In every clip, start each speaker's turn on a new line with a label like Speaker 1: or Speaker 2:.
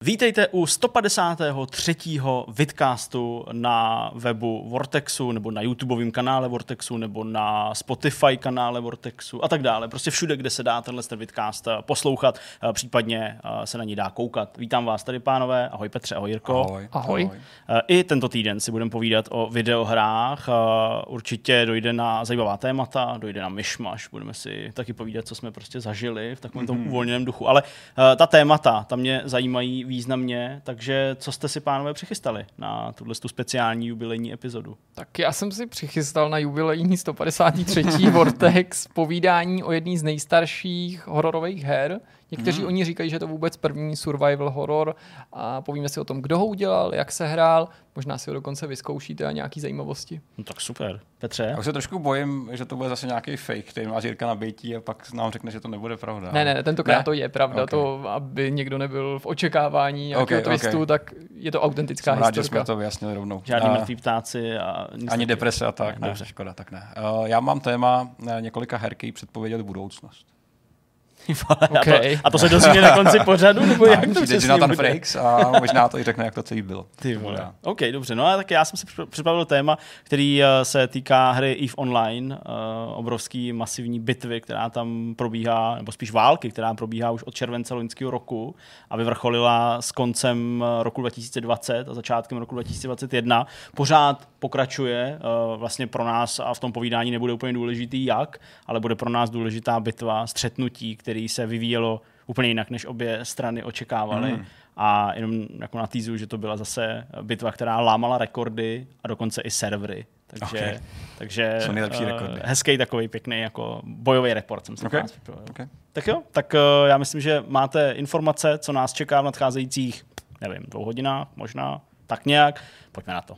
Speaker 1: Vítejte u 153. vidcastu na webu Vortexu, nebo na YouTubeovém kanále Vortexu, nebo na Spotify kanále Vortexu a tak dále. Prostě všude, kde se dá tenhle vidcast poslouchat, případně se na ní dá koukat. Vítám vás tady, pánové. Ahoj Petře, ahoj Jirko.
Speaker 2: Ahoj.
Speaker 3: Ahoj.
Speaker 1: I tento týden si budeme povídat o videohrách. Určitě dojde na zajímavá témata, dojde na myšmaš. Budeme si taky povídat, co jsme prostě zažili v takovém tom uvolněném duchu. Ale ta témata, ta mě zajímají významně, takže co jste si, pánové, přichystali na tuhle speciální jubilejní epizodu?
Speaker 3: Tak já jsem si přichystal na jubilejní 153. Vortex povídání o jedné z nejstarších hororových her. Někteří oni říkají, že to vůbec první survival horor a povíme si o tom, kdo ho udělal, jak se hrál, možná si ho dokonce vyzkoušíte a nějaký zajímavosti.
Speaker 1: No tak super. Petře?
Speaker 2: Já se trošku bojím, že to bude zase nějaký fake, který má Jirka nabejtí a pak nám řekne, že to nebude pravda.
Speaker 3: Ne, tentokrát to je pravda. Okay. To, aby někdo nebyl v očekávání nějakého twistu, tak je to autentická historka.
Speaker 2: Rád, že jsme to vyjasnili rovnou.
Speaker 1: Žádný mrtví ptáci a
Speaker 2: ani deprese a tak, ne, škoda, tak ne. Já mám téma několika her, který předpovědět budoucnost.
Speaker 1: Okay. A to se dozvíme na konci pořadu? Nebo jak to
Speaker 2: přijde Jonathan Frakes a možná to i řekne, jak to celý bylo.
Speaker 1: Ty vole. OK, dobře. No a tak já jsem si připravil téma, který se týká hry EVE Online, obrovský masivní bitvy, která tam probíhá, nebo spíš války, která probíhá už od července loňského roku a vyvrcholila s koncem roku 2020 a začátkem roku 2021. Pořád pokračuje, vlastně pro nás a v tom povídání nebude úplně důležitý jak, ale bude pro nás důležitá bitva, střetnutí, který se vyvíjelo úplně jinak, než obě strany očekávaly. A jenom jako natýzuju, že to byla zase bitva, která lámala rekordy a dokonce i servery. Takže
Speaker 2: jsou nejlepší rekordy.
Speaker 1: Hezký takový pěkný jako bojový report jsem si připravil. Tak jo, tak já myslím, že máte informace, co nás čeká v nadcházejících, nevím, 2 hodinách, možná, tak nějak. Pojďme na to.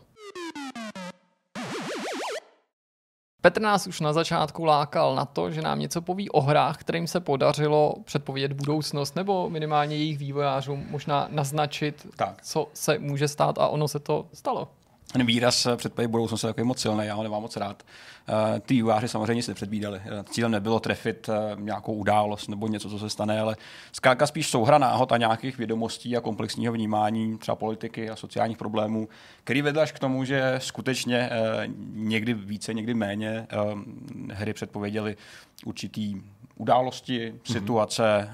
Speaker 3: Petr nás už na začátku lákal na to, že nám něco poví o hrách, kterým se podařilo předpovědět budoucnost, nebo minimálně jejich vývojářům možná naznačit, co se může stát, a ono se to stalo.
Speaker 2: Ten výraz předpovědět budoucnost je takový moc silný, já ho nemám moc rád. Ty vývojáři samozřejmě si nepředvídali. Cílem nebylo trefit nějakou událost nebo něco, co se stane, ale zkrátka spíš souhra náhod a nějakých vědomostí a komplexního vnímání třeba politiky a sociálních problémů, který vedl až k tomu, že skutečně někdy více, někdy méně hry předpověděly určitý události, situace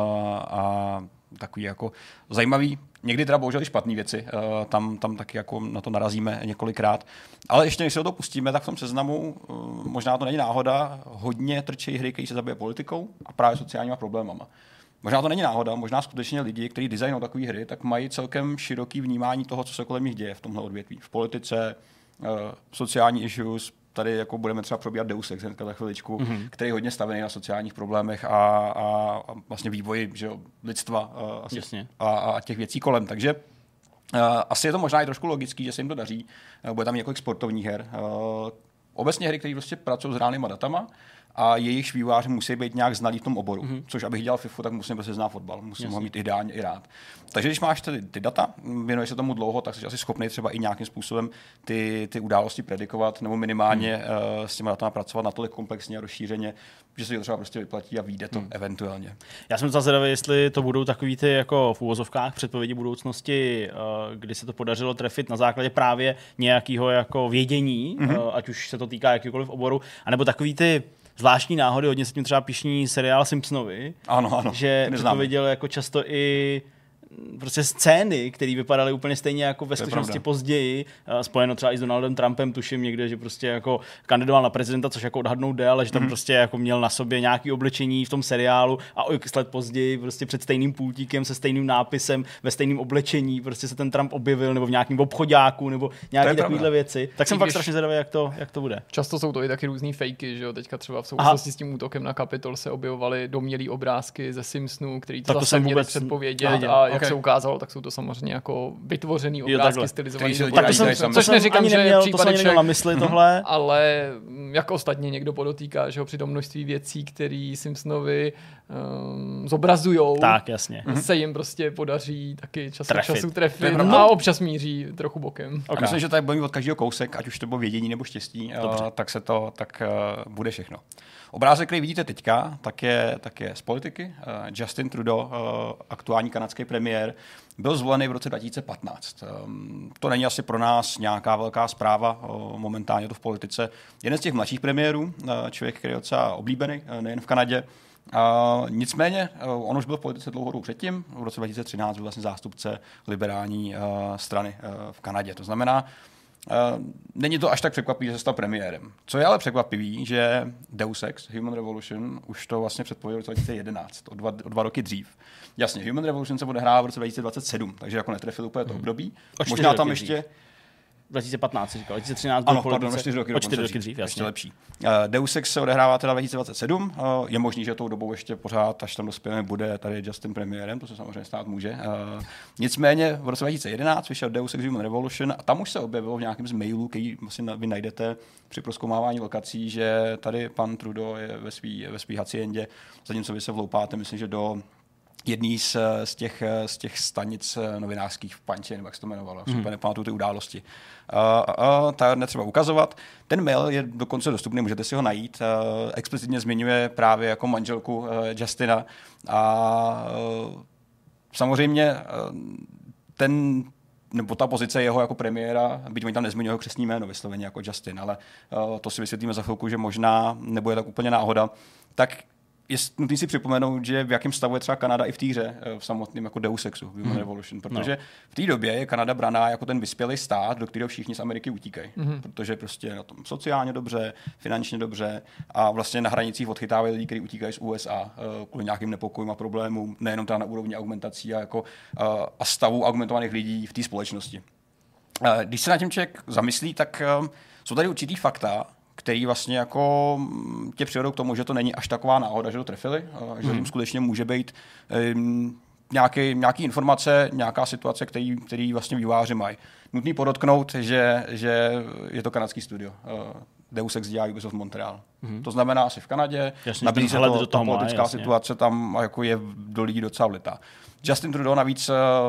Speaker 2: a takový jako zajímavý, někdy teda bohužel i špatné věci, tam taky jako na to narazíme několikrát. Ale ještě než se do toho pustíme, tak v tom seznamu, možná to není náhoda, hodně trčí hry, které se zabije politikou a právě sociálníma problémama. Možná to není náhoda, možná skutečně lidi, kteří designují takové hry, tak mají celkem široký vnímání toho, co se kolem nich děje v tomhle odvětví. V politice, sociální issues, tady jako budeme třeba probíhat Deus Ex za chviličku, který je hodně stavený na sociálních problémech a vlastně vývoji, že jo, lidstva a těch věcí kolem. Takže asi je to možná i trošku logický, že se jim to daří. Bude tam několik sportovních her. Obecně hry, které prostě pracují s reálnýma datama a jejich vývojáři musí být nějak znalí v tom oboru. Což abych dělal FIFA, tak musím prostě znát fotbal. Musím ho mít ideálně i rád. Takže když máš ty data, věnuješ se tomu dlouho, tak jsi asi schopný třeba i nějakým způsobem ty události predikovat nebo minimálně s těmi datama pracovat natolik komplexně a rozšířeně, že se to třeba prostě vyplatí a vyjde to eventuálně.
Speaker 1: Já jsem zvědavý, jestli to budou takový ty jako v úvozovkách předpovědi budoucnosti, kdy se to podařilo trefit na základě právě nějakého jako vědění, ať už se to týká jakýkoliv oboru, anebo takový ty zvláštní náhody, hodně se tím třeba pišní seriál Simpsonovi,
Speaker 2: ano,
Speaker 1: že to viděl jako často i prostě scény, které vypadaly úplně stejně jako ve skutečnosti později, spojeno třeba i s Donaldem Trumpem, tuším někde, že prostě jako kandidoval na prezidenta, což jako odhadnout jde, ale že tam prostě jako měl na sobě nějaký oblečení v tom seriálu a o x let později prostě před stejným pultíkem se stejným nápisem ve stejném oblečení prostě se ten Trump objevil, nebo v nějakém obchodáku nebo nějaké takovéhle věci. Tak jsem fakt strašně zvědavý, jak to bude.
Speaker 3: Často jsou to i taky různý fejky, že jo? Teďka třeba v souvislosti s tím útokem na Kapitol se objevovaly domnělý obrázky ze Simpsonů, který to zase měli předpovědět a jak se ukázalo, tak jsou to samozřejmě jako vytvořený obrázky stylizovaný. Což neříkám, že případeček,
Speaker 1: na mysli tohle.
Speaker 3: Ale jak ostatně někdo podotýká, že ho při tom množství věcí, které Simpsonovi zobrazujou,
Speaker 1: tak, jasně.
Speaker 3: se jim prostě podaří taky času trefit a občas míří trochu bokem.
Speaker 2: Okay. Myslím, že tady budeme od každého kousek, ať už to bylo vědění nebo štěstí, tak bude všechno. Obrázek, který vidíte teďka, tak je z politiky. Justin Trudeau, aktuální kanadský premiér, byl zvolený v roce 2015. To není asi pro nás nějaká velká zpráva, momentálně to v politice. Jeden z těch mladších premiérů, člověk, který je docela oblíbený, nejen v Kanadě. Nicméně, on už byl v politice dlouho předtím. V roce 2013 byl vlastně zástupce liberální strany v Kanadě. To znamená, není to až tak překvapivé, že se stal premiérem. Co je ale překvapivý, že Deus Ex, Human Revolution, už to vlastně předpověděl v roce 2011, o dva roky dřív. Jasně, Human Revolution se odehrává v roce 2027, takže jako netrefil úplně to období. Možná tam ještě...
Speaker 1: 2015 si říkal, 2013 byl
Speaker 2: pardon, 4 roky
Speaker 1: dřív, jasně.
Speaker 2: Ještě lepší. Deus Ex se odehrává teda 2027, je možný, že tou dobou ještě pořád, až tam dospějeme, bude tady Justin premiérem, to se samozřejmě stát může. Nicméně v roce 2011 vyšel Deus Ex Human Revolution a tam už se objevilo v nějakém z mailů, který vlastně vy najdete při prozkoumávání lokací, že tady pan Trudeau je ve svý haciendě, zatímco vy se vloupáte, myslím, že do jedný z těch stanic novinářských v Panči, nebo jak se to jmenovalo, super nepamatuju ty události. Ta netřeba ukazovat. Ten mail je dokonce dostupný, můžete si ho najít. Explicitně zmiňuje právě jako manželku Justina. A samozřejmě nebo ta pozice jeho jako premiéra, byť oni tam nezmiňují jeho křestní jméno vysloveně jako Justin, ale to si vysvětlíme za chvilku, že možná nebude tak úplně náhoda. Tak je nutný si připomenout, že v jakém stavu je třeba Kanada i v té hře, v samotném jako Deus Exu, Human Revolution, protože v té době je Kanada braná jako ten vyspělý stát, do kterého všichni z Ameriky utíkají, protože prostě je na tom sociálně dobře, finančně dobře a vlastně na hranicích odchytávají lidi, kteří utíkají z USA kvůli nějakým nepokojům a problémům, nejenom teda na úrovni argumentací a stavu argumentovaných lidí v té společnosti. Když se na tím člověk zamyslí, tak jsou tady určitý fakta, který vlastně jako tě přivedou k tomu, že to není až taková náhoda, že to trefili, že jim skutečně může být nějaký informace, nějaká situace, který vlastně vývojáři mají. Nutný podotknout, že je to kanadský studio. Deus Ex dělá Ubisoft Montreal. To znamená asi v Kanadě, nabízí se ta politická situace tam jako je do lidí docela vlitá. Justin Trudeau navíc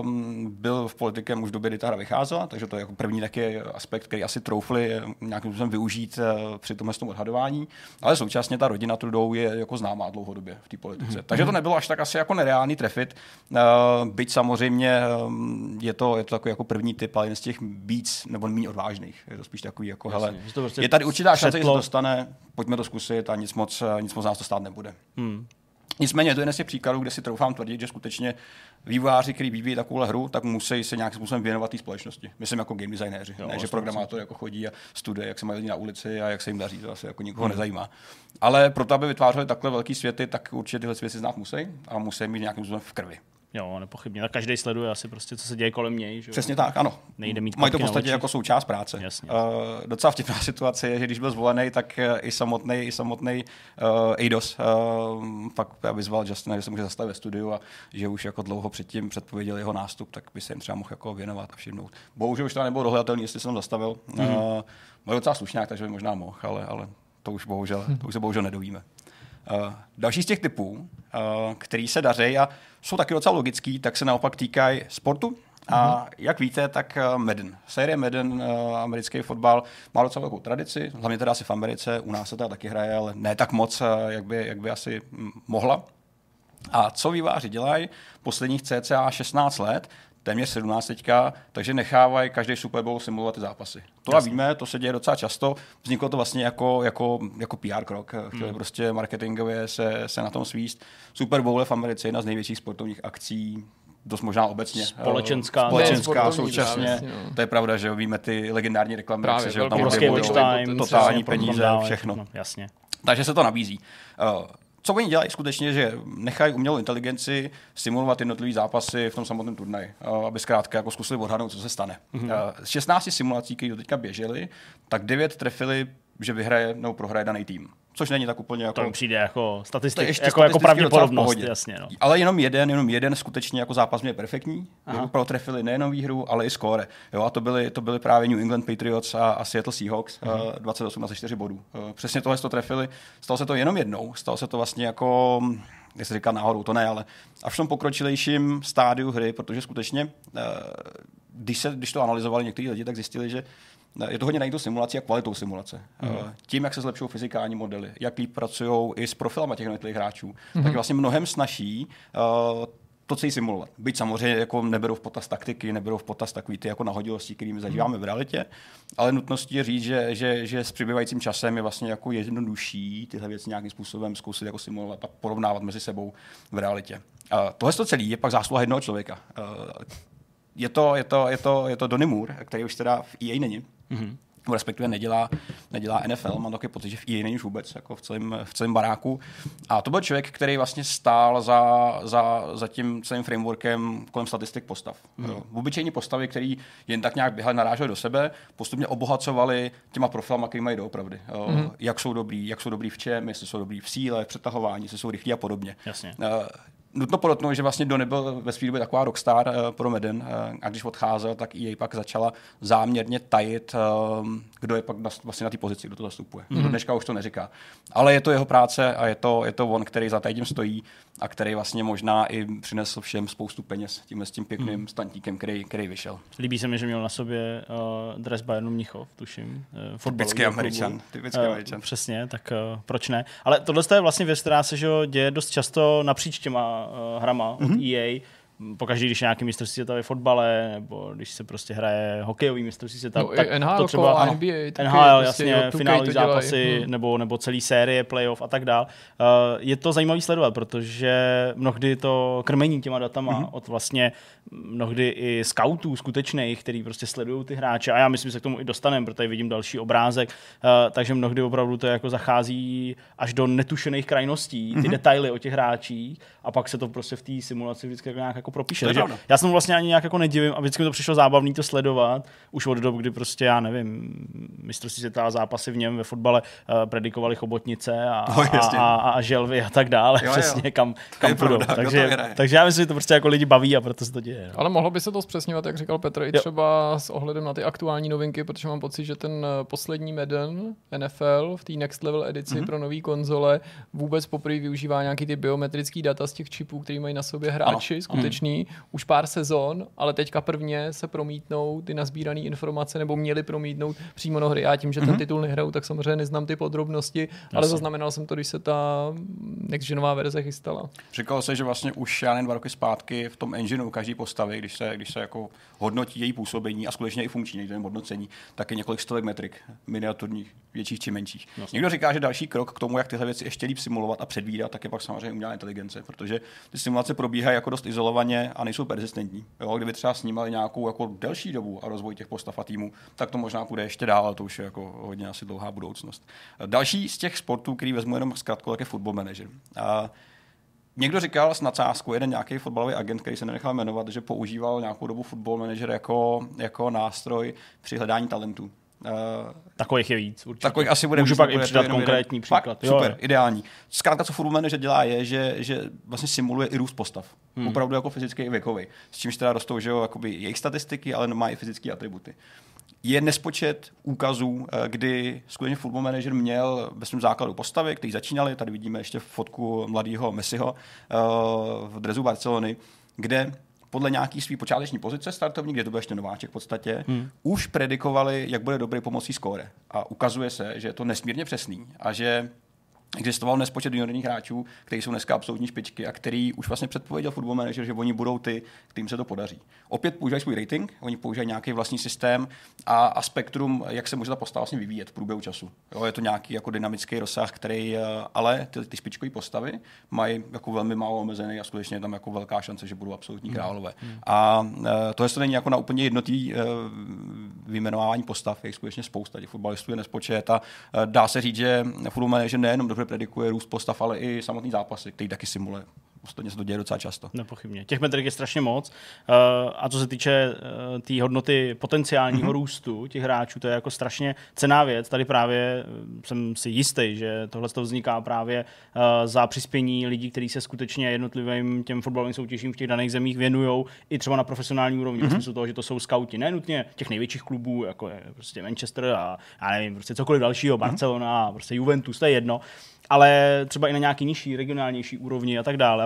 Speaker 2: byl v politikem už v době, kdy ta hra vycházela, takže to je jako první taky aspekt, který asi troufli nějakým způsobem využít při tomhle odhadování, ale současně ta rodina Trudeau je jako známá dlouhodobě v té politice. Takže to nebylo až tak asi jako nereálný trefit, byť samozřejmě je to takový jako první typ, ale jen z těch víc nebo méně odvážných. Je to spíš takový jako, hele, prostě je tady určitá šance, že se dostane, pojďme to zkusit a nic moc nás to stát nebude. Nicméně to je jeden z těch příkladů, kde si troufám tvrdit, že skutečně vývojáři, kteří vyvíjí takovou hru, tak musí se nějakým způsobem věnovat té společnosti. Myslím jako game designéři, ne že programátoři jako chodí a studuje, jak se mají lidi na ulici a jak se jim daří, to asi jako nikoho nezajímá. Ale proto, aby vytvářeli takhle velký světy, tak určitě tyhle světy znát musí a musí mít nějakým způsobem v krvi.
Speaker 1: Jo, nepochybně. A každý sleduje asi prostě, co se děje kolem něj. Že?
Speaker 2: Přesně tak, ano.
Speaker 1: Nejde mít
Speaker 2: mají to v podstatě jako součást práce.
Speaker 1: Jasně.
Speaker 2: Docela vtipná situace je, že když byl zvolený, tak i samotný Eidos pak vyzval Justina, že se může zastavit ve studiu a že už jako dlouho předtím předpověděl jeho nástup, tak by se jim třeba mohl jako věnovat a všimnout. Bohužel už to nebylo dohledatelný, jestli jsem zastavil. Byl docela slušňák, takže by možná mohl, ale to už se bohužel nedovíme. Další z těch typů, který se daří a jsou taky docela logický, tak se naopak týkají sportu. A jak víte, tak Madden. Série Madden, americký fotbal, má docela velkou tradici, hlavně teda asi v Americe, u nás se teda taky hraje, ale ne tak moc, jak by asi mohla. A co vývojáři dělají posledních cca 16 let, téměř 17 teďka, takže nechávají každý Super Bowl simulovat ty zápasy. To víme, to se děje docela často. Vzniklo to vlastně jako PR krok. Chtěli prostě marketingově se na tom svíst. Super Bowl je v Americe jedna z největších sportovních akcí, dost možná obecně.
Speaker 1: Společenská
Speaker 2: současně. To je pravda, že víme ty legendární reklamy, že tam totální peníze, všechno.
Speaker 1: No, jasně.
Speaker 2: Takže se to nabízí. Co oni dělají skutečně, že nechají umělou inteligenci simulovat jednotlivý zápasy v tom samotném turnaji, aby zkrátka jako zkusili odhadnout, co se stane. Z 16 simulací, které do teďka běžely, tak 9 trefili, že vyhraje nebo prohraje daný tým. Což není tak úplně jako...
Speaker 1: To mi přijde jako statistika, jako pravděpodobnost, jasně. No.
Speaker 2: Ale jenom jeden skutečně jako zápas měl perfektní. Protrefili nejenom výhru, ale i skóre. Jo, a to byly právě New England Patriots a Seattle Seahawks, 28-4 bodů. Přesně tohle to trefili. Stalo se to jenom jednou. Stalo se to vlastně jako, jak se říká náhodou, to ne, ale až v tom pokročilejším stádiu hry, protože skutečně, když to analyzovali někteří lidi, tak zjistili, že je to hodně na tu simulaci a kvalitou simulace. Tím, jak se zlepšují fyzikální modely, jak líp pracují i s profilama těch jednotlivých hráčů, tak je vlastně mnohem snazší to celý simulovat. Byť samozřejmě jako neberou v potaz taktiky, neberou v potaz takový ty jako nahodilosti, kterými zažíváme v realitě, ale nutností je říct, že s přibývajícím časem je vlastně jako jednodušší tyhle věci nějakým způsobem zkusit jako simulovat a porovnávat mezi sebou v realitě. Tohle celé je pak zásluha jednoho člověka. Je to Donny Moore, který už teda v EA není. Respektive nedělá NFL, mám takový pocit, že v EA není už vůbec, jako v celém baráku. A to byl člověk, který vlastně stál za tím celým frameworkem kolem statistik postav. Obyčejní postavy, který jen tak nějak běhali, naráželi do sebe, postupně obohacovali těma profilama, který mají doopravdy. Jak jsou dobrý v čem, jestli jsou dobrý v síle, v přetahování, jestli jsou rychlí a podobně.
Speaker 1: Jasně.
Speaker 2: Nutno podotknout, že vlastně Donny byl ve své době taková rockstar pro Madden a když odcházel, tak EA pak začala záměrně tajit, kdo je pak vlastně na té pozici, kdo to zastupuje. Do dneška už to neříká. Ale je to jeho práce a je to on, který za tím stojí a který vlastně možná i přinesl všem spoustu peněz s tím pěkným stantíkem, který vyšel.
Speaker 1: Líbí se mi, že měl na sobě dres Bayernu Mnichov, tuším.
Speaker 2: Typický Američan.
Speaker 1: Přesně, tak proč ne? Ale tohle je vlastně věc, která se děje dost často napříč těma hrama od EA. Pokaždý, když je nějaký mistrovství světa ve fotbale, nebo když se prostě hraje hokejový mistrovství světa, tak
Speaker 3: NHL,
Speaker 1: to třeba
Speaker 3: NBA,
Speaker 1: NHL, jasně, finální zápasy, nebo celý série, playoff a tak dál. Je to zajímavý sledovat, protože mnohdy to krmení těma datama od vlastně mnohdy i scoutů skutečných, který prostě sledují ty hráče, a já myslím, že se k tomu i dostaneme, protože vidím další obrázek, takže mnohdy opravdu to jako zachází až do netušených krajností, ty detaily o těch hráčích, a pak se to prostě v té simulaci vždycky nějak jako propíše. Takže já se mu vlastně ani nějak jako nedivím a vždycky mi to přišlo zábavný to sledovat, už od dob, kdy prostě, já nevím, mistrovství světa zápasy v něm ve fotbale predikovali chobotnice a želvy a tak dále, přesně kam půjdou. Takže já myslím, že to prostě jako lidi baví a proto se to děje.
Speaker 3: Ale mohlo by se to zpřesňovat, jak říkal Petr, i třeba s ohledem na ty aktuální novinky, protože mám pocit, že ten poslední Madden NFL v té Next Level edici pro nový konzole vůbec poprvé využívá nějaký ty biometrický data z těch čipů, který mají na sobě hráči, skutečný, už pár sezon, ale teďka prvně se promítnou ty nazbírané informace, nebo měli promítnout přímo do hry. Já tím, že ten titul nehraju, tak samozřejmě neznám ty podrobnosti, ale zaznamenal jsem to, když se ta next-genová verze chystala.
Speaker 2: Říkalo se, že vlastně už 2 roky zpátky v tom engineu každý postavy, když se jako hodnotí její působení a skutečně i funkční hodnocení, tak je několik stovek metrik miniaturních, větších či menších. Někdo říká, že další krok k tomu, jak tyhle věci ještě líp simulovat a předvídat, tak je pak samozřejmě umělá inteligence, protože ty simulace probíhají jako dost izolovaně a nejsou persistentní. Jo, kdyby třeba snímali nějakou jako delší dobu a rozvoj těch postav a týmů, tak to možná půjde ještě dál, ale to už je jako hodně asi dlouhá budoucnost. Další z těch sportů, který vezmu jenom zkrátko, tak je Football Manager. Někdo říkal s nadsázkou, jeden nějaký fotbalový agent, který se nenechal jmenovat, že používal nějakou dobu Football Manager jako nástroj při hledání talentů.
Speaker 1: Takových je víc, určitě.
Speaker 2: Takových asi bude.
Speaker 1: Můžu pak i přidat konkrétní příklad.
Speaker 2: Fakt, super, ideální. Zkrátka, co Football Manager dělá, je, že vlastně simuluje i růst postav. Opravdu jako fyzický i věkový. S čímž teda rostou, že jo, jakoby jejich statistiky, ale má i fyzické atributy. Je nespočet úkazů, kdy skutečně Football Manager měl ve svém základu postavy, který začínali. Tady vidíme ještě fotku mladého Messiho v dresu Barcelony, kde podle nějaký svý počáteční pozice startovní, kde to byl ještě nováček v podstatě, už predikovali, jak bude dobrý pomocí skóre. A ukazuje se, že je to nesmírně přesný a že existoval nespočet juniorních hráčů, kteří jsou dneska absolutní špičky a který už vlastně předpověděl Football Manager, že oni budou ty, kterým se to podaří. Opět používají svůj rating, oni používají nějaký vlastní systém a spektrum, jak se může ta postava vlastně vyvíjet v průběhu času. Jo, je to nějaký jako dynamický rozsah, který, ale ty špičkové postavy mají jako velmi málo omezený a skutečně je tam jako velká šance, že budou absolutní králové. A tohle to není jako na úplně jednotý vyjmenování postav, je skutečně spousta, těch fotbalistů je nespočet a dá se říct, že Football Manager nejenom dobře predikuje růst postav, ale i samotný zápasy, který taky simuluje. Ostatně se to děje docela často.
Speaker 1: Nepochybně. Těch metrik je strašně moc. A co se týče té hodnoty potenciálního růstu těch hráčů, to je jako strašně cenná věc. Tady právě jsem si jistý, že tohle vzniká právě za přispění lidí, kteří se skutečně jednotlivým těm fotbalovým soutěžím v těch daných zemích věnují i třeba na profesionální úrovni. V smyslu toho, že to jsou skauti, ne nutně těch největších klubů, jako je prostě Manchester a já nevím, prostě cokoliv dalšího, Barcelona, prostě Juventus, to je jedno. Ale třeba i na nějaký nižší, regionálnější úrovni a tak dále. A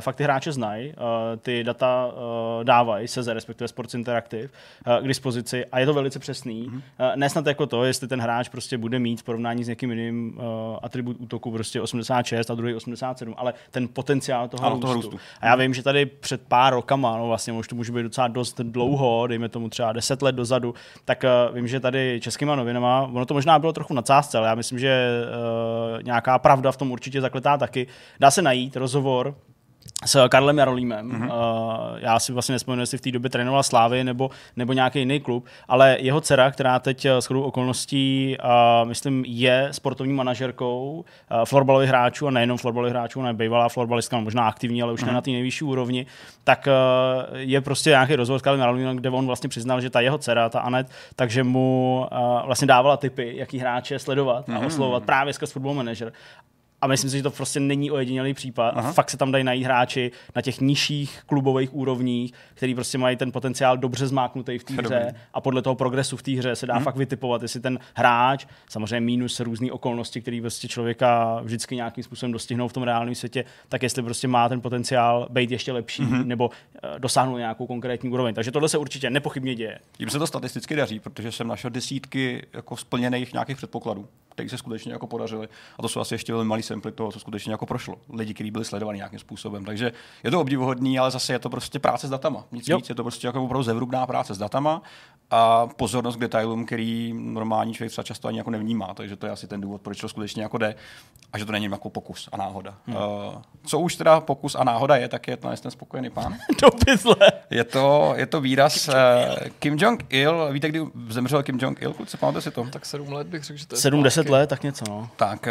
Speaker 1: fakt ty hráče znají, ty data dávají se respektive Sports Interactive k dispozici a je to velice přesný. Nesnad jako to, jestli ten hráč prostě bude mít v porovnání s někým jiným atribut útoku prostě 86 a druhý 87, ale ten potenciál toho růstu. A já vím, že tady před pár rokama, no vlastně už to může být docela dost dlouho, dejme tomu třeba 10 let dozadu, tak vím, že tady Českýma novinama, ono to možná bylo trochu nadsázce, ale já myslím, že nějaká pravda v tom určitě zakletá taky. Dá se najít rozhovor s Karlem Jarolímem. Já si vlastně nespomenu, jestli v té době trénoval Slávy nebo nějaký jiný klub, ale jeho dcera, která teď shodou okolností, myslím, je sportovní manažerkou florbalových hráčů a nejenom florbalových hráčů, ona je bývalá florbalistka, možná aktivní, ale už ne na té nejvyšší úrovni, tak je prostě nějaký rozhovor s Karlem Jarolímem, kde on vlastně přiznal, že ta jeho dcera, ta Anet, takže mu vlastně dávala tipy, jaký hráče sledovat a oslovovat právě skrz Football Manager. A myslím si, že to prostě není ojedinělý případ. A fakt se tam dají najít hráči na těch nižších klubových úrovních, který prostě mají ten potenciál dobře zmáknutý v té hře a podle toho progresu v té hře se dá fakt vytipovat, jestli ten hráč, samozřejmě mínus různý okolnosti, který prostě člověka vždycky nějakým způsobem dostihnou v tom reálném světě, tak jestli prostě má ten potenciál být ještě lepší nebo dosáhnout nějakou konkrétní úroveň. Takže tohle se určitě nepochybně děje.
Speaker 2: Jím se to statisticky daří, protože jsem našel desítky jako splněných nějakých předpokladů, které se skutečně jako podařily. A to jsou asi ještě velmi malý samply toho, co skutečně jako prošlo. Lidi, kteří byli sledovaní nějakým způsobem. Takže je to obdivuhodný, ale zase je to prostě práce s datama. Nic víc, je to prostě jako opravdu zevrubná práce s datama a pozornost k detailům, který normální člověk třeba často ani jako nevnímá. Takže to je asi ten důvod, proč to skutečně jako jde a že to není jako pokus a náhoda. Co už teda pokus a náhoda je, tak je to ten spokojený pán. Je to výraz Kim Jong-il. Víte, kdy zemřel Kim Jong-il? Kluci, pamatujete si to?
Speaker 3: Tak 7 let bych řekl, že to je
Speaker 1: 7-10 let, tak něco, no.
Speaker 2: Tak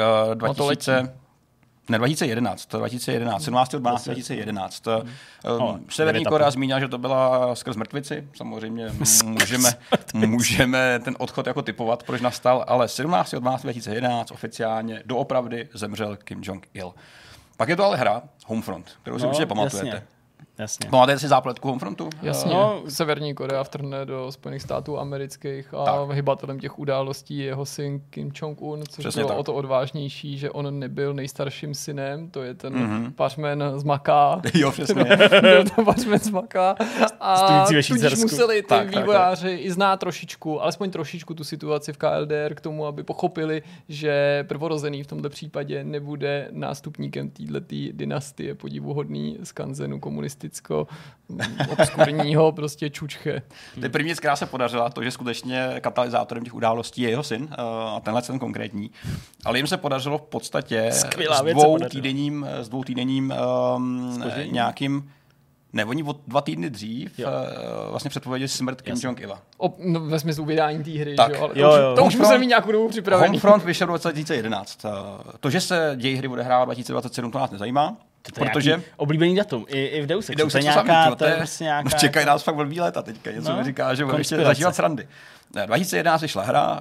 Speaker 2: 2011, 17.12.2011. Severní Korea zmínila, že to byla skrz mrtvici. Samozřejmě můžeme ten odchod jako typovat, proč nastal, ale 17.12.2011 oficiálně doopravdy zemřel Kim Jong-il. Pak je to ale hra Homefront, kterou si určitě pamatujete.
Speaker 1: Jasně.
Speaker 2: Pamatujete si zápletku Homefrontu?
Speaker 3: Jasně. No, Severní Korea vtrhne do Spojených států amerických a hybatelem těch událostí je jeho syn Kim Jong-un, což přesně bylo o to odvážnější, že on nebyl nejstarším synem, to je ten pařmen z Maká.
Speaker 2: Jo, přesně.
Speaker 3: Byl to pařmen z Maká. A tudíž museli ty vývojáři i znát trošičku, alespoň trošičku tu situaci v KLDR k tomu, aby pochopili, že prvorozený v tomto případě nebude nástupníkem této dynastie podivuhodný skanzenu komunistickou obskurního prostě čučche.
Speaker 2: To je první věc, která se podařila, to, že skutečně katalyzátorem těch událostí je jeho syn a tenhle ten konkrétní. Ale jim se podařilo v podstatě s dvoutýdenním nějakým. Ne, oni 2 týdny dřív vlastně předpověděli smrt Kim Jong-ila.
Speaker 3: No, ve smyslu vydání té hry,
Speaker 2: tak,
Speaker 3: že jo? Ale to už musel mít nějakou dobu připravený.
Speaker 2: Homefront vyšel v 2011. To, že se děj hry odehrává 2027, to nás nezajímá. Protože
Speaker 1: oblíbený datum i v Deus Exu.
Speaker 2: To je nějaká, čekají nás fakt velký léta teďka. Něco mi říká, že budeme ještě zažívat srandy. 2011 vyšla hra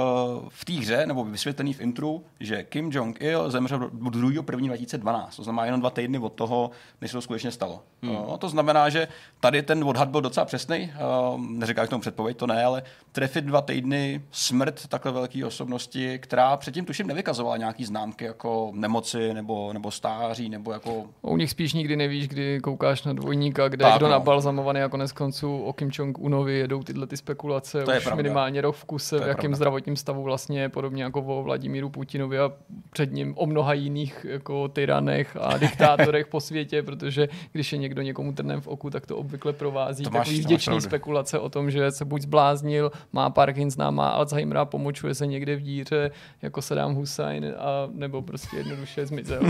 Speaker 2: v té hře, nebo vysvětlený v intru, že Kim Jong-il zemřel 2.1.2012. To znamená jenom 2 týdny od toho, než se to skutečně stalo. To znamená, že tady ten odhad byl docela přesný. Neříkám k tomu předpověď, to ne, ale trefit 2 týdny smrt takhle velké osobnosti, která předtím tuším nevykazovala nějaký známky jako nemoci nebo stáří, nebo jako...
Speaker 3: U nich spíš nikdy nevíš, kdy koukáš na Dvojníka, kde je kdo nabalzamovaný a konec konců o Kim Jong-unovi jedou tyhle ty spekulace. Minimálně rok v kuse, v jakém zdravotním stavu vlastně, podobně jako o Vladimíru Putinovi a před ním o mnoha jiných jako tyranech a diktátorech po světě, protože když je někdo někomu trnem v oku, tak to obvykle provází takový vděčný spekulace o tom, že se buď zbláznil, má Parkinsona, má Alzheimera, pomočuje se někde v díře, jako Saddam Hussein, a nebo prostě jednoduše zmizel.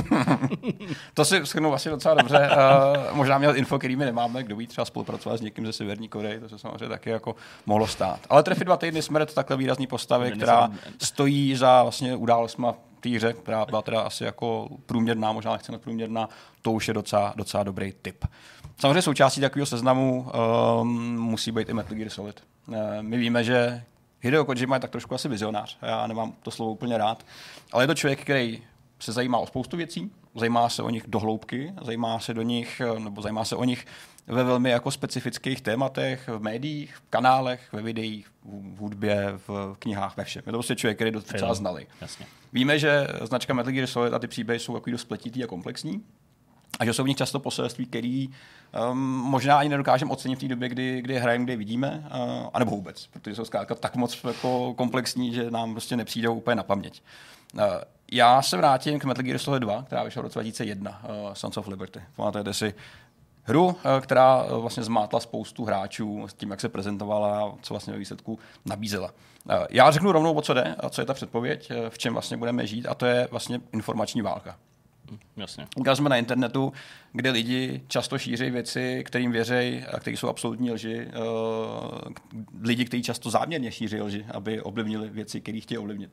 Speaker 2: To si shrnu asi docela dobře. Možná měl info, který my nemáme, kdo ví třeba spolupracovat s někým ze Severní Koreje, to se samozřejmě taky jako mohlo stát. Ale trefit 2 týdny smrt takhle výrazný postavy, která stojí za vlastně událostma té hře, která byla teda asi jako průměrná, možná lehce nadprůměrná, to už je docela dobrý tip. Samozřejmě součástí takového seznamu musí být i Metal Gear Solid. My víme, že Hideo Kojima je tak trošku asi vizionář, já nemám to slovo úplně rád, ale je to člověk, který se zajímá o spoustu věcí, zajímá se o nich do hloubky, zajímá se o nich ve velmi jako specifických tématech, v médiích, v kanálech, ve videích, v hudbě, v knihách, ve všem. Je to prostě člověk, který docela znalý. Víme, že značka Metal Gear Solid a ty příběhy jsou takový dost spletitý a komplexní. a že jsou v nich často poselství, který možná ani nedokážeme ocenit v té době, kdy hrajeme, kdy vidíme, anebo vůbec, protože jsou zkrátka tak moc jako komplexní, že nám prostě nepřijdou úplně na paměť. Já se vrátím k Metal Gear Solid 2, která vyšla v roce 2001, Sons of Liberty. Pamatujete si hru, která vlastně zmátla spoustu hráčů s tím, jak se prezentovala, co vlastně ve výsledku nabízela. Já řeknu rovnou, o co jde, a co je ta předpověď, v čem vlastně budeme žít, a to je vlastně informační válka.
Speaker 1: Jasně.
Speaker 2: Ukázali jsme na internetu, kde lidi často šíří věci, kterým věří a které jsou absolutní lži. Lidi, kteří často záměrně šíří lži, aby ovlivnili věci, které chtějí ovlivnit.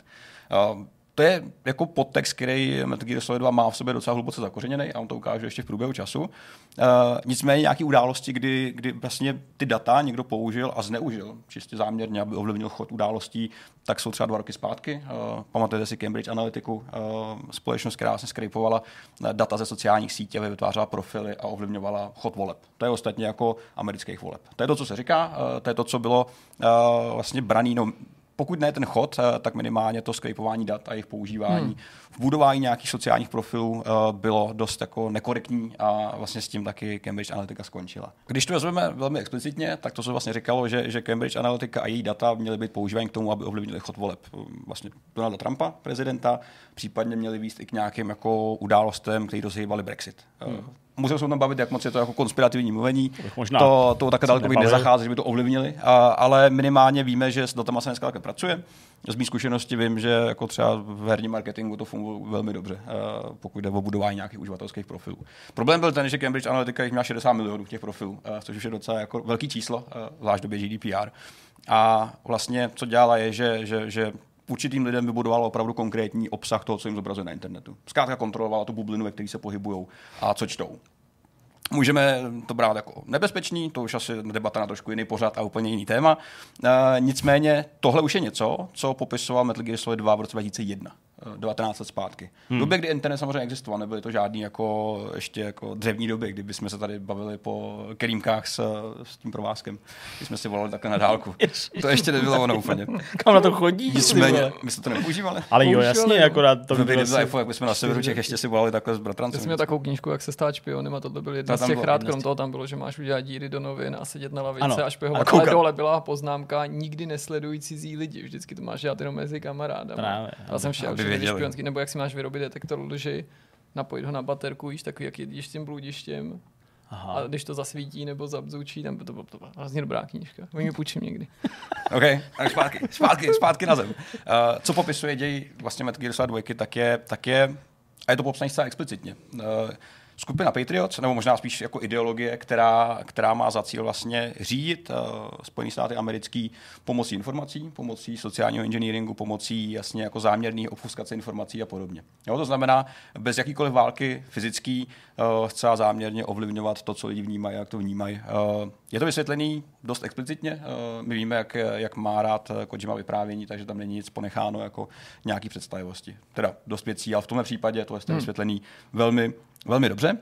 Speaker 2: To je jako podtext, který Metal Gear Solid 2 má v sobě docela hluboce zakořeněný a on to ukáže ještě v průběhu času. Nicméně nějaké události, kdy vlastně ty data někdo použil a zneužil čistě záměrně, aby ovlivnil chod událostí, tak jsou třeba 2 roky zpátky. Pamatujete si Cambridge Analytiku, společnost, která vlastně skrypovala data ze sociálních sítí, aby vytvářela profily a ovlivňovala chod voleb. To je ostatně jako amerických voleb. To je to, co se říká, to je to, co bylo vlastně braný. Pokud ne ten chod, tak minimálně to skrypování dat a jejich používání v budování nějakých sociálních profilů bylo dost jako nekorektní a vlastně s tím taky Cambridge Analytica skončila. Když to vezmeme velmi explicitně, tak to se vlastně říkalo, že Cambridge Analytica a její data měly být používány k tomu, aby ovlivnili chod voleb vlastně Donalda Trumpa, prezidenta, případně měly vést i k nějakým jako událostem, které rozhýbaly Brexit. Musíme se o tom bavit, jak moc je to jako konspirativní mluvení. To tak daleko bych nezachází, že by to ovlivnili, ale minimálně víme, že s datama se dneska také pracuje. Z mých zkušenosti vím, že jako třeba v herním marketingu to funguje velmi dobře, pokud jde o budování nějakých uživatelských profilů. Problém byl ten, že Cambridge Analytica jich měla 60 milionů těch profilů, což už je docela jako velký číslo, zvlášť v době GDPR. A vlastně co dělala je, že určitým lidem vybudovalo opravdu konkrétní obsah toho, co jim zobrazuje na internetu. Zkrátka kontrolovala tu bublinu, ve které se pohybujou a co čtou. Můžeme to brát jako nebezpečný, to už asi debata na trošku jiný pořad a úplně jiný téma. Nicméně tohle už je něco, co popisoval Metal Gear Solid 2 v roce 2001. 19 let zpátky. V době, kdy internet samozřejmě existoval, nebyly to žádný jako ještě jako dřevní doby, kdyby jsme se tady bavili po kerýmkách s tím provázkem, když jsme si volali takhle na dálku. To ještě nebylo ono úplně.
Speaker 1: Kam na to chodí?
Speaker 2: Nicméně, my jsme to nepoužívali.
Speaker 1: Ale jo, jasně, akorát to
Speaker 2: bylo iPhone, jak jsme na severu Čech ještě si volali takhle s bratrancem.
Speaker 3: Já jsem měl takovou knížku, jak se stát špionem, a to byl jedna z těch rád, krom toho tam bylo, že máš udělat díry do novin a sedět na lavice a špehovat. Ale dole byla poznámka: nikdy nesleduj cizí lidi, vždycky to máš dělat jenom mezi kamarádama. Já jsem šel, špionský, nebo jak si máš vyrobit detektor lži, napojit ho na baterku, víš, takový, jak jedíš tím bludištěm. Aha. A když to zasvítí nebo zabzučí, tam to byla vlastně dobrá knížka. Oni mi půjčím někdy.
Speaker 2: OK, zpátky na zem. Co popisuje děj vlastně Metal Gear Solid 2, tak je, a je to popsané zcela explicitně. Skupina Patriots, nebo možná spíš jako ideologie, která má za cíl vlastně řídit Spojené státy americký pomocí informací, pomocí sociálního engineeringu, pomocí jasně jako záměrný obfuskace informací a podobně. Jo, to znamená, bez jakýkoliv války fyzický zcela záměrně ovlivňovat to, co lidi vnímají, jak to vnímají. Je to vysvětlený dost explicitně. My víme, jak má rád Kojima vyprávění, takže tam není nic ponecháno jako nějaký představivosti. Teda dost věcí, ale v tomhle případě to je vysvětlený velmi, velmi dobře.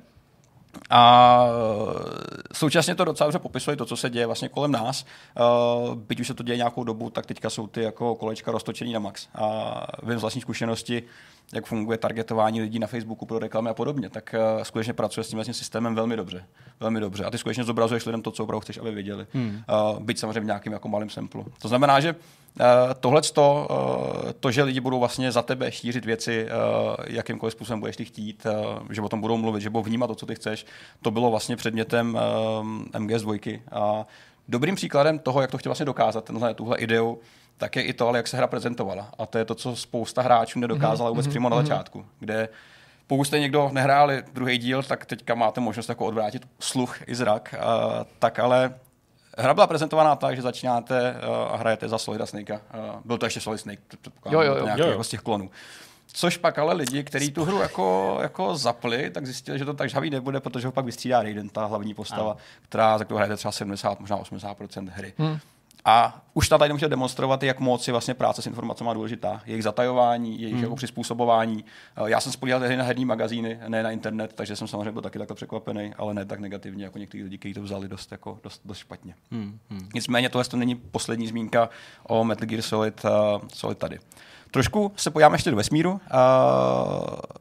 Speaker 2: A současně to docela dobře popisuje to, co se děje vlastně kolem nás. Byť už se to děje nějakou dobu, tak teďka jsou ty jako kolečka roztočený na max. A vím z vlastní zkušenosti, jak funguje targetování lidí na Facebooku pro reklamy a podobně, tak skutečně pracuje s tím vlastně systémem velmi dobře. Velmi dobře. A ty skutečně zobrazuješ lidem to, co opravdu chceš, aby věděli. Byť samozřejmě v nějakým jako malém samplu. To znamená, že tohleto, to, že lidi budou vlastně za tebe šířit věci, jakýmkoliv způsobem budeš ty chtít, že o tom budou mluvit, že budou vnímat to, co ty chceš, to bylo vlastně předmětem MGS2. A dobrým příkladem toho, jak to chtěl vlastně dokázat, tuhle ideu, tak je i to, ale jak se hra prezentovala. A to je to, co spousta hráčů nedokázala vůbec přímo na začátku, kde pokud jste někdo nehráli druhý díl, tak teďka máte možnost jako odvrátit sluch i zrak, tak ale hra byla prezentovaná tak, že začínáte a hrajete za Solida Snakea. Byl to ještě Solid Snake, předpokládám, nějaký jako z těch klonů. Což pak ale lidi, kteří tu hru jako zapli, tak zjistili, že to tak žhavý nebude, protože ho pak vystřídá Raiden, ta hlavní postava, která za kterou hrajete třeba 70, možná 80% hry. A už tady může demonstrovat, jak moc je vlastně práce s informacemi důležitá. Jejich zatajování, jejich jako přizpůsobování. Já jsem spolíhal tehdy na herní magazíny, ne na internet, takže jsem samozřejmě byl taky takhle překvapený, ale ne tak negativně jako někteří lidi, kteří to vzali dost špatně. Nicméně tohle to není poslední zmínka o Metal Gear Solid tady. Trošku se podíváme ještě do vesmíru.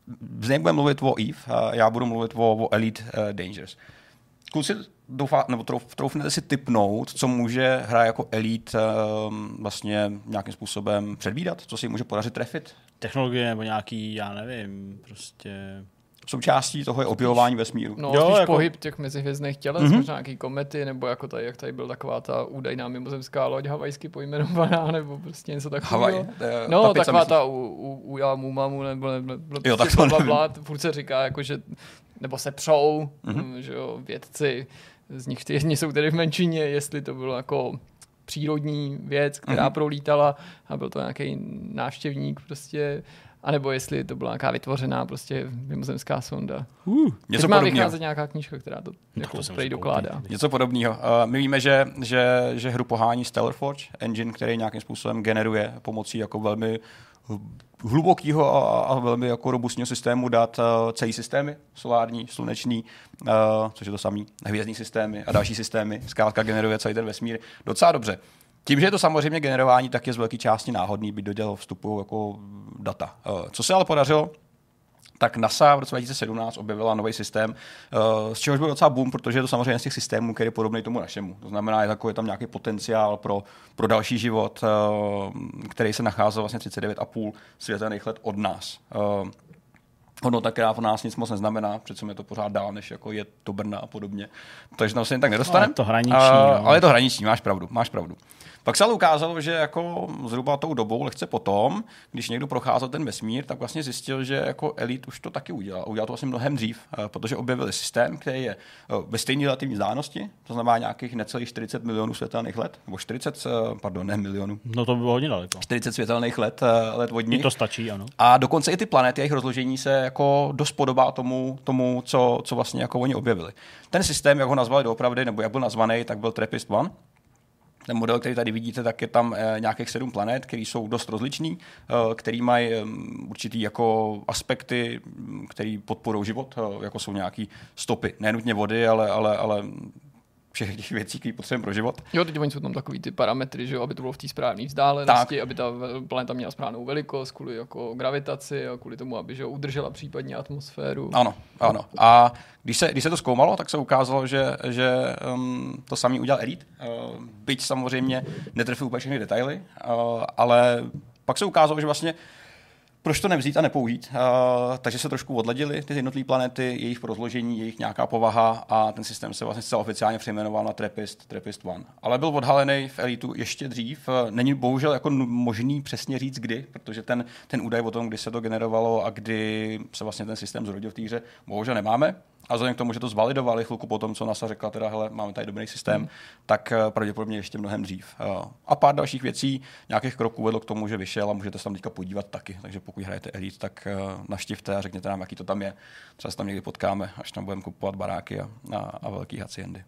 Speaker 2: budeme mluvit o EVE, já budu mluvit o Elite Dangerous. Kluci troufnete si tipnout, co může hra jako Elite vlastně nějakým způsobem předvídat? Co si může podařit trefit?
Speaker 1: Technologie nebo nějaký, já nevím, prostě...
Speaker 2: Součástí toho je objevování vesmíru.
Speaker 3: No, spíš jako... pohyb těch mezihvězdných těles, možná nějaký komety, nebo jako tady, jak tady byl taková ta údajná mimozemská loď havajsky pojmenovaná, nebo prostě něco takového. No, taková ta Ujala Mumamu, nebo
Speaker 2: jo, tak to
Speaker 3: furt se říká, jako, že, nebo se přou, že jo, vědci, z nich jedni jsou tedy v menšině, jestli to bylo jako přírodní věc, která prolítala a byl to nějaký návštěvník prostě, anebo jestli to byla nějaká vytvořená prostě mimozemská sonda.
Speaker 2: Něco
Speaker 3: má
Speaker 2: podobného.
Speaker 3: vycházet nějaká knížka, která to jako dokládá.
Speaker 2: Něco podobného. My víme, že hru pohání StellarForge, engine, který nějakým způsobem generuje pomocí jako velmi hlubokého a velmi jako robustního systému dat celý systémy, solární, sluneční, což je to samý, hvězdní systémy a další systémy. Zkrátka generuje celý ten vesmír docela dobře. Tím, že je to samozřejmě generování, tak je z velké části náhodný, byť do děl vstupují jako data. Co se ale podařilo, tak NASA v roce 2017 objevila nový systém, z čehož byl docela boom, protože je to samozřejmě z těch systémů, který je podobný tomu našemu. To znamená, je tam nějaký potenciál pro další život, který se nacházel vlastně 39,5 světelných let od nás. Hodnota, která pro nás nic moc neznamená, přece je to pořád dál, než jako je to Brna a podobně. Takže tam se jen tak nedostaneme.
Speaker 1: Ale to hraniční.
Speaker 2: Ale je to hraniční, máš pravdu. Pak se ale ukázalo, že jako zhruba tou dobou, lehce potom, když někdo procházel ten vesmír, tak vlastně zjistil, že jako Elite už to taky udělal. Udělal to vlastně mnohem dřív, protože objevili systém, který je ve stejné relativní vzdálenosti, to znamená nějakých necelých 40 milionů světelných let, nebo 40, ne milionů.
Speaker 1: No to by bylo hodně daleko.
Speaker 2: 40 světelných let od nich.
Speaker 1: I to stačí, ano.
Speaker 2: A dokonce i ty planety, jejich rozložení se jako dost podobá tomu co vlastně jako oni objevili. Ten systém, jak ho nazvali doopravdy, nebo jak byl nazvaný, tak byl TRAPPIST-1. Ten model, který tady vidíte, tak je tam nějakých 7 planet, které jsou dost rozličný, který mají určitý jako aspekty, které podporují život, jako jsou nějaký stopy, nenutně vody, ale všech těch věcí, které potřebujeme pro život.
Speaker 3: Jo, teď oni jsou tam takový ty parametry, že jo, aby to bylo v té správné vzdálenosti, aby ta planeta měla správnou velikost, kvůli jako gravitaci a kvůli tomu, aby že udržela případně atmosféru.
Speaker 2: Ano. A když se to zkoumalo, tak se ukázalo, že to samý udělal Elite. Byť samozřejmě netrefil úplně všechny detaily, ale pak se ukázalo, že vlastně proč to nevzít a nepoužít? Takže se trošku odladily ty jednotlivé planety, jejich rozložení, jejich nějaká povaha a ten systém se vlastně zcela oficiálně přejmenoval na TRAPPIST-1. Ale byl odhalený v Elitu ještě dřív. Není bohužel jako možný přesně říct kdy, protože ten údaj o tom, kdy se to generovalo a kdy se vlastně ten systém zrodil v té hře, bohužel nemáme. A vzhledem k tomu, že to zvalidovali chvilku potom, co NASA řekla, teda, hele, máme tady dobrý systém, tak pravděpodobně ještě mnohem dřív. A pár dalších věcí, nějakých kroků vedlo k tomu, že vyšel a můžete se tam teďka podívat taky. Takže pokud hrajete Elite, tak navštivte a řekněte nám, jaký to tam je. Třeba se tam někdy potkáme, až tam budeme kupovat baráky a velký hacyendy.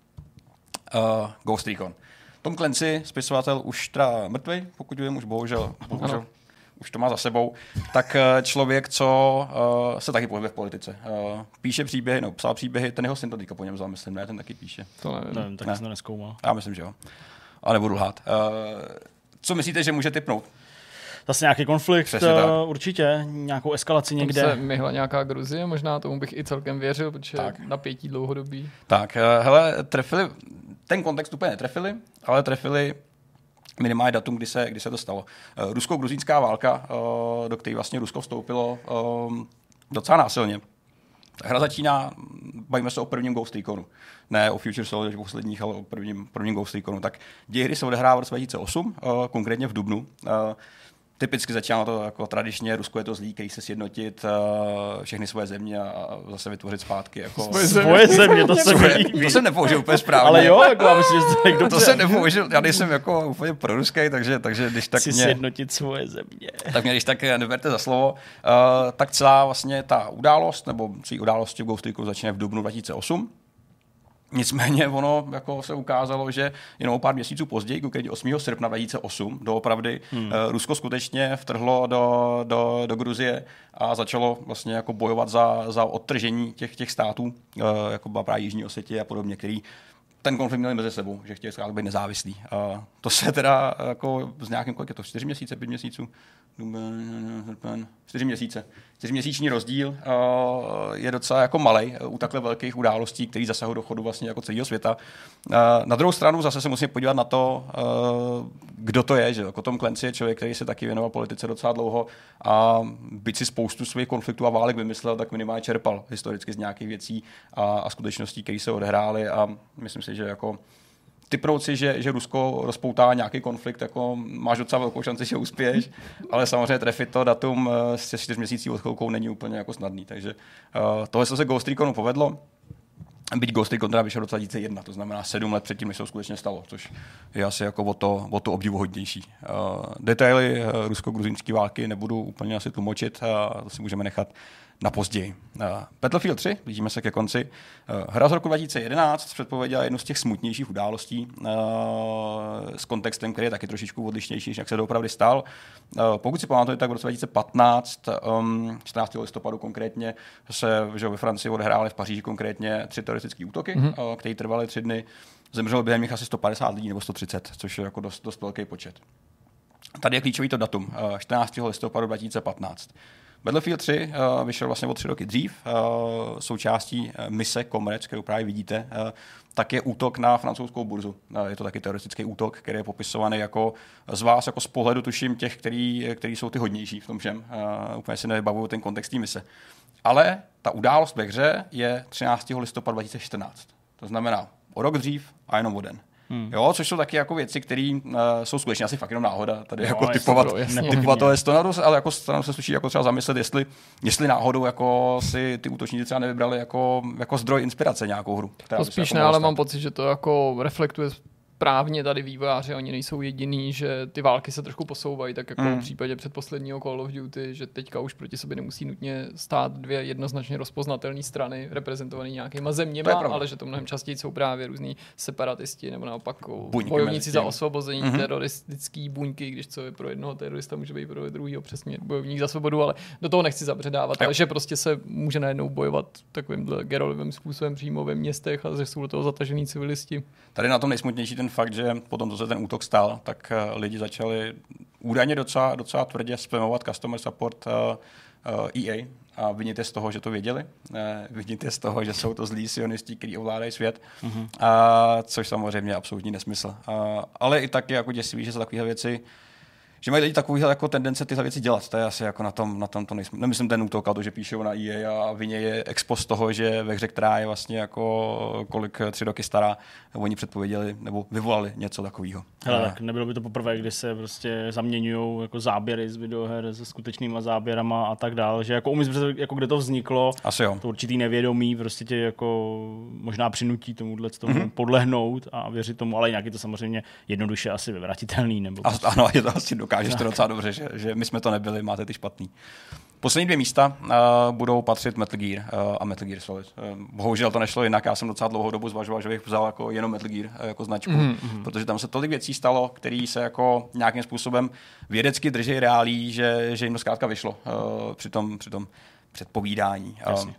Speaker 2: Ghost Recon. Tom Clancy, spisovatel, už teda mrtvý, pokud vím, už bohužel už to má za sebou, tak člověk, co se taky pohybuje v politice. Píše příběhy, psal příběhy, ten jeho syn to teďka po něm vzal, myslím, ne, ten taky píše.
Speaker 3: To nevím,
Speaker 1: taky jsem to nezkoumal.
Speaker 2: Já myslím, že jo. Ale nebudu lhát. Co myslíte, že může tipnout?
Speaker 1: Zase nějaký konflikt, určitě, nějakou eskalaci někde.
Speaker 3: Tam se myhla nějaká Gruzie, možná tomu bych i celkem věřil, protože napětí dlouhodobý.
Speaker 2: Tak, hele, trefili, ten kontext úplně netrefili, ale trefili minimální datum, kdy se to stalo. Rusko-gruzínská válka, do které vlastně Rusko vstoupilo docela násilně. Hra začíná, bavíme se o prvním Ghost Reconu. Ne o Future Soldier posledních, ale o prvním Ghost Reconu. Tak děj hry se odehrává v roce 2008, konkrétně v dubnu. Typicky začíná to jako tradičně, Rusko je to zlý, který se sjednotit všechny svoje země a zase vytvořit zpátky. Jako
Speaker 1: svoje země, to se líbí.
Speaker 2: To jsem nepoužil úplně správně.
Speaker 1: Ale jo, jako já myslím, že to tak dobře.
Speaker 2: To jsem nepoužil, já nejsem jako úplně proruský, takže když tak
Speaker 1: si sjednotit svoje země.
Speaker 2: Tak mě když tak neberte za slovo, tak celá vlastně ta událost, nebo celý události v Ghost Reconu začíná v dubnu 2008. Nicméně ono jako se ukázalo, že jenom o pár měsíců později, konkrétně 8. srpna 2008, doopravdy Rusko skutečně vtrhlo do Gruzie a začalo vlastně jako bojovat za odtržení těch států, jako byla právě Jižní Osetie a podobně, který ten konflikt měli mezi sebou, že chtěli zkrátka být nezávislí. To se teda jako s nějakým, kolik je to, 4 měsíce, 5 měsíců? 4 měsíce. 4měsíční rozdíl je docela jako malej u takhle velkých událostí, které zasahují do chodu vlastně jako celého světa. Na druhou stranu zase se musíme podívat na to, kdo to je. Že? Jako Tom Clancy je člověk, který se taky věnoval politice docela dlouho a byť si spoustu svých konfliktů a válek vymyslel, tak minimálně čerpal historicky z nějakých věcí a skutečností, které se odehrály a myslím si, že jako typnout si, že Rusko rozpoutá nějaký konflikt, jako máš docela velkou šanci, že uspěješ, ale samozřejmě trefit to datum s 4 měsící odchylkou není úplně jako snadný, takže tohle se Ghost Reconu povedlo. Byť Ghost Recon teda vyšel do 2001, to znamená 7 let předtím, než se to skutečně stalo, což je asi jako o to obdivuhodnější. Detaily rusko-gruzínské války nebudu úplně asi tlumočit, to si můžeme nechat na později. Battlefield 3, blížíme se ke konci. Hra z roku 2011 předpověděla jednu z těch smutnějších událostí s kontextem, který je taky trošičku odlišnější, než jak se doopravdy stal. Pokud si pamatujete, tak v roce 2015, 14. listopadu konkrétně, se ve Francii odehrály v Paříži konkrétně 3 teroristické útoky, které trvaly 3 dny. Zemřelo během nich asi 150 lidí nebo 130, což je jako dost velký počet. Tady je klíčový to datum, 14. listopadu 2015. Battlefield 3 vyšel vlastně o 3 roky dřív, součástí mise Comrades, kterou právě vidíte, tak je útok na francouzskou burzu. Je to taky teroristický útok, který je popisovaný jako z vás, jako z pohledu tuším těch, který jsou ty hodnější v tom všem. Úplně si nevybavuju ten kontext té mise. Ale ta událost ve hře je 13. listopadu 2014. To znamená o rok dřív a jenom o den. Jo, což jsou taky jako věci, které jsou skutečně asi fakt jenom náhoda. Tady jako typovat to je to, ale jako stranu se sluší jako třeba zamyslet, jestli náhodou jako si ty útočníci třeba nevybrali jako zdroj inspirace nějakou hru.
Speaker 3: To spíš jako ne, ale mám pocit, že to jako reflektuje právně tady vývojáři, oni nejsou jediný, že ty války se trošku posouvají, tak jako v případě předposledního Call of Duty, že teďka už proti sobě nemusí nutně stát 2 jednoznačně rozpoznatelné strany reprezentované nějakýma zeměma, ale že to mnohem častěji jsou právě různí separatisti nebo naopak bojovníci za osvobození, teroristický buňky, když co je pro jednoho terorista, může být pro druhého přesně bojovník za svobodu, ale do toho nechci zabředávat, ale že prostě se může najednou bojovat takovýmhle gerolovým způsobem přímo ve městech a že jsou do toho zatažený civilisti.
Speaker 2: Tady na tom nejsmutnější ten fakt, že potom, co se ten útok stal, tak lidi začali údajně docela tvrdě spamovat customer support EA a vinit je z toho, že to věděli. Vinit je z toho, že jsou to zlí sionisti, kteří ovládají svět, což samozřejmě je absolutní nesmysl. Ale i tak je jako děsivý, že se takovéhle věci, že mají lidi takovýhle jako tendence tyhle věci dělat. To je asi jako na tom to nejsme. Nemyslím ten útok, ale to, že píšou na EA a vině je expost toho, že ve hře, která je vlastně jako 3 roky stará, oni předpověděli nebo vyvolali něco takového.
Speaker 1: Hele, tak nebylo by to poprvé, kdy se prostě zaměňují jako záběry z videoher se skutečnýma záběrama a tak dále, že jako jako kde to vzniklo, to určitý nevědomí prostě tě jako možná přinutí tomu podlehnout a věřit tomu, ale jinak je to samozřejmě jednoduše asi vyvratitelný. Nebo
Speaker 2: ano, je to asi dokážeš to docela dobře, že my jsme to nebyli, máte ty špatný. Poslední 2 místa budou patřit Metal Gear a Metal Gear Solid. Bohužel to nešlo jinak, já jsem docela dlouhou dobu zvažoval, že bych vzal jako jenom Metal Gear jako značku, protože tam se tolik věcí stalo, které se jako nějakým způsobem vědecky drží reálí, že jim to zkrátka vyšlo při tom předpovídání.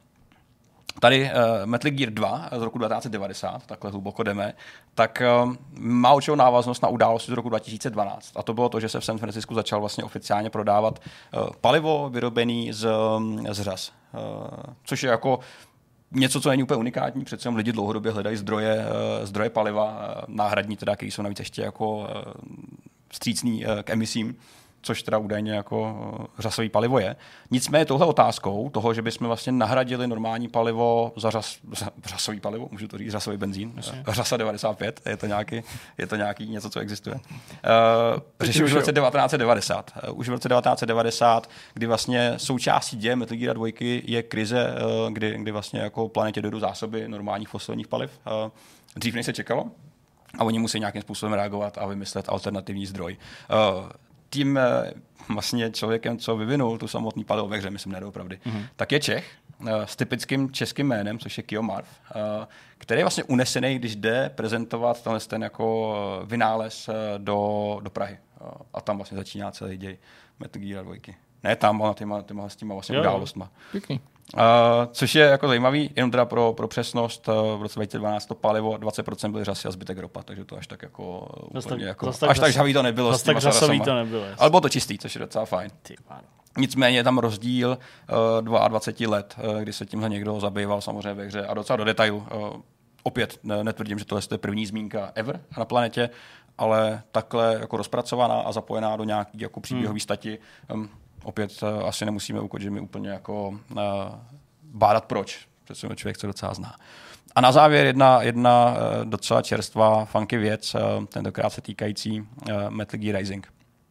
Speaker 2: Tady Metal Gear 2 z roku 1990, takhle hluboko jdeme, tak má určitou návaznost na události z roku 2012. A to bylo to, že se v San Francisku začal vlastně oficiálně prodávat palivo vyrobené z řas. Což je jako něco, co není úplně unikátní, přece lidi dlouhodobě hledají zdroje paliva, náhradní teda, který jsou navíc ještě jako vstřícný k emisím, což teda údajně jako řasový palivo je. Nicméně touhle otázkou toho, že bychom vlastně nahradili normální palivo za řasový palivo, můžu to říct, řasový benzín, řasa 95, je to nějaký něco, co existuje. Řešil už v roce 1990. Už v roce 1990, kdy vlastně součástí děje Metal Gear 2 je krize, kdy vlastně jako planetě dojdou zásoby normálních fosilních paliv. Dřív než se čekalo a oni musí nějakým způsobem reagovat a vymyslet alternativní zdroj. Tím vlastně člověkem, co vyvinul tu samotný palivo ve hře, myslím, ne doopravdy, tak je Čech s typickým českým jménem, což je Kio Marv, který je vlastně unesený, když jde prezentovat ten jako vynález do Prahy. A tam vlastně začíná celý děj Metal Gear 2. Ne tam, ale s těma vlastně událostma.
Speaker 3: Pěkný.
Speaker 2: Což je jako zajímavý, jenom teda pro přesnost, v roce 2012 to palivo 20% byly řasy a zbytek ropa, takže to až tak jako úplně jako, až tak žhavý to nebylo.
Speaker 1: Tak řasový to nebylo.
Speaker 2: Ale bylo to čistý, což je docela fajn. Nicméně je tam rozdíl 22 let, kdy se tímhle někdo zabýval samozřejmě ve hře a docela do detailu. Opět netvrdím, že tohle je první zmínka ever na planetě, ale takhle jako rozpracovaná a zapojená do nějaký jako příběhový stati. Opět asi nemusíme ukončit mi úplně jako bádat proč, protože člověk se docela zná. A na závěr jedna docela čerstvá funky věc, tentokrát se týkající Metal Gear Rising.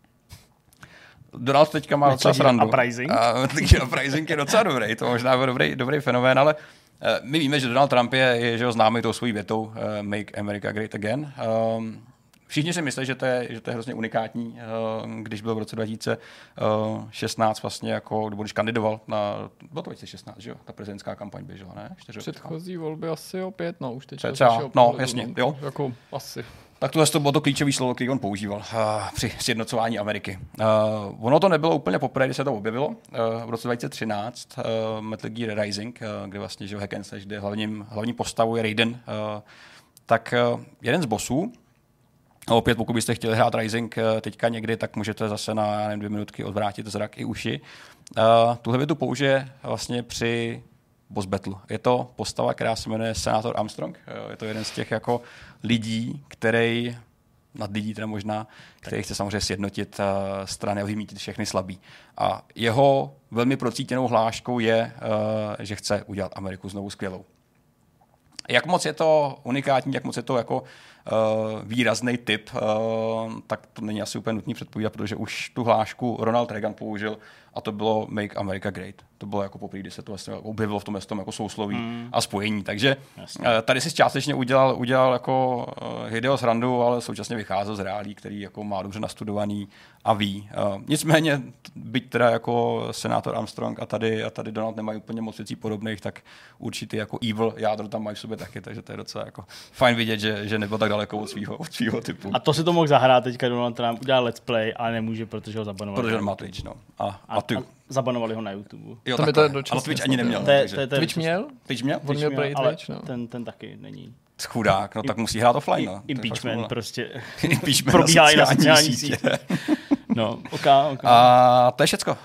Speaker 2: Donald teďka má docela srandu.
Speaker 1: Uprising?
Speaker 2: Metal Gear Uprising je docela dobrý, to možná byl dobrý fenomén, ale my víme, že Donald Trump je že ho známý tou svojí větou Make America Great Again. Všichni si myslí, že to je hrozně unikátní, když byl v roce 2016 vlastně jako, když kandidoval na, bylo to 2016, že jo, ta prezidentská kampaň běžela, ne?
Speaker 3: Předchozí volby asi opět, no už teď.
Speaker 2: No, jasně, jo.
Speaker 3: Jako asi.
Speaker 2: Tak tohle to bylo to klíčové slovo, který on používal při sjednocování Ameriky. Ono to nebylo úplně poprvé, kdy se to objevilo. V roce 2013 Metal Gear Rising, kde vlastně že hack and slash, kde hlavní postavou je Raiden, tak jeden z bossů, a opět, pokud byste chtěli hrát Rising teďka někdy, tak můžete zase na 2 minutky odvrátit zrak i uši. Tuhle větu použije vlastně při boss battle. Je to postava, která se jmenuje Senátor Armstrong. Je to jeden z těch jako lidí, který teda možná, který chce samozřejmě sjednotit strany a vymítit všechny slabý. A jeho velmi procítěnou hláškou je, že chce udělat Ameriku znovu skvělou. Jak moc je to unikátní, jak moc je to jako výrazný typ, tak to není asi úplně nutný předpovídat, protože už tu hlášku Ronald Reagan použil a to bylo Make America Great. To bylo jako poprvé, kdy se to vlastně objevilo v tom jako sousloví a spojení. Takže tady si částečně udělal jako Hideo srandu, ale současně vycházel z reálí, který jako má dobře nastudovaný a ví. Nicméně, byť teda jako senátor Armstrong a tady Donald nemají úplně moc věcí podobných, tak určitý jako evil jádro tam mají v sobě taky, takže to je docela jako fajn vidět, že nebyl tak daleko od svýho typu.
Speaker 1: A to si to mohl zahrát teďka Donald Trump, udělal let's play, ale nemůže, protože ho zabanovali.
Speaker 2: Protože on má Twitch, no. A
Speaker 1: zabanovali ho na YouTube.
Speaker 2: Jo, ale Twitch ani neměl.
Speaker 3: Twitch měl?
Speaker 2: Twitch měl?
Speaker 3: On měl Play Twitch, no.
Speaker 1: Ten taky není.
Speaker 2: Chudák, no tak musí hrát offline, no.
Speaker 1: Impeachment prostě
Speaker 2: probíhá
Speaker 1: i na sociální sítě. No, ok.
Speaker 2: A to je všecko.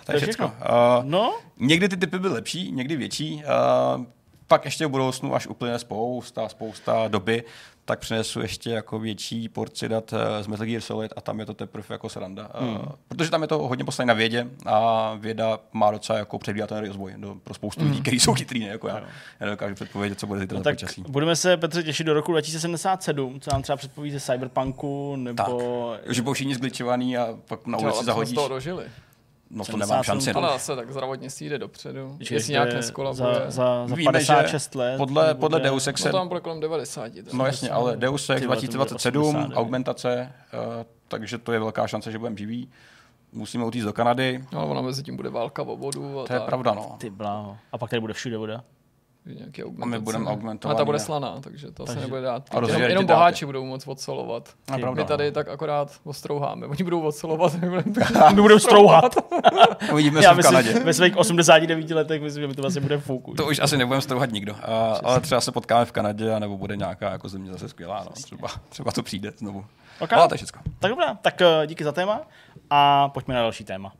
Speaker 1: No?
Speaker 2: Někdy ty typy byly lepší, někdy větší. Pak ještě v budoucnu, až uplyne spousta doby, tak přinesu ještě jako větší porci dat z Metal Gear Solid a tam je to teprve jako sranda. Protože tam je to hodně poslané na vědě a věda má docela jako předvídatelný rozvoj pro spoustu lidí, kteří jsou chytrý, ne jako já. Já nedokážu předpovědět, co bude zítra za počasí.
Speaker 1: Budeme se, Petře, těšit do roku 2077, co nám třeba předpoví ze Cyberpunku, nebo...
Speaker 2: Tak, že budou všichni zgličovaný a pak na ulici zahodíš.
Speaker 3: Z toho dožili.
Speaker 2: No to nemám šanci.
Speaker 3: Ale zase tak zdravotnictví jde dopředu. Jestli nějak neskolabuje.
Speaker 1: Za 56 let.
Speaker 2: Podle Deus Ex...
Speaker 3: No tam bude kolem 90.
Speaker 2: No jasně, ale Deus Ex 2027, augmentace, takže to je velká šance, že budeme živí. Musíme utíct do Kanady.
Speaker 3: No, ona mezi tím bude válka o vodu.
Speaker 2: To je pravda, no.
Speaker 1: Ty bláho. A pak tady bude všude voda.
Speaker 2: A my budeme augmentovat.
Speaker 3: A ta bude slaná, takže to se nebude dát.
Speaker 2: Jenom
Speaker 3: boháči budou moc odsolovat. My tady tak akorát ostrouháme. Oni budou odsolovat,
Speaker 1: my budou strouhat.
Speaker 2: Uvidíme se v Kanadě.
Speaker 1: Ve svých 89 letech myslím, že mi to vlastně bude v fouku.
Speaker 2: To už asi nebudeme strouhat nikdo. Ale třeba se potkáme v Kanadě, nebo bude nějaká jako země zase skvělá. No. Třeba to přijde znovu.
Speaker 1: Okay.
Speaker 2: Ale to je všechno.
Speaker 1: Tak dobrá, tak díky za téma a pojďme na další téma.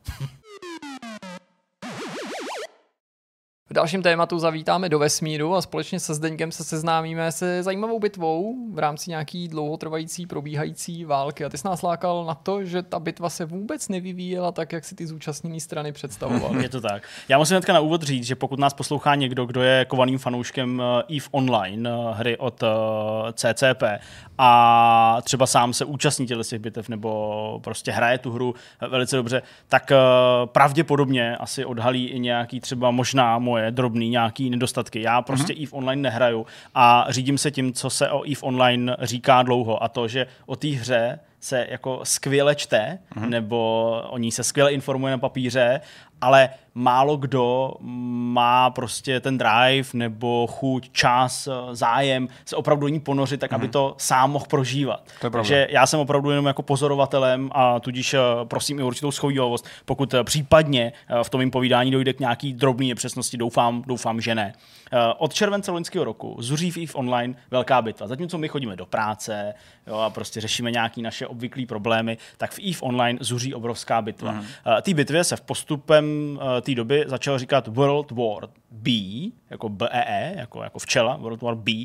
Speaker 3: V dalším tématu zavítáme do vesmíru a společně se Zdeňkem se seznámíme se zajímavou bitvou v rámci nějaký dlouhotrvající probíhající války. A ty jsi nás lákal na to, že ta bitva se vůbec nevyvíjela tak, jak si ty zúčastněné strany představovaly.
Speaker 1: Je to tak. Já musím hnedka na úvod říct, že pokud nás poslouchá někdo, kdo je kovaným fanouškem EVE Online, hry od CCP, a třeba sám se účastní těch bitev nebo prostě hraje tu hru velice dobře, tak pravděpodobně asi odhalí i nějaký třeba možná moje drobný nějaký nedostatky. Já prostě EVE Online nehraju a řídím se tím, co se o EVE Online říká dlouho, a to, že o té hře se jako skvěle čte, nebo o ní se skvěle informuje na papíře, ale málo kdo má prostě ten drive nebo chuť, čas, zájem se opravdu do ní ponořit, tak aby to sám mohl prožívat. Takže já jsem opravdu jenom jako pozorovatelem a tudíž prosím i určitou schovývavost, pokud případně v tom mým povídání dojde k nějaký drobný nepřesnosti, doufám, že ne. Od července loňského roku zuří v EVE Online velká bitva. Zatímco my chodíme do práce, jo, a prostě řešíme nějaké naše obvyklé problémy, tak v EVE Online zuří obrovská bitva. Té bitvě se v postupem během té doby začal říkat World War B, jako BEE, jako včela, World War B,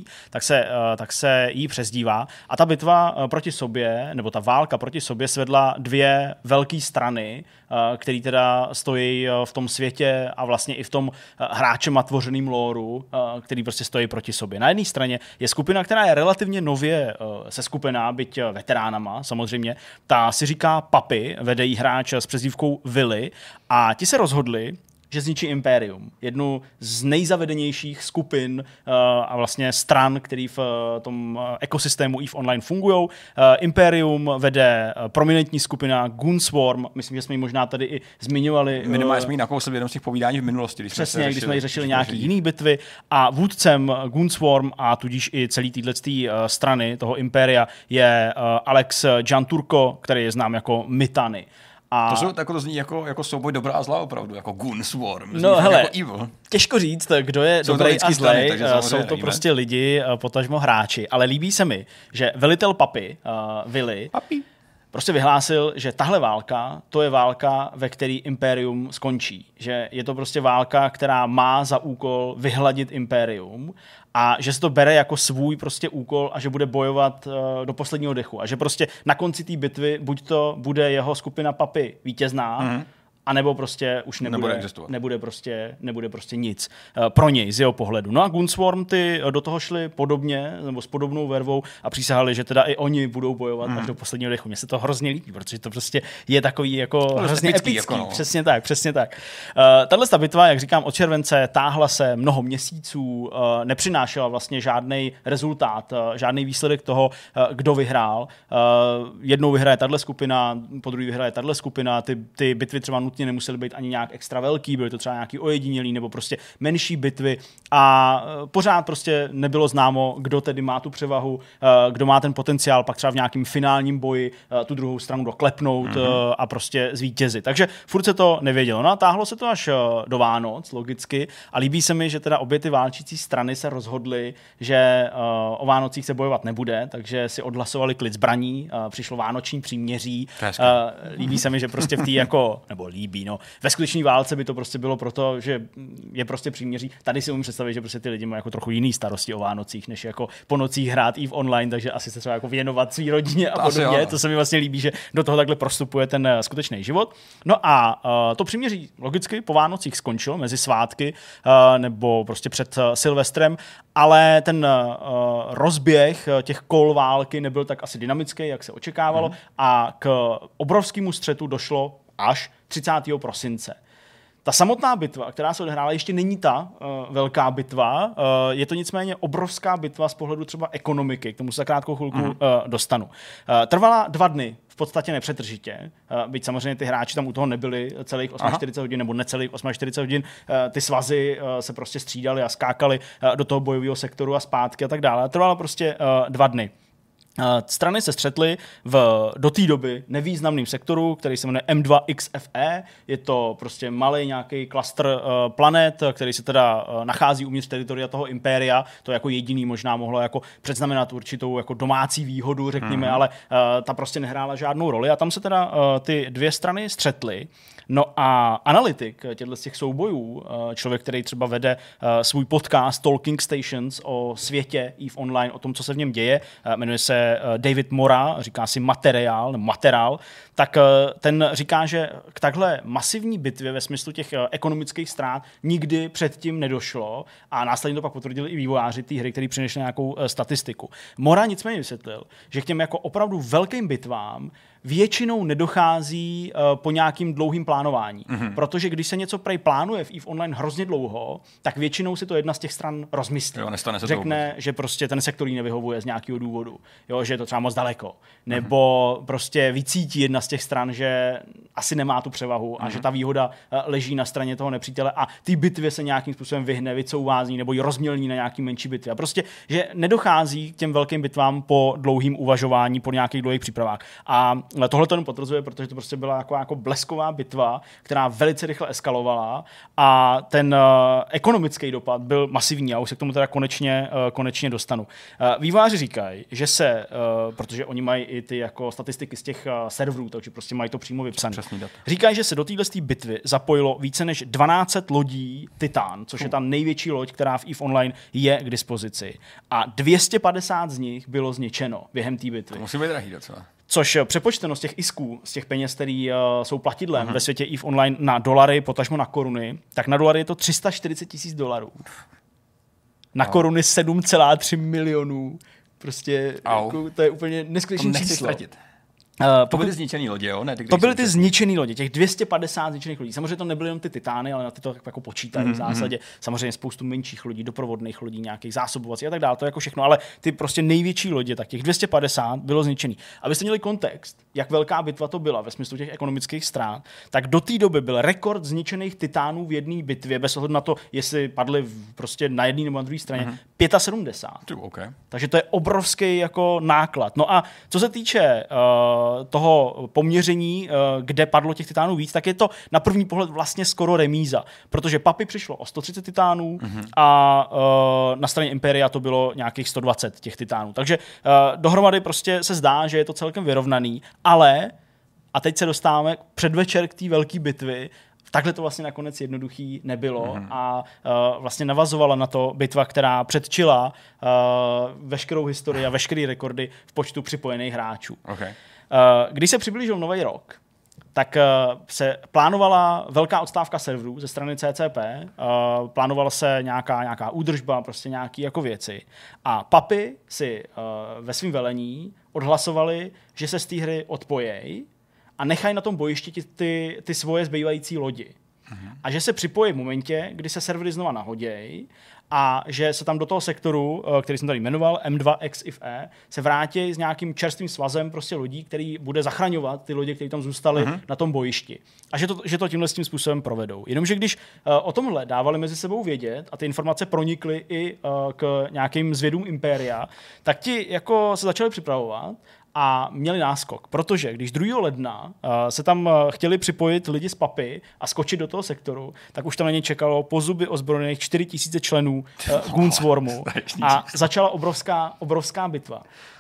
Speaker 1: tak se jí přezdívá. A ta bitva proti sobě, nebo ta válka proti sobě svedla dvě velké strany, které teda stojí v tom světě a vlastně i v tom hráčem a tvořeným lóru, který prostě stojí proti sobě. Na jedné straně je skupina, která je relativně nově seskupená, byť veteránama samozřejmě. Ta si říká Papi, vede jí hráč s přezdívkou Willy a ti se rozhodli, že zničí Imperium. Jednu z nejzavedenějších skupin a vlastně stran, který v tom ekosystému EVE Online fungují. Imperium vede prominentní skupina Gunswarm, myslím, že jsme ji možná tady i zmiňovali.
Speaker 2: Minimálně jsme ji nakousli v jednom z těch povídání v minulosti.
Speaker 1: Přesně, když jsme řešili nějaký jiný bitvy. A vůdcem Gunswarm a tudíž i celý této strany toho Imperia je Alex Janturko, který je znám jako Mitany.
Speaker 2: To zní jako souboj dobrá a zlá opravdu, jako Gunswarm.
Speaker 1: No hele,
Speaker 2: jako evil.
Speaker 1: Těžko říct, kdo je dobrý a zlej, jsou to prostě lidi, potažmo hráči, ale líbí se mi, že velitel Papi, Willy, prostě vyhlásil, že tahle válka, to je válka, ve které Imperium skončí. Že je to prostě válka, která má za úkol vyhladit Imperium a že se to bere jako svůj prostě úkol a že bude bojovat do posledního dechu. A že prostě na konci té bitvy buď to bude jeho skupina Papi vítězná, a nebo prostě už nebude prostě nic pro něj z jeho pohledu. No a Gunswarm ty do toho šli podobně, nebo s podobnou vervou a přísahali, že teda i oni budou bojovat až do posledního dechu. Mně se to hrozně líbí, protože to prostě je takový jako hrozně epický. Jako no. Přesně tak. Tahle bitva, jak říkám, od července táhla se mnoho měsíců, nepřinášela vlastně žádný rezultát, žádný výsledek toho, kdo vyhrál. Jednou vyhraje tahle skupina, po druhé vyhraje tahle skupina, ty bitvy třeba nutně nemusely být ani nějak extra velký, byly to třeba nějaký ojedinělý nebo prostě menší bitvy a pořád prostě nebylo známo, kdo tedy má tu převahu, kdo má ten potenciál pak třeba v nějakém finálním boji tu druhou stranu doklepnout a prostě zvítězit. Takže furt se to nevědělo. No a táhlo se to až do Vánoc, logicky, a líbí se mi, že teda obě ty válčící strany se rozhodly, že o Vánocích se bojovat nebude, takže si odhlasovali klid zbraní, přišlo vánoční příměří. Líbí se mi, že prostě v té jako, nebo ve skutečné válce by to prostě bylo proto, že je prostě příměří. Tady si umím představit, že prostě ty lidi mají jako trochu jiný starosti o Vánocích, než jako po nocích hrát EVE Online, takže asi se třeba jako věnovat svý rodině a podobně. To se mi vlastně líbí, že do toho takhle prostupuje ten skutečný život. No a to příměří logicky po Vánocích skončilo mezi svátky nebo prostě před Silvestrem, ale ten rozběh těch kol války nebyl tak asi dynamický, jak se očekávalo a k obrovskému střetu došlo až 30. prosince. Ta samotná bitva, která se odehrála, ještě není ta velká bitva, je to nicméně obrovská bitva z pohledu třeba ekonomiky, k tomu se za krátkou chvilku dostanu. Trvala 2 dny, v podstatě nepřetržitě, byť samozřejmě ty hráči tam u toho nebyli celých 48 hodin nebo necelých 48 hodin, ty svazy se prostě střídali a skákali do toho bojového sektoru a zpátky a tak dále. Trvala prostě 2 dny. Strany se střetly do té doby nevýznamným sektoru, který se jmenuje M2XFE. Je to prostě malý nějaký klastr planet, který se teda nachází uvnitř teritoria toho Impéria. To jako jediný možná mohlo jako předznamenat určitou jako domácí výhodu, řekněme, ale ta prostě nehrála žádnou roli. A tam se teda ty dvě strany střetly. No a analytik těchto z těch soubojů, člověk, který třeba vede svůj podcast Talking Stations o světě EVE Online, o tom, co se v něm děje, jmenuje se David Mora, říká si Materiál, tak ten říká, že k takhle masivní bitvě ve smyslu těch ekonomických ztrát nikdy předtím nedošlo a následně to pak potvrdili i vývojáři té hry, který přinesli nějakou statistiku. Mora nicméně vysvětlil, že k těm jako opravdu velkým bitvám většinou nedochází po nějakým dlouhým plánování. Protože když se něco plánuje v EVE Online hrozně dlouho, tak většinou si to jedna z těch stran rozmyslí. Řekne, že prostě ten sektor jí nevyhovuje z nějakého důvodu. Jo, že je to třeba moc daleko. Nebo prostě vycítí jedna z těch stran, že asi nemá tu převahu a že ta výhoda leží na straně toho nepřítele a ty bitvě se nějakým způsobem vyhne, vycouvázní nebo ji rozmělní na nějaký menší bitvy. A prostě, že nedochází k těm velkým bitvám po dlouhým uvažování, po nějakých dlouhých přípravách. A tohle to jenom potvrzuje, protože to prostě byla jako blesková bitva, která velice rychle eskalovala a ten ekonomický dopad byl masivní a už se k tomu teda konečně dostanu. Vývojáři říkají, že se protože oni mají i ty jako statistiky z těch serverů, takže prostě mají to přímo vypsané.
Speaker 2: Přesný data.
Speaker 1: Říkají, že se do této bitvy zapojilo více než 1200 lodí Titan, což je ta největší loď, která v EVE Online je k dispozici. A 250 z nich bylo zničeno během té bitvy.
Speaker 2: To musí být drahý docela.
Speaker 1: Což přepočteno z těch isků, z těch peněz, které jsou platidlem ve světě EVE Online na dolary, potažmo na koruny, tak na dolary je to $340 000. Na koruny 7,3 milionů. Prostě jako, to je úplně neskutečné číslo.
Speaker 2: Ztratit. To byly zničený lodě, jo? Ne,
Speaker 1: to byly ty zničený lodě, těch 250 zničených lodí. Samozřejmě to nebyly jenom ty Titány, ale na ty to jako počítají v zásadě. Samozřejmě spoustu menších lodí, doprovodných lodí, nějakých zásobovacích a tak dále, to je jako všechno, ale ty prostě největší lodě, tak těch 250 bylo zničený. Abyste měli kontext, jak velká bitva to byla ve smyslu těch ekonomických strán, tak do té doby byl rekord zničených Titánů v jedné bitvě, bez ohledu na to, jestli padly prostě na jedné nebo na druhé straně, 75.
Speaker 2: Okay.
Speaker 1: Takže to je obrovský jako náklad. No a co se týče toho poměření, kde padlo těch Titánů víc, tak je to na první pohled vlastně skoro remíza, protože Papy přišlo o 130 Titánů a na straně Imperia to bylo nějakých 120 těch Titánů. Takže dohromady prostě se zdá, že je to celkem vyrovnaný, ale a teď se dostáváme předvečer k té velké bitvy. Takhle to vlastně nakonec jednoduchý nebylo a vlastně navazovala na to bitva, která předčila veškerou historii a veškeré rekordy v počtu připojených hráčů.
Speaker 2: Okay.
Speaker 1: Když se přiblížil nový rok, tak se plánovala velká odstávka serverů ze strany CCP, plánovala se nějaká údržba, prostě nějaké jako věci. A Papy si ve svém velení odhlasovali, že se z té hry odpojejí a nechají na tom bojišti ty svoje zbývající lodi. A že se připojí v momentě, kdy se servery znova nahodějí a že se tam do toho sektoru, který jsem tady jmenoval, M2XIFE, se vrátí s nějakým čerstvým svazem prostě lodí, který bude zachraňovat ty lodě, které tam zůstaly na tom bojišti. A že to tímhle tím způsobem provedou. Jenomže když o tomhle dávali mezi sebou vědět a ty informace pronikly i k nějakým zvědům Imperia, tak ti jako se začali připravovat a měli náskok, protože když 2. ledna se tam chtěli připojit lidi z Papy a skočit do toho sektoru, tak už tam na ně čekalo po zuby ozbrojených 4000 členů Goonswarmu a začala obrovská bitva.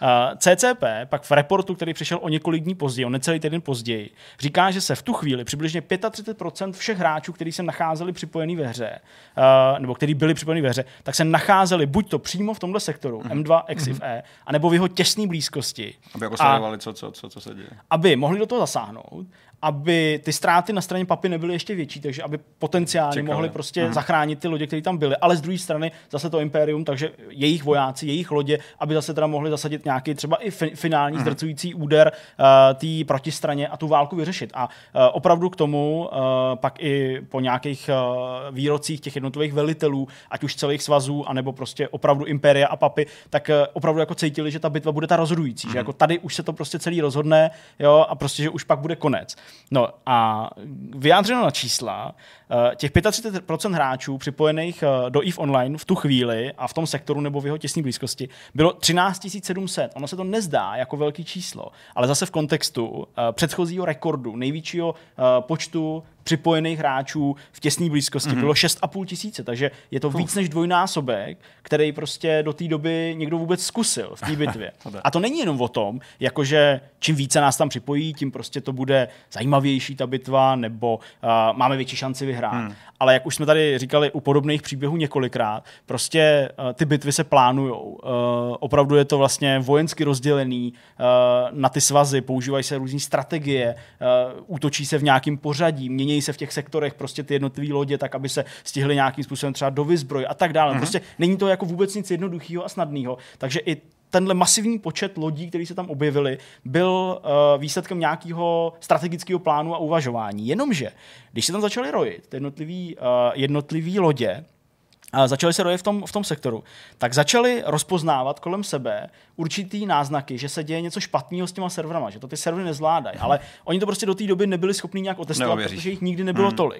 Speaker 1: CCP pak v reportu, který přišel o několik dní později, o necelý týden později, říká, že se v tu chvíli přibližně 35% všech hráčů, kteří se nacházeli připojení ve hře, nebo kteří byli připojení ve hře, tak se nacházeli buď to přímo v tomhle sektoru M2XIFE, anebo v jeho těsné blízkosti.
Speaker 2: Jako sledovali, co se děje.
Speaker 1: Aby mohli do toho zasáhnout, aby ty ztráty na straně Papy nebyly ještě větší, takže aby potenciálně mohli prostě zachránit ty lodě, které tam byly. Ale z druhé strany zase to Imperium, takže jejich vojáci, jejich lodě, aby zase teda mohli zasadit nějaký třeba i finální zdrcující úder té protistraně a tu válku vyřešit. A opravdu k tomu pak i po nějakých výrocích těch jednotlivých velitelů, ať už celých svazů, anebo prostě opravdu Imperia a Papy, tak opravdu jako cítili, že ta bitva bude ta rozhodující, že jako tady už se to prostě celý rozhodne, jo, a prostě, že už pak bude konec. No a vyjádřeno na čísla, těch 35% hráčů připojených do EVE Online v tu chvíli a v tom sektoru nebo v jeho těsné blízkosti bylo 13 700. Ono se to nezdá jako velký číslo, ale zase v kontextu předchozího rekordu, největšího počtu připojených hráčů v těsné blízkosti bylo 6 500, takže je to víc než dvojnásobek, který prostě do té doby někdo vůbec zkusil v té bitvě. A to není jenom o tom, jakože čím více nás tam připojí, tím prostě to bude zajímavější ta bitva, nebo máme větší šanci vyhrát. Ale jak už jsme tady říkali u podobných příběhů několikrát, prostě ty bitvy se plánujou. Opravdu je to vlastně vojensky rozdělený na ty svazy, používají se různé strategie, útočí se v nějakém pořadí, mění se v těch sektorech prostě ty jednotlivé lodě, tak aby se stihly nějakým způsobem třeba dovyzbrojit a tak dále. Prostě není to jako vůbec nic jednoduchého a snadného. Takže i tenhle masivní počet lodí, které se tam objevily, byl výsledkem nějakého strategického plánu a uvažování. Jenomže, když se tam začaly rojit jednotlivý lodě, začali se rojit v tom sektoru, tak začali rozpoznávat kolem sebe určitý náznaky, že se děje něco špatného s těma serverama, že to ty servery nezvládají, ale oni to prostě do té doby nebyli schopni nějak otestovat, protože jich nikdy nebylo tolik.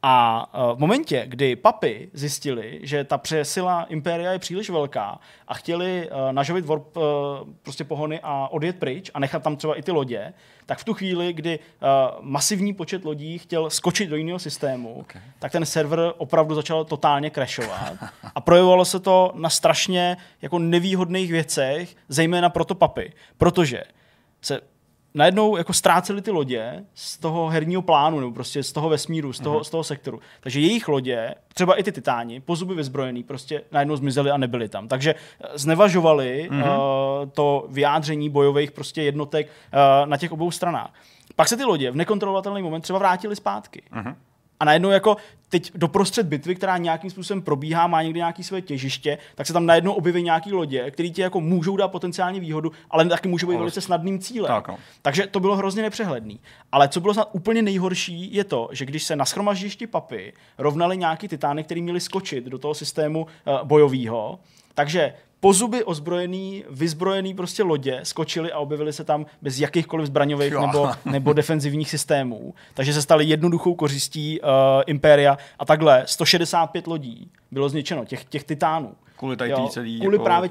Speaker 1: A v momentě, kdy Papy zjistili, že ta přesila Imperia je příliš velká a chtěli nažavit warp prostě pohony a odjet pryč a nechat tam třeba i ty lodě, tak v tu chvíli, kdy masivní počet lodí chtěl skočit do jiného systému, tak ten server opravdu začal totálně crashovat. zbraňovat a projevovalo se to na strašně jako nevýhodných věcech, zejména pro to papy, protože se najednou jako ztrácely ty lodě z toho herního plánu, nebo prostě z toho vesmíru, z toho sektoru. Takže jejich lodě, třeba i ty titáni, po zuby vyzbrojený, prostě najednou zmizely a nebyly tam. Takže znevažovali to vyjádření bojových prostě jednotek na těch obou stranách. Pak se ty lodě v nekontrolovatelný moment třeba vrátily zpátky. A najednou jako teď doprostřed bitvy, která nějakým způsobem probíhá, má někdy nějaké své těžiště, tak se tam najednou objeví nějaký lodě, které ti jako můžou dát potenciální výhodu, ale taky můžou být velice snadným cílem.
Speaker 2: Tak, no.
Speaker 1: Takže to bylo hrozně nepřehledný. Ale co bylo snad úplně nejhorší, je to, že když se na shromaždišti papy rovnaly nějaký titány, který měli skočit do toho systému bojového, takže po zuby ozbrojený, vyzbrojený prostě lodě skočili a objevili se tam bez jakýchkoliv zbraňových nebo defenzivních systémů. Takže se staly jednoduchou kořistí Impéria a takhle 165 lodí bylo zničeno, těch titánů.
Speaker 2: Kvůli celý,
Speaker 1: kvůli právě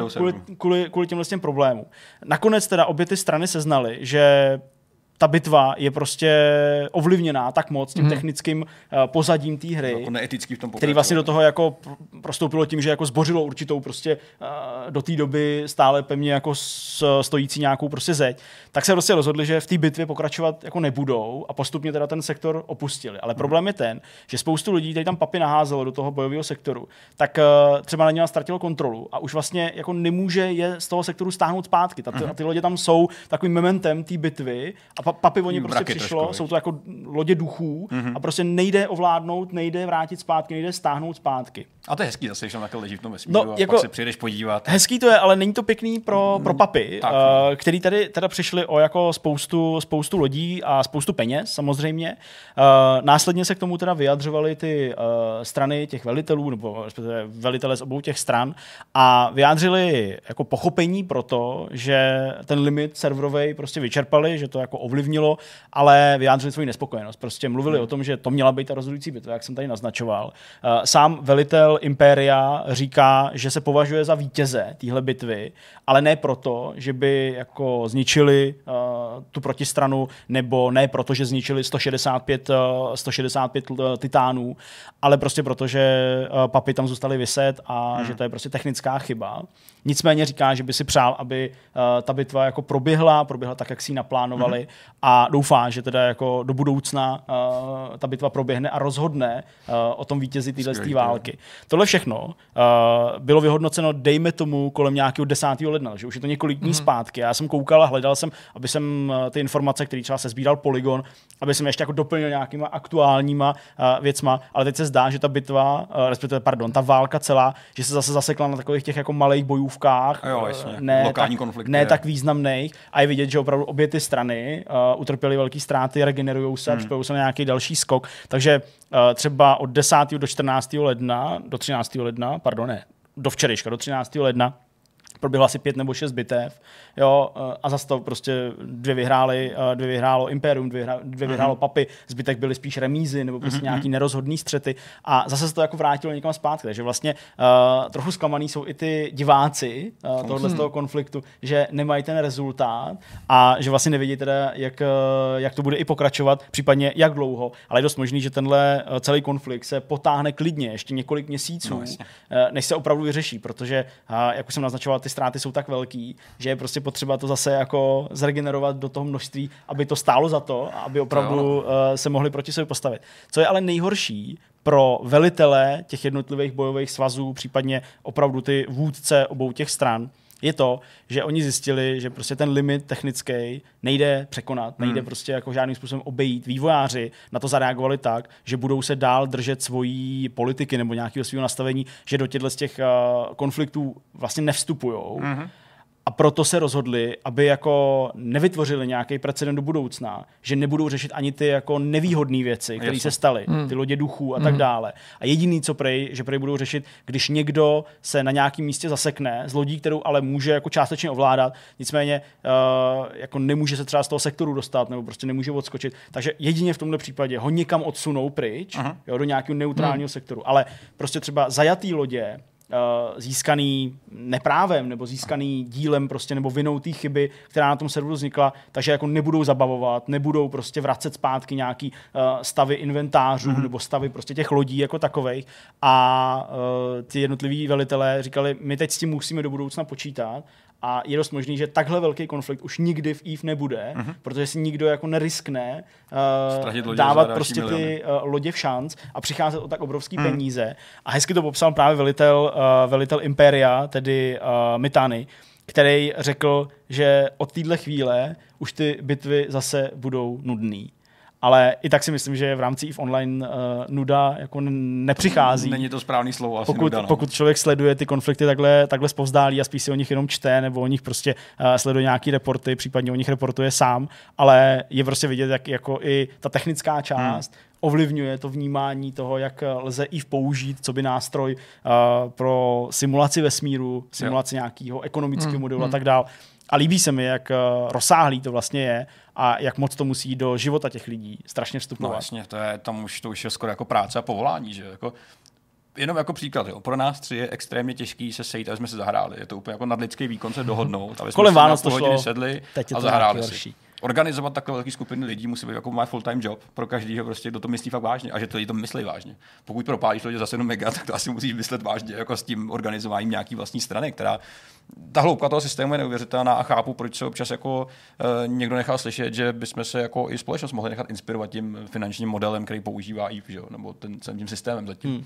Speaker 1: těmhle problémům. Nakonec teda obě ty strany seznaly, že ta bitva je prostě ovlivněná tak moc tím technickým pozadím té hry,
Speaker 2: jako neetický v tom
Speaker 1: který vlastně do toho jako prostoupilo tím, že jako zbořilo určitou prostě do té doby stále pevně jako stojící nějakou prostě zeď, tak se prostě rozhodli, že v té bitvě pokračovat jako nebudou a postupně teda ten sektor opustili. Ale problém je ten, že spoustu lidí, který tam papy naházelo do toho bojového sektoru, tak třeba na něj ztratilo kontrolu a už vlastně jako nemůže je z toho sektoru stáhnout zpátky. A ty lodě tam jsou takovým momentem té bitvy a papy o ně prostě přišlo, trošku, jsou to jako lodě duchů a prostě nejde ovládnout, nejde vrátit zpátky, nejde stáhnout zpátky.
Speaker 2: A to je hezký zase, když tam takhle leží v tom vesmíru a
Speaker 1: jako,
Speaker 2: pak se přijdeš podívat.
Speaker 1: Hezký to je, ale není to pěkný pro papy, který tady teda přišli o jako spoustu lodí a spoustu peněz samozřejmě. Následně se k tomu teda vyjadřovaly ty strany těch velitelů, nebo velitelé z obou těch stran a vyjádřili jako pochopení pro to, že ten limit serverovej prostě vyčerpali, že to jako ovlivnilo, ale vyjádřili svoji nespokojenost. Prostě mluvili o tom, že to měla být ta rozhodující bitva, jak jsem tady naznačoval. Sám velitel Impéria říká, že se považuje za vítěze téhle bitvy, ale ne proto, že by jako zničili tu protistranu, nebo ne proto, že zničili 165 titánů, ale prostě proto, že papy tam zůstaly viset a že to je prostě technická chyba. Nicméně říká, že by si přál, aby ta bitva jako proběhla tak, jak si ji naplánovali a doufá, že teda jako do budoucna ta bitva proběhne a rozhodne o tom vítězi téhle války. Tohle všechno bylo vyhodnoceno, dejme tomu, kolem nějakého 10. ledna, že už je to několik dní zpátky. Já jsem koukal a hledal jsem, aby jsem ty informace, které třeba sesbíral Polygon, aby jsem ještě jako doplnil nějakýma aktuálníma věcma, ale teď se zdá, že ta bitva, respektive, ta válka celá, že se zase zasekla na takových těch jako malých bojůvkách, ne tak významných a je vidět, že opravdu obě ty strany utrpěly velký ztráty, regenerujou se a připravují se na nějaký další skok. Takže třeba od 10. do 14. ledna, do 13. ledna, do včerejška, do 13. ledna proběhlo asi 5 nebo 6 bitev, jo, a zase to prostě dvě vyhrálo Imperium, dvě vyhrálo papy, zbytek byly spíš remízy nebo prostě nějaký nerozhodný střety a zase se to jako vrátilo někam zpátky, takže vlastně trochu zklamaný jsou i ty diváci tohohle z toho konfliktu, že nemají ten rezultát a že vlastně nevědí teda, jak to bude i pokračovat, případně jak dlouho, ale je dost možný, že tenhle celý konflikt se potáhne klidně ještě několik měsíců, než se opravdu vyřeší, protože jak už jsem naznačoval, ty ztráty jsou tak velký, že je prostě potřeba to zase jako zregenerovat do toho množství, aby to stálo za to a aby opravdu se mohli proti sobě postavit. Co je ale nejhorší pro velitele těch jednotlivých bojových svazů, případně opravdu ty vůdce obou těch stran, je to, že oni zjistili, že prostě ten limit technický nejde překonat, nejde prostě jako žádným způsobem obejít. Vývojáři na to zareagovali tak, že budou se dál držet svojí politiky nebo nějakého svého nastavení, že do těchto z těch konfliktů vlastně nevstupujou. A proto se rozhodli, aby jako nevytvořili nějaký precedent do budoucna, že nebudou řešit ani ty jako nevýhodné věci, které se staly, ty lodě duchů a tak dále. A jediný, že prej budou řešit, když někdo se na nějakém místě zasekne z lodí, kterou ale může jako částečně ovládat, nicméně jako nemůže se třeba z toho sektoru dostat nebo prostě nemůže odskočit. Takže jedině v tomto případě ho někam odsunou pryč, jo, do nějakého neutrálního sektoru. Ale prostě třeba zajatý lodě získaný neprávem nebo získaný dílem prostě nebo vinou té chyby, která na tom serveru vznikla, takže jako nebudou zabavovat, nebudou prostě vracet zpátky nějaký stavy inventářů nebo stavy prostě těch lodí jako takovej a ty jednotliví velitelé říkali, my teď s tím musíme do budoucna počítat a je dost možný, že takhle velký konflikt už nikdy v EVE nebude, protože si nikdo jako neriskne dávat prostě ty lodě v šanc a přicházet o tak obrovský peníze. A hezky to popsal právě velitel Imperia, tedy Mitany, který řekl, že od téhle chvíle už ty bitvy zase budou nudný. Ale i tak si myslím, že v rámci EVE Online nuda jako nepřichází.
Speaker 2: Není to správný slovo asi nuda. No.
Speaker 1: Pokud člověk sleduje ty konflikty takhle zpovzdálí a spíš si o nich jenom čte, nebo o nich prostě sleduje nějaký reporty, případně o nich reportuje sám, ale je prostě vidět, jak jako i ta technická část ovlivňuje to vnímání toho, jak lze EVE použít, co by nástroj pro simulaci vesmíru, simulaci nějakého ekonomického modelu a tak dál. A líbí se mi, jak rozsáhlý to vlastně je a jak moc to musí do života těch lidí strašně vstupovat. No
Speaker 2: jasně, to už je skoro jako práce a povolání, že jako jenom jako příklad, jo. Pro nás 3 je extrémně těžký se sejít, aby jsme se zahráli. Je to úplně jako nadlidský výkon se dohodnout, aby jsme
Speaker 1: Vánoc
Speaker 2: si na hodiny sedli a zahráli si. Organizovat takhle velké skupiny lidí musí být jako má full-time job pro každýho, prostě, kdo to myslí fakt vážně a že to lidi to myslí vážně. Pokud propálíš lidi za 7 mega, tak to asi musíš myslet vážně jako s tím organizováním nějaký vlastní strany, která ta hloubka toho systému je neuvěřitelná a chápu, proč se občas jako někdo nechal slyšet, že bychom se jako i společnost mohli nechat inspirovat tím finančním modelem, který používá EVE, že jo, nebo tím systémem zatím.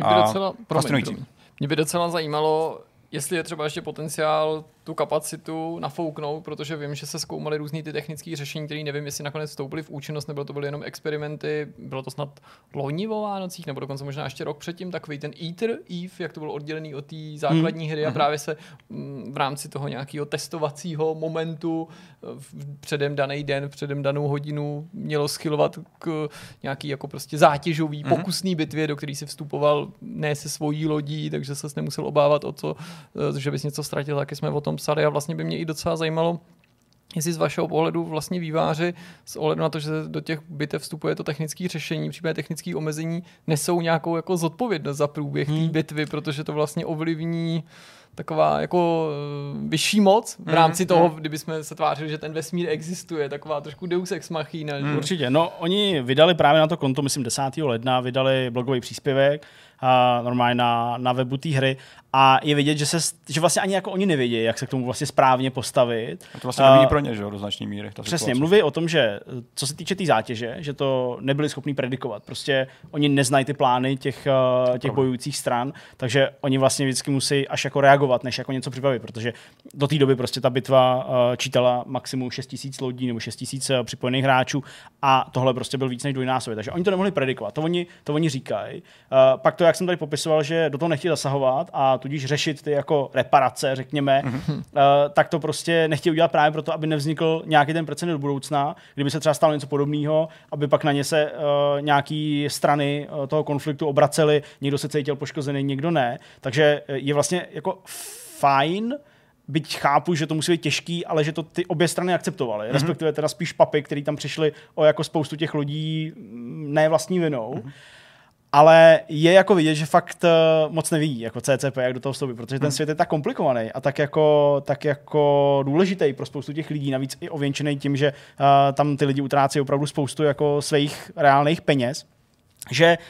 Speaker 3: Mě by docela zajímalo, jestli je třeba ještě potenciál tu kapacitu nafouknout, protože vím, že se zkoumaly různý ty technické řešení, které nevím, jestli nakonec vstoupily v účinnost, nebo to byly jenom experimenty, bylo to snad loni o Vánocích, nebo dokonce možná ještě rok předtím, takový ten Eater EVE, jak to bylo oddělený od té základní hry a právě se v rámci toho nějakého testovacího momentu předem daný den, předem danou hodinu mělo schylovat k nějaký jako prostě zátěžový, pokusný bitvě, do který si vstupoval ne se svojí lodí, takže ses nemusel obávat o to, že bys něco ztratil, taky jsme o tom psali a vlastně by mě i docela zajímalo, jestli z vašeho pohledu vlastně výváři s ohledem na to, že do těch bitev vstupuje to technické řešení, případně technické omezení, nesou nějakou jako zodpovědnost za průběh té bitvy, protože to vlastně ovlivní taková jako vyšší moc v rámci toho, kdyby jsme se tvářili, že ten vesmír existuje, taková trošku deus ex machina.
Speaker 1: Určitě, no oni vydali právě na to konto, myslím 10. ledna, vydali blogový příspěvek normálně na webu té hry a je vidět, že vlastně ani jako oni nevědí, jak se k tomu vlastně správně postavit.
Speaker 2: A to vlastně neví pro ně, že jo, do značné míry.
Speaker 1: Přesně, mluví o tom, že co se týče té zátěže, že to nebyli schopni predikovat. Prostě oni neznají ty plány těch bojujících stran, takže oni vlastně vždycky musí až jako reagovat, než jako něco připravit, protože do té doby prostě ta bitva čítala maximum 6 000 lodí nebo 6 000 připojených hráčů a tohle prostě byl víc než dvojnásobek, takže oni to nemohli predikovat. To oni říkají. Pak to, jak jsem tady popisoval, že do toho nechtěli zasahovat a tudíž řešit ty jako reparace, řekněme, tak to prostě nechtěli udělat právě proto, aby nevznikl nějaký ten precedent do budoucna, kdyby se třeba stalo něco podobného, aby pak na ně se nějaký strany toho konfliktu obracely, někdo se cítil poškozený, někdo ne. Takže je vlastně jako fajn, byť chápu, že to musí být těžký, ale že to ty obě strany akceptovaly. Respektive teda spíš papy, který tam přišli o jako spoustu těch lodí ne vlastní vinou. Ale je jako vidět, že fakt moc neví, jako CCP, jak do toho vstoupit, protože ten svět je tak komplikovaný a tak jako důležitý pro spoustu těch lidí, navíc i ověnčený tím, že tam ty lidi utrácí opravdu spoustu jako svých reálných peněz, že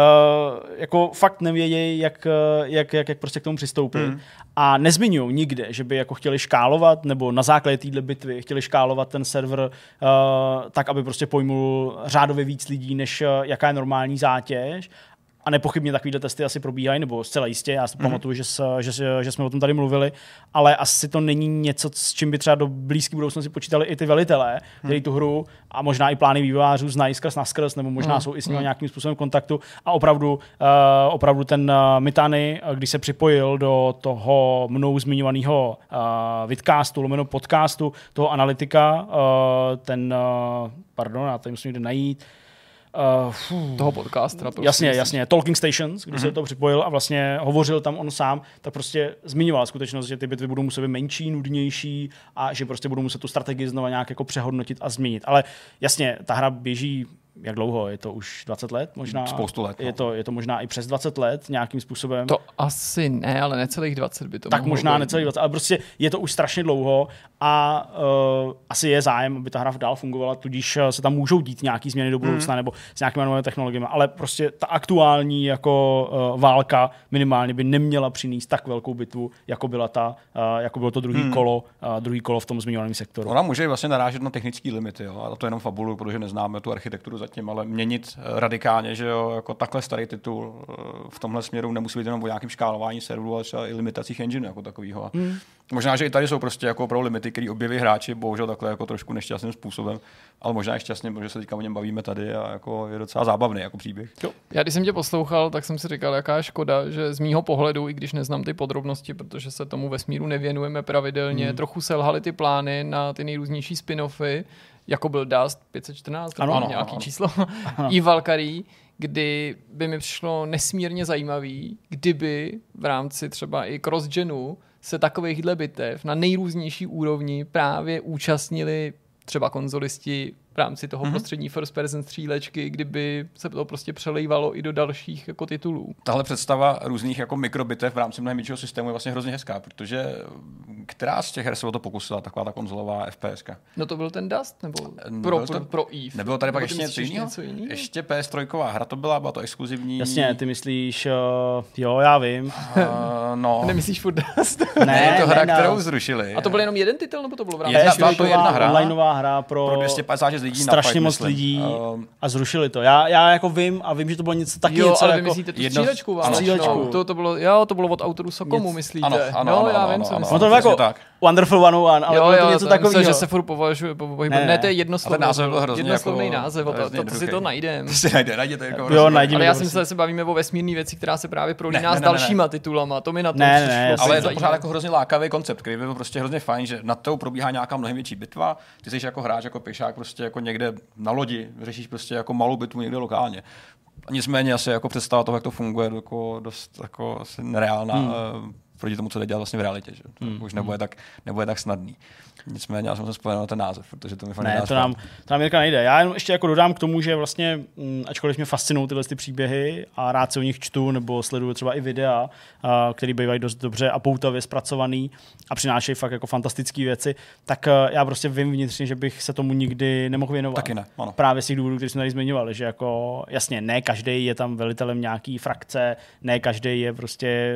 Speaker 1: jako fakt nevědějí, jak prostě k tomu přistoupit. A nezmiňují nikde, že by jako chtěli škálovat, nebo na základě téhle bitvy chtěli škálovat ten server tak, aby prostě pojmul řádově víc lidí, než jaká je normální zátěž. A nepochybně takovýhle testy asi probíhají, nebo zcela jistě, já si pamatuju, že jsme o tom tady mluvili, ale asi to není něco, s čím by třeba do blízké budoucnosti počítali i ty velitelé, kteří tu hru a možná i plány vývojářů znají skrz naskrz, nebo možná jsou i s ním nějakým způsobem v kontaktu. A opravdu ten Mitany, když se připojil do toho mnou zmiňovaného vidcastu, podcastu, toho analytika, já tady musím někde najít,
Speaker 3: toho podcastra.
Speaker 1: Jasně, Talking Stations, když se do toho připojil a vlastně hovořil tam on sám, tak prostě zmiňoval skutečnost, že ty bitvy budou muset být menší, nudnější a že prostě budou muset tu strategii znova nějak jako přehodnotit a změnit. Ale jasně, ta hra běží jak dlouho? Je to už 20 let možná?
Speaker 2: Spoustu let. No.
Speaker 1: Je to možná i přes 20 let nějakým způsobem.
Speaker 3: To asi ne, ale necelých 20 by to
Speaker 1: Tak
Speaker 3: mohlo
Speaker 1: možná
Speaker 3: být.
Speaker 1: necelých 20, ale prostě je to už strašně dlouho a asi je zájem, aby ta hra dál fungovala, tudíž se tam můžou dít nějaký změny do budoucna nebo s nějakými novými technologiemi, ale prostě ta aktuální jako válka minimálně by neměla přinést tak velkou bitvu, jako bylo to druhý kolo v tom zmiňovaném sektoru.
Speaker 2: Ona může vlastně narážet na technické limity, jo? A to jenom fabulu, protože neznáme tu architekturu zatím, ale měnit radikálně, že jo, jako takhle starý titul v tomhle směru nemusí být jenom o nějakém škálování serverů, ale třeba i limitacích engine jako takového. Možná, že i tady jsou prostě jako pro limity, které objeví hráči, bohužel takhle jako trošku nešťastným způsobem, ale možná i šťastně, protože se teďka o něm bavíme tady a jako je docela zábavný jako příběh.
Speaker 3: Já když jsem tě poslouchal, tak jsem si říkal, jaká je škoda, že z mýho pohledu, i když neznám ty podrobnosti, protože se tomu vesmíru nevěnujeme pravidelně, trochu selhaly ty plány na ty nejrůznější spin-offy, jako byl Dust 514,
Speaker 1: ano,
Speaker 3: nějaký číslo, i Valkyrie, kdy by mi přišlo nesmírně zajímavý, kdyby v rámci třeba i cross-genu se takovýchhle bitev na nejrůznější úrovni právě účastnili třeba konzolisti v rámci toho prostředí first person střílečky, kdyby se to prostě přelejvalo i do dalších jako titulů.
Speaker 2: Tahle představa různých jako mikrobitev v rámci mnohem většího systému je vlastně hrozně hezká, protože která z těch her se o to pokusila, taková ta konzolová FPSka?
Speaker 3: No to byl ten Dust, nebo pro Eve?
Speaker 2: Nebylo tady pak
Speaker 3: Nebo
Speaker 2: ještě něco jiného? Ještě PS3 hra to byla to exkluzivní.
Speaker 1: Jasně, ty myslíš, jo, já vím.
Speaker 2: No.
Speaker 3: Nemyslíš furt Dust?
Speaker 2: Ne, to hra, kterou zrušili.
Speaker 3: A to byl jenom jeden titul, nebo to bylo v rámci?
Speaker 2: Jedna hra.
Speaker 1: Onlineová hra pro
Speaker 2: 250 lidí
Speaker 1: strašně moc lidí a zrušili to. Já jako vím a vím, že to bylo něco taky něco
Speaker 3: ale
Speaker 1: jako...
Speaker 3: myslíte tu střílečku válečnou.
Speaker 1: Střílečku.
Speaker 3: To bylo od autorů Sokomu, myslíte?
Speaker 2: Ano,
Speaker 3: já vím, co myslíte.
Speaker 1: To bylo jako Wonderful 101, ale bylo to něco takového.
Speaker 3: Že se furt považuje, ne, to je jednoslovný název, to si to najdem.
Speaker 2: To si najděte.
Speaker 1: Jo, najdeme.
Speaker 3: Ale já si myslím, že se bavíme o vesmírné věci, která se právě prolíná s dalšíma titulama, to mi na to přišlo.
Speaker 2: Ale je to pořád jako hrozně lákavý koncept, který by byl prostě hrozně fajn, že nad tou probíhá nějaká mnohem větší bitva, ty jsi jako hráč, jako pěšák prostě jako někde na lodi, řešíš prostě jako malou bitvu někde lokálně. Nicméně asi jako představa toho, jak to funguje, jako dost jako asi nereálná proti tomu, co jde dělat vlastně v realitě, že to už nebude tak snadný. Nicméně já jsem se spomenul na ten název, protože to mi fakt
Speaker 1: to nám Jirka nejde. Já jenom ještě jako dodám k tomu, že vlastně, ačkoliv mě fascinují tyhle ty příběhy a rád se o nich čtu nebo sleduju třeba i videa, které bývají dost dobře a poutavě zpracovaný a přinášejí fakt jako fantastické věci, tak já prostě vím vnitřně, že bych se tomu nikdy nemohl věnovat.
Speaker 2: Taky ne, ano.
Speaker 1: Právě z těch důvodů, které jsme tady zmiňovali, že jako jasně, ne každý je tam velitelem nějaký frakce, ne každý je prostě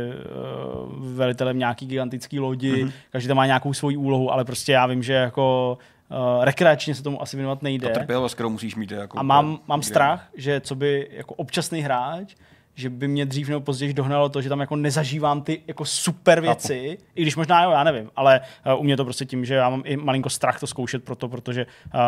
Speaker 1: velitelem nějaký gigantický lodi, každý tam má nějakou svoji úlohu, ale prostě já vím, že jako rekreačně se tomu asi věnovat nejde.
Speaker 2: A trpělivost, kterou musíš mít. Jako
Speaker 1: a mám strach, že co by jako občasný hráč, že by mě dřív nebo později dohnalo to, že tam jako nezažívám ty jako super věci, i když možná jo, já nevím, ale u mě to prostě tím, že já mám i malinko strach to zkoušet protože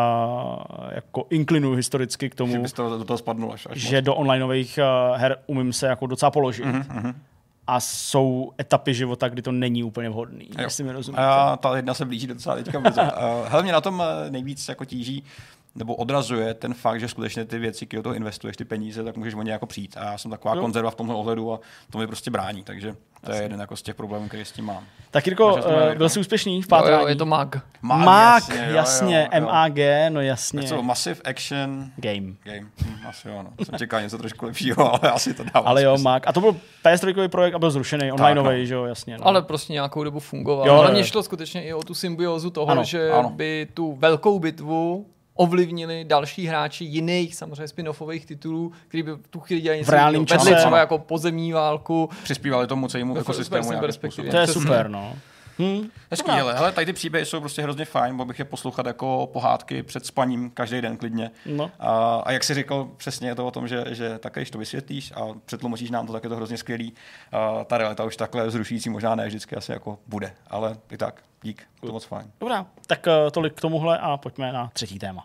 Speaker 1: jako inklinuju historicky k tomu,
Speaker 2: že bys do toho spadnul až
Speaker 1: že moc. Do onlineových her umím se jako docela položit. A jsou etapy života, kdy to není úplně vhodný, jestli mi rozumíte.
Speaker 2: Ta jedna se blíží docela teďka brzo. Hele, mě na tom nejvíc jako tíží, nebo odrazuje ten fakt, že skutečně ty věci, když do toho investuješ ty peníze, tak můžeš o ně jako přijít. A já jsem taková konzerva v tomhle ohledu a to mi prostě brání, takže to je jeden jako z těch problémů, který s tím mám.
Speaker 1: Tak Jirko, byl jsi úspěšný v pátrání?
Speaker 3: Jo, je to MAG.
Speaker 1: MAG, jasně, MAG, no jasně.
Speaker 2: Co, Massive Action
Speaker 1: Game.
Speaker 2: Asi jo, no. Jsem čekal něco trošku lepšího, ale asi to dává.
Speaker 1: Ale jo, MAG. A to byl PS3 projekt a byl zrušený, onlineový, že jo, jasně. No.
Speaker 3: Ale prostě nějakou dobu fungoval. Ale mě šlo skutečně i o tu symbiózu toho, že by tu velkou bitvu ovlivnili další hráči jiných samozřejmě spin-offových titulů, kteří by tu chvíli dělali něco
Speaker 1: reálným čase,
Speaker 3: třeba jako pozemní válku.
Speaker 2: Přispívali tomu celému ekosystému.
Speaker 1: To je super, no.
Speaker 2: Hezký, hele, tady ty příběhy jsou prostě hrozně fajn, mohl bych je poslouchat jako pohádky před spaním každý den klidně.
Speaker 1: No.
Speaker 2: A jak jsi říkal, přesně je to o tom, že také, když to vysvětlíš a přetlumočíš nám to, tak je to hrozně skvělý. Ta realita už takhle zrušující možná ne vždycky asi jako bude, ale i tak, dík, to moc fajn.
Speaker 1: Dobrá, tak tolik k tomuhle a pojďme na třetí téma.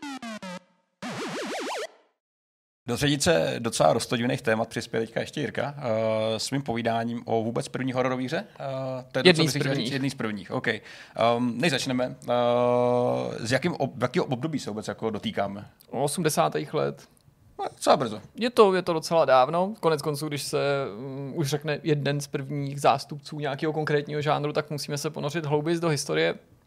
Speaker 2: Do třetice docela roztodivných témat přispěl teďka ještě Jirka s mým povídáním o vůbec první hororové hře. To je jedný z prvních. OK. Než začneme, v jakého období se vůbec jako dotýkáme?
Speaker 3: 80. let.
Speaker 2: Docela brzo.
Speaker 3: Je to docela dávno. Konec konců, když se už řekne jeden z prvních zástupců nějakého konkrétního žánru, tak musíme se ponořit hlouběji do historie.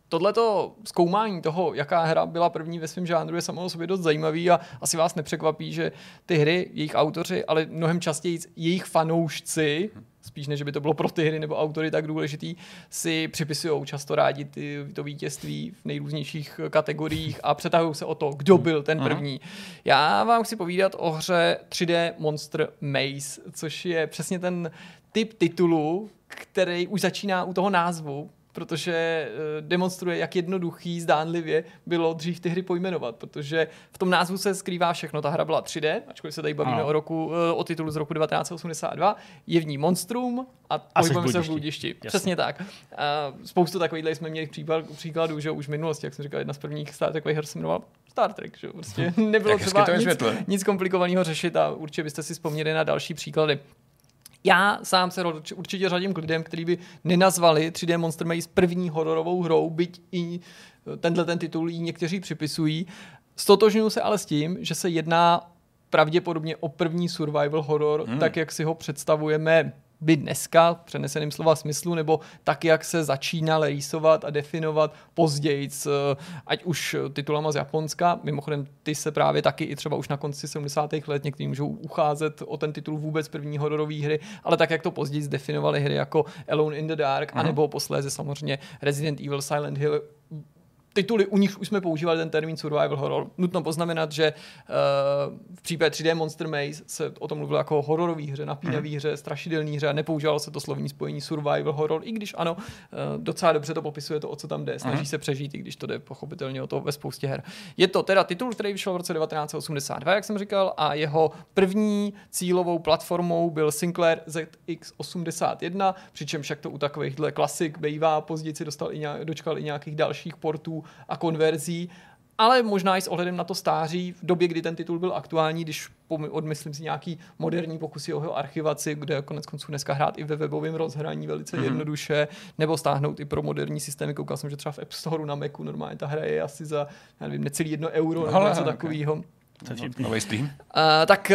Speaker 3: tohleto zkoumání toho, jaká hra byla první ve svém žánru, je samo o sobě dost zajímavý a asi vás nepřekvapí, že ty hry, jejich autoři, ale mnohem častěji jejich fanoušci, spíš než by to bylo pro ty hry nebo autory tak důležitý, si připisují často rádi to vítězství v nejrůznějších kategoriích a přetahují se o to, kdo byl ten první. Já vám chci povídat o hře 3D Monster Maze, což je přesně ten typ titulu, který už začíná u toho názvu, protože demonstruje, jak jednoduchý zdánlivě bylo dřív ty hry pojmenovat, protože v tom názvu se skrývá všechno. Ta hra byla 3D, ačkoliv se tady bavíme o titulu z roku 1982, je v ní monstrum a pohybujeme se v bludišti. Přesně tak. Spoustu takovýchhle jsme měli příkladů, že už v minulosti, jak jsem říkal, jedna z prvních Star Trekových her se jmenovala Star Trek, že prostě nebylo třeba nic komplikovaného řešit a určitě byste si vzpomněli na další příklady. Já sám se určitě řadím k lidem, kteří by nenazvali 3D Monster Maze první hororovou hrou, byť i ten titul jí někteří připisují. Stotožňuji se ale s tím, že se jedná pravděpodobně o první survival horror, tak jak si ho představujeme by dneska, v přeneseném slova smyslu, nebo tak, jak se začínal rýsovat a definovat později, ať už titulama z Japonska, mimochodem ty se právě taky i třeba už na konci 70. let někteří můžou ucházet o ten titul vůbec první hororové hry, ale tak, jak to později zdefinovali hry jako Alone in the Dark, anebo posléze samozřejmě Resident Evil, Silent Hill, tituly, u nich už jsme používali ten termín survival horror. Nutno poznamenat, že v případě 3D Monster Maze se o tom mluvilo jako hororový hře, napínavý hře, strašidelný hře a nepoužívalo se to slovní spojení survival horror, i když ano, docela dobře to popisuje to, o co tam jde, snaží se přežít, i když to jde pochopitelně o to ve spoustě her. Je to teda titul, který vyšel v roce 1982, jak jsem říkal, a jeho první cílovou platformou byl Sinclair ZX81, přičemž však to u takovýchhle klasik bývá, později si dočkal i nějakých dalších portů a konverzí, ale možná i s ohledem na to stáří v době, kdy ten titul byl aktuální, když odmyslím si nějaký moderní pokusy o jeho archivaci, kde konec konců dneska hrát i ve webovém rozhraní velice jednoduše, nebo stáhnout i pro moderní systémy. Koukal jsem, že třeba v App Store na Macu normálně ta hra je asi za, já nevím, necelý €1 nebo něco takového.
Speaker 2: Nový Steam.
Speaker 3: Tak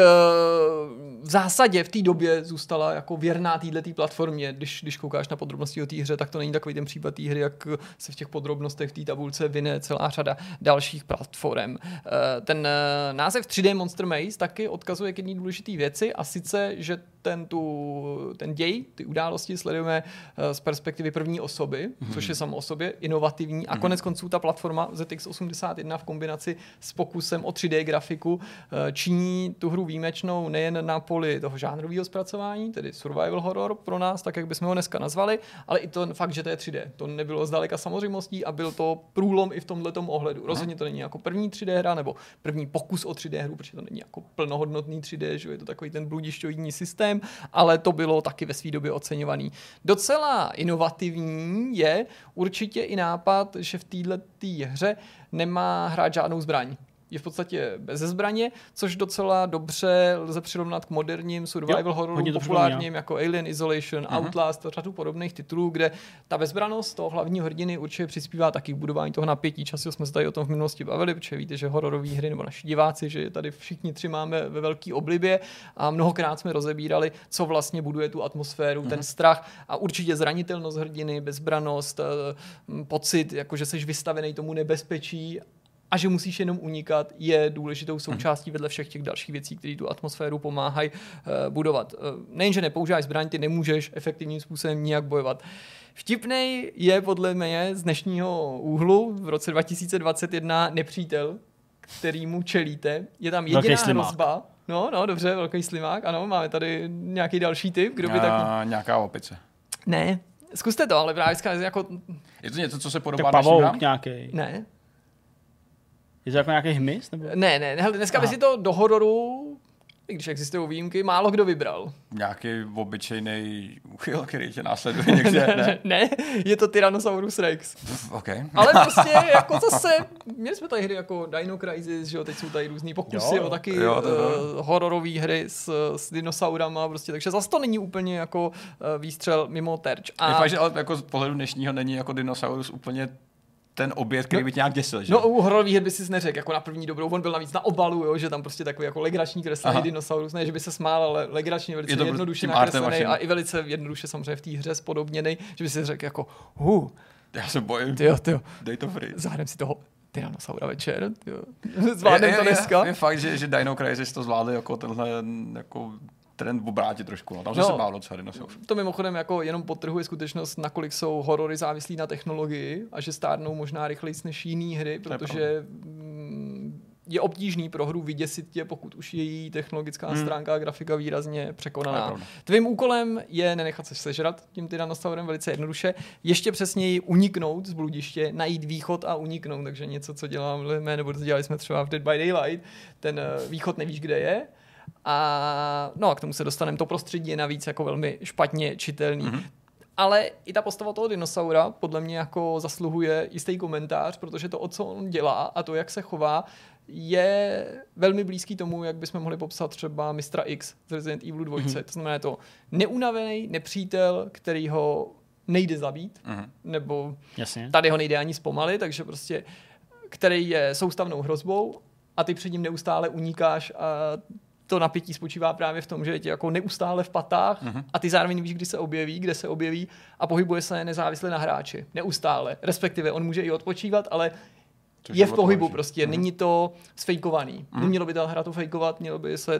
Speaker 3: v zásadě v té době zůstala jako věrná této platformě. Když koukáš na podrobnosti o té hře, tak to není takový ten případ té hry, jak se v těch podrobnostech v té tabulce vyne celá řada dalších platform. Ten název 3D Monster Maze taky odkazuje k jedné důležité věci, a sice, že ten děj, ty události sledujeme z perspektivy první osoby, což je samo o sobě inovativní, a konec konců ta platforma ZX81 v kombinaci s pokusem o 3D grafiku činí tu hru výjimečnou nejen na poli toho žánrového zpracování, tedy survival horror pro nás, tak jak bychom ho dneska nazvali, ale i to fakt, že to je 3D. To nebylo zdaleka samozřejmostí a byl to průlom i v tomhletom ohledu. Rozhodně to není jako první 3D hra nebo první pokus o 3D hru, protože to není jako plnohodnotný 3D, že je to takový ten bludišťoidní systém, ale to bylo taky ve své době oceňovaný. Docela inovativní je určitě i nápad, že v této hře nemá hrát žádnou zbraň. Je v podstatě bez zbraně, což docela dobře lze přirovnat k moderním survival hororům populárním jako Alien Isolation, Outlast a řadu podobných titulů, kde ta bezbranost toho hlavního hrdiny určitě přispívá taky k budování toho napětí. Často jsme se tady o tom v minulosti bavili, protože víte, že hororové hry nebo naši diváci, že tady všichni tři máme ve velký oblibě a mnohokrát jsme rozebírali, co vlastně buduje tu atmosféru, ten strach a určitě zranitelnost hrdiny, bezbranost, pocit, jako že jsi vystavený tomu nebezpečí a že musíš jenom unikat, je důležitou součástí vedle všech těch dalších věcí, které tu atmosféru pomáhají budovat. Nejenže nepoužíváš zbraň, ty nemůžeš efektivním způsobem nijak bojovat. Vtipnej je podle mě z dnešního úhlu v roce 2021 nepřítel, kterýmu čelíte. Je tam jediná hrozba. No, dobře, velký slimák, ano, máme tady nějaký další typ, kdo by tak...
Speaker 2: Nějaká opice.
Speaker 3: Ne, zkuste to, ale právě jako...
Speaker 2: Je to něco, co se podobá
Speaker 1: dnešním hrám? Nějaký.
Speaker 3: Ne.
Speaker 1: Je to jako nějaký hmyz? Nebo?
Speaker 3: Ne, hele, dneska by si to do hororu, i když existují výjimky, málo kdo vybral.
Speaker 2: Nějaký obyčejný uchyl, který tě následuje někde,
Speaker 3: ne, je to Tyrannosaurus Rex.
Speaker 2: Okay.
Speaker 3: Ale prostě jako zase, měli jsme tady hry jako Dino Crisis, že jo, teď jsou tady různý pokusy o taky hororové hry s dinosaurama, prostě, takže zase to není úplně jako výstřel mimo terč.
Speaker 2: Je fakt, že ale jako z pohledu dnešního není jako dinosaurus úplně ten objekt, který by tě nějak děsil, že?
Speaker 3: No u hororových her by si neřekl, jako na první dobrou, on byl navíc na obalu, jo, že tam prostě takový jako legrační kreslený dinosaurus, ne, že by se smál, ale legračně velice jednoduše nakreslený a i velice jednoduše samozřejmě v té hře spodobněný, že by si řekl jako
Speaker 2: Já se bojím.
Speaker 3: Tyjo.
Speaker 2: Dej to free.
Speaker 3: Zahrám si toho Tyrannosaura večer. Zvládnem to dneska.
Speaker 2: Je fakt, že Dino Crisis to zvládli jako tenhle jako trend obrátit trošku. No. Tam se bál docela dinosaur.
Speaker 3: To mimochodem jako jenom podtrhuje skutečnost, nakolik jsou horory závislí na technologii a že stárnou možná rychleji než jiný hry, protože je obtížný pro hru vyděsit tě, pokud už její technologická stránka a grafika výrazně překonaná. Tvým úkolem je nenechat se sežrat tím Tyrannosaurem velice jednoduše, ještě přesněji uniknout z bludiště, najít východ a uniknout, takže něco, co děláme, nebo dělali jsme třeba v Dead by Daylight, ten východ nevíš, kde je, a k tomu se dostaneme. To prostředí je navíc jako velmi špatně čitelný. Ale i ta postava toho dinosaura podle mě jako zasluhuje jistý komentář, protože to, o co on dělá a to, jak se chová, je velmi blízký tomu, jak bychom mohli popsat třeba Mistra X z Resident Evil 2. To znamená, je to neunavený nepřítel, který ho nejde zabít, nebo tady ho nejde ani zpomalit, takže prostě který je soustavnou hrozbou a ty před ním neustále unikáš a to napětí spočívá právě v tom, že je tě jako neustále v patách a ty zároveň víš, kde se objeví a pohybuje se nezávisle na hráči. Neustále. Respektive on může i odpočívat, ale je v pohybu prostě. Není to sfejkovaný. Nemělo by ta hra to fejkovat, mělo by se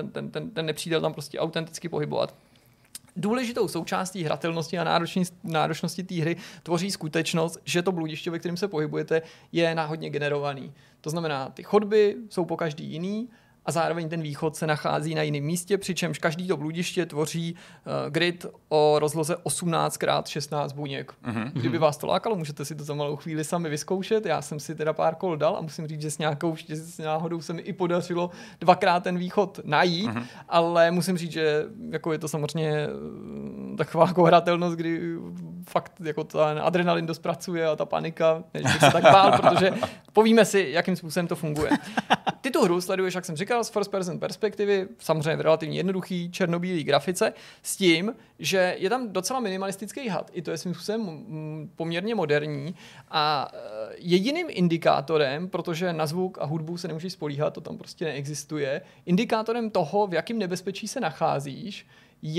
Speaker 3: ten nepřítel tam prostě autenticky pohybovat. Důležitou součástí hratelnosti a náročnosti té hry tvoří skutečnost, že to bludiště, ve kterém se pohybujete, je náhodně generovaný. To znamená, ty chodby jsou po každý jiný, a zároveň ten východ se nachází na jiném místě, přičemž každý to bludiště tvoří grid o rozloze 18x16 buněk. Kdyby vás to lákalo, můžete si to za malou chvíli sami vyzkoušet. Já jsem si teda pár kol dal a musím říct, že s náhodou se mi i podařilo 2x ten východ najít, ale musím říct, že jako je to samozřejmě taková jako hratelnost, kdy fakt jako ten adrenalin dost pracuje a ta panika, než bych se tak bál, protože povíme si, jakým způsobem to funguje. Ty tu hru sleduješ, jak jsem říkal, z first person perspektivy, samozřejmě v relativně jednoduchý černobílý grafice, s tím, že je tam docela minimalistický HUD. I to je svým způsobem poměrně moderní a jediným indikátorem, protože na zvuk a hudbu se nemůžeš spolíhat, to tam prostě neexistuje, indikátorem toho, v jakém nebezpečí se nacházíš,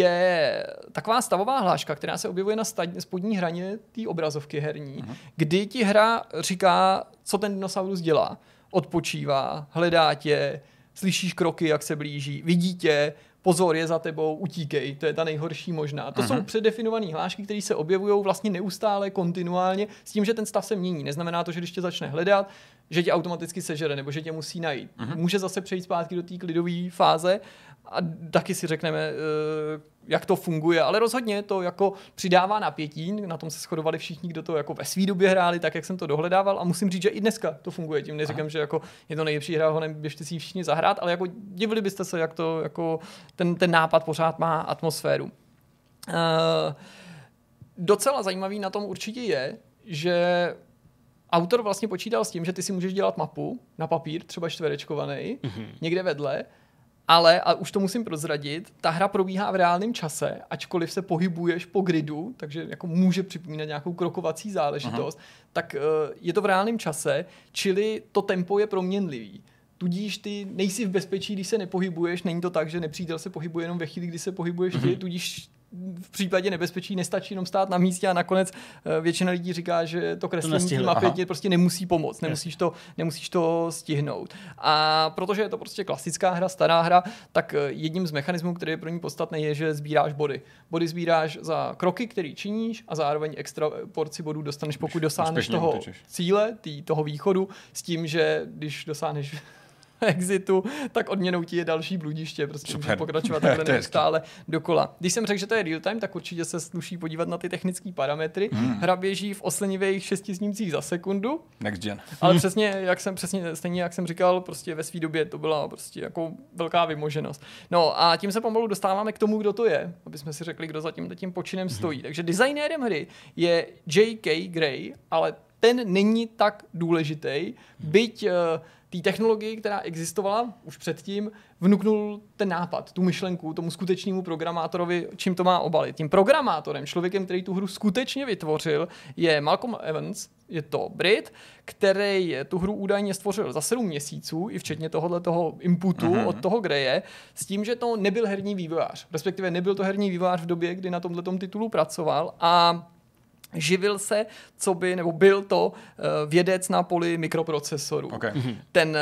Speaker 3: je taková stavová hláška, která se objevuje na spodní hraně té obrazovky herní, kdy ti hra říká, co ten dinosaurus dělá. Odpočívá, hledá tě, slyšíš kroky, jak se blíží, vidí tě, pozor, je za tebou, utíkej, to je ta nejhorší možná. To jsou předdefinované hlášky, které se objevují vlastně neustále, kontinuálně, s tím, že ten stav se mění. Neznamená to, že když tě začne hledat, že tě automaticky sežere, nebo že tě musí najít. Může zase přejít zpátky do té klidové fáze a taky si řekneme, jak to funguje, ale rozhodně to jako přidává napětí, na tom se shodovali všichni, kdo to jako ve svý době hráli, tak jak jsem to dohledával a musím říct, že i dneska to funguje. Tím neříkám, že jako je to nejlepší hra, ho běžte si ji všichni zahrát, ale jako divili byste se, jak to jako ten nápad pořád má atmosféru. Docela zajímavý na tom určitě je, že autor vlastně počítal s tím, že ty si můžeš dělat mapu na papír, třeba čtverečkovaný, někde vedle, ale, a už to musím prozradit, ta hra probíhá v reálném čase, ačkoliv se pohybuješ po gridu, takže jako může připomínat nějakou krokovací záležitost, tak je to v reálném čase, čili to tempo je proměnlivý. Tudíž ty nejsi v bezpečí, když se nepohybuješ, není to tak, že nepřítel se pohybuje jenom ve chvíli, kdy se pohybuješ ty, tudíž v případě nebezpečí nestačí jenom stát na místě a nakonec většina lidí říká, že to kreslení té mapě prostě nemusí pomoct, nemusíš to stihnout. A protože je to prostě klasická hra, stará hra, tak jedním z mechanismů, který je pro ní podstatný, je, že sbíráš body. Body sbíráš za kroky, který činíš a zároveň extra porci bodů dostaneš, pokud dosáhneš toho cíle, toho východu, s tím, že když dosáhneš exitu, tak odměnou ti je další bludiště, prostě můžeš pokračovat takhle neustále dokola. Když jsem řekl, že to je real time, tak určitě se sluší podívat na ty technické parametry. Hra běží v oslenivých 6 snímcích za sekundu.
Speaker 2: Next gen.
Speaker 3: Ale stejně jak jsem říkal, prostě ve své době to byla prostě jako velká vymoženost. No a tím se pomalu dostáváme k tomu, kdo to je, aby jsme si řekli, kdo za tím počinem stojí. Takže designérem hry je J.K. Gray, ale ten není tak důležitý, byť té technologii, která existovala už předtím, vnuknul ten nápad, tu myšlenku tomu skutečnému programátorovi, čím to má obalit. Tím programátorem, člověkem, který tu hru skutečně vytvořil, je Malcolm Evans, je to Brit, který tu hru údajně stvořil za 7 měsíců, i včetně tohoto inputu od toho Graye, s tím, že to nebyl herní vývojář. Respektive nebyl to herní vývojář v době, kdy na tomhletom titulu pracoval a živil se, nebo byl to vědec na poli mikroprocesorů.
Speaker 2: Okay.
Speaker 3: Ten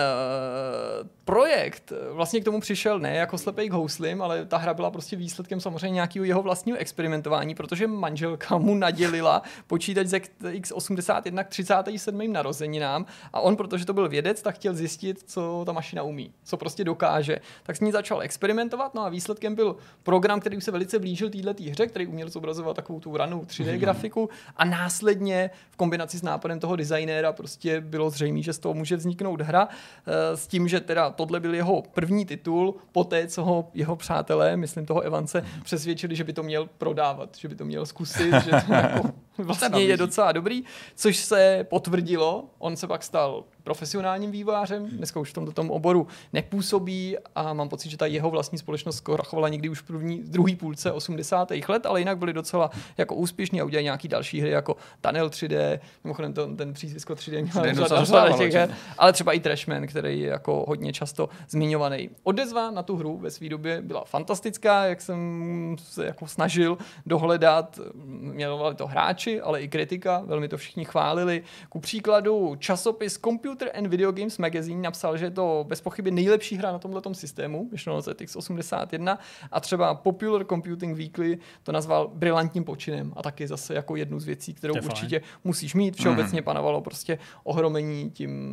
Speaker 3: projekt vlastně k tomu přišel ne jako slepej k houslim, ale ta hra byla prostě výsledkem samozřejmě nějakého jeho vlastního experimentování, protože manželka mu nadělila počítač ze X81 k 37. narozeninám a on, protože to byl vědec, tak chtěl zjistit, co ta mašina umí, co prostě dokáže. Tak s ní začal experimentovat, no a výsledkem byl program, který už se velice blížil této hře, který uměl zobrazovat takovou tu ranou 3D grafiku a následně v kombinaci s nápadem toho designéra prostě bylo zřejmé, že z toho může vzniknout hra s tím, že teda tohle byl jeho první titul, poté co ho jeho přátelé, myslím toho Evance, přesvědčili, že by to měl prodávat, že by to měl zkusit, že to jako vlastně je docela dobrý, což se potvrdilo. On se pak stal profesionálním vývojářem, dneska už v tomto oboru nepůsobí a mám pocit, že ta jeho vlastní společnost krachovala někdy už v druhé půlce 80. let, ale jinak byli docela jako úspěšní a udělali nějaký další hry jako Tunnel 3D, mimochodem ten přízvisko 3D měl řada těch her, ale třeba i Trashman, který je jako hodně často zmiňovaný. Odezva na tu hru ve své době byla fantastická, jak jsem se jako snažil dohledat, mělovali to hráči, ale i kritika, velmi to všichni chválili. Ku příkladu časopis Computer and Video Games Magazine napsal, že je to bez pochyby nejlepší hra na tomhletom systému, myšleno ZX81, a třeba Popular Computing Weekly to nazval brilantním počinem a taky zase jako jednu z věcí, kterou určitě musíš mít. Všeobecně panovalo prostě ohromení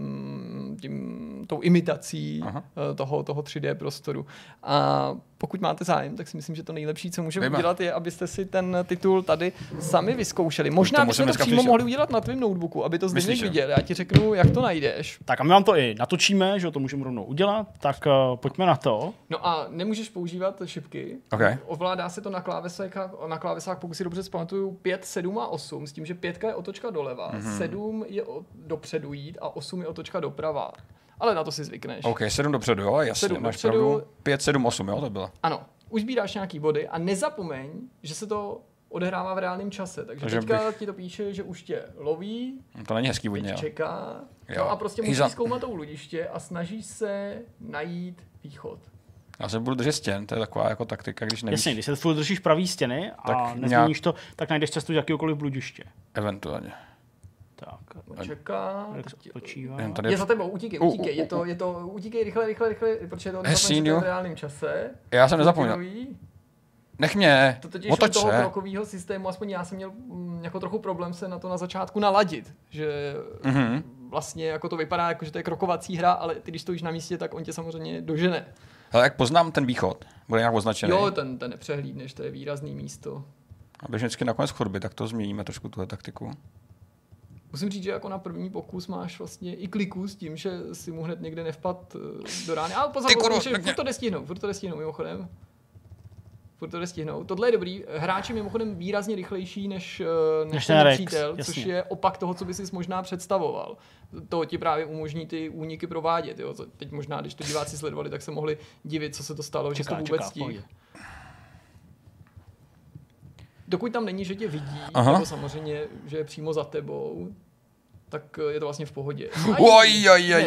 Speaker 3: tou imitací toho 3D prostoru. A pokud máte zájem, tak si myslím, že to nejlepší, co můžeme udělat, je, abyste si ten titul tady sami vyzkoušeli. Možná bychom to přímo mohli udělat na tvém notebooku, aby to Zdeněk viděl. Já ti řeknu, jak to najdeš.
Speaker 1: Tak a my vám to i natočíme, že to můžeme rovnou udělat, tak pojďme na to.
Speaker 3: No a nemůžeš používat šipky.
Speaker 2: Okay.
Speaker 3: Ovládá se to na klávesách, pokud si dobře zpamatuju, 5, 7 a 8, s tím, že 5 je otočka doleva, 7 je dopředu jít a 8 je otočka doprava. Ale na to si zvykneš.
Speaker 2: OK, 7 dopředu, jo, jasně,
Speaker 3: 7
Speaker 2: máš
Speaker 3: dopředu,
Speaker 2: pravdu. 5, 7, 8, jo, to bylo.
Speaker 3: Ano, už sbíráš nějaký body a nezapomeň, že se to odehrává v reálném čase. Takže teďka ti to píše, že už tě loví,
Speaker 2: to není hezký vodně,
Speaker 3: čeká, no a prostě musíš zkoumat to ludiště a snažíš se najít východ.
Speaker 2: Já se budu držet stěn, to je taková jako taktika, když nevíš.
Speaker 1: Jasně, když se furt držíš pravý stěny a nezměníš to, tak najdeš cestu z jakýhokoliv bludiště.
Speaker 2: Eventuálně.
Speaker 1: Tak.
Speaker 3: Čeká.
Speaker 2: Je
Speaker 3: za tebou, utíkej. Utíkej rychle, protože to nezapomeň v reálném čase.
Speaker 2: Já jsem nezapomněl. Nech mě,
Speaker 3: to totiž u toho krokového systému, aspoň já jsem měl jako trochu problém se na to na začátku naladit, že vlastně jako to vypadá, jako, že to je krokovací hra, ale ty, když stojíš na místě, tak on tě samozřejmě dožene.
Speaker 2: Ale jak poznám ten východ? Bude nějak označený?
Speaker 3: Jo, ten nepřehlídneš, to je výrazný místo.
Speaker 2: A běž vždycky nakonec chodby, tak to změníme trošku tuhle taktiku.
Speaker 3: Musím říct, že jako na první pokus máš vlastně i kliku s tím, že si mu hned někde nevpad do rány. Ale pozor, furt to jde stihnout mimochodem. Tohle je dobrý. Hráč je mimochodem výrazně rychlejší než ten přítel, což je opak toho, co by si možná představoval. To ti právě umožní ty úniky provádět. Jo. Teď možná, když to diváci sledovali, tak se mohli divit, co se to stalo, že to vůbec stihl. Dokud tam není, že tě vidí, nebo samozřejmě, že je přímo za tebou, tak je to vlastně v pohodě.
Speaker 2: Oj.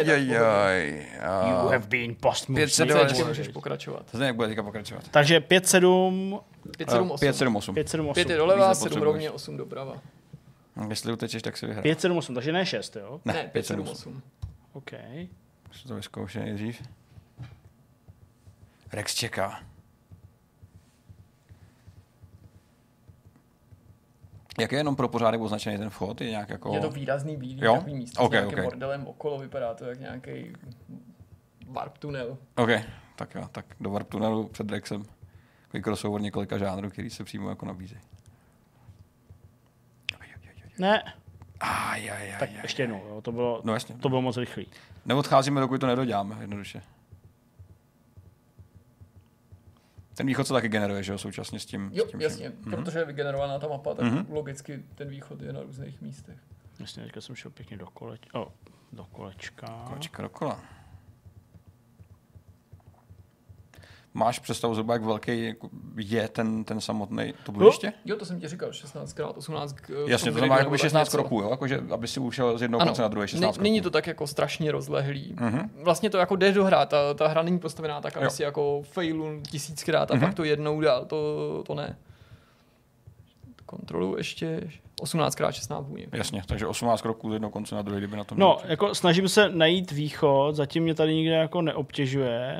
Speaker 1: You have been postmoved.
Speaker 3: Můžeš pokračovat.
Speaker 2: To jak bude teďka pokračovat.
Speaker 1: Takže 5, 7,
Speaker 2: 8.
Speaker 1: 5
Speaker 3: je doleva, 7 rovně, 8 doprava.
Speaker 2: Jestli utečeš, tak si vyhrál.
Speaker 1: 5, 7, 8, takže ne 6, jo?
Speaker 3: Ne, 5, 7, 8.
Speaker 1: OK.
Speaker 2: Musím to vyzkoušet nejdřív. Rex čeká. Jak je jenom pro pořádek označený ten vchod? Je nějak jako...
Speaker 3: Je to výrazný bílý takový místo s nějakým bordelem okolo, vypadá to jak nějaký warp tunel.
Speaker 2: OK, tak jo, tak do warp tunelu před Rexem. Takový crossover několika žánrů, který se přímo jako nabízejí.
Speaker 1: Ne.
Speaker 2: Tak
Speaker 1: ještě jednou, jo, to bylo,
Speaker 2: no jasně.
Speaker 1: To bylo moc rychlý.
Speaker 2: Neodcházíme, dokud to nedoděláme, jednoduše. Ten východ se taky generuje, že jo, současně s tím.
Speaker 3: Jo, s tím jasně, protože je vygenerovaná ta mapa, tak logicky ten východ je na různých místech.
Speaker 1: Jasně, teďka jsem šel pěkně do kolečka.
Speaker 2: Kolečka dokola. Máš představu zhruba, jak velký je ten samotný to bludiště?
Speaker 3: Jo, to jsem ti říkal, 16x18.
Speaker 2: Jasně, to znamená jakoby 16 kroků, jo? Jakože, aby si ušel z jednoho konce na druhé 16 kroků.
Speaker 3: Není to tak jako strašně rozlehlý. Vlastně to jako jdeš do hra, ta hra není postavená tak, aby si jako failul 1000krát a pak to jednou dál, to ne. kontrolu ještě 18x16 vůně.
Speaker 2: Jasně, takže 18 kroků z jednoho konce na druhý, kdyby na tom
Speaker 1: No, jako snažím se najít východ, zatím mě tady nikde jako neobtěžuje.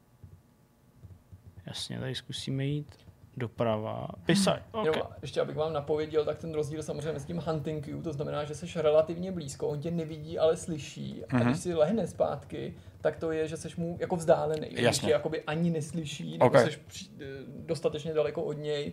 Speaker 1: Jasně, tady zkusíme jít doprava. Pisaj, okay.
Speaker 3: Jo, ještě abych vám napověděl, tak ten rozdíl samozřejmě mezi tím hunting queue, to znamená, že jsi relativně blízko, on tě nevidí, ale slyší. A když si lehne zpátky, tak to je, že jsi mu jako vzdálený. Když tě jakoby ani neslyší, nebo jsi dostatečně daleko od něj,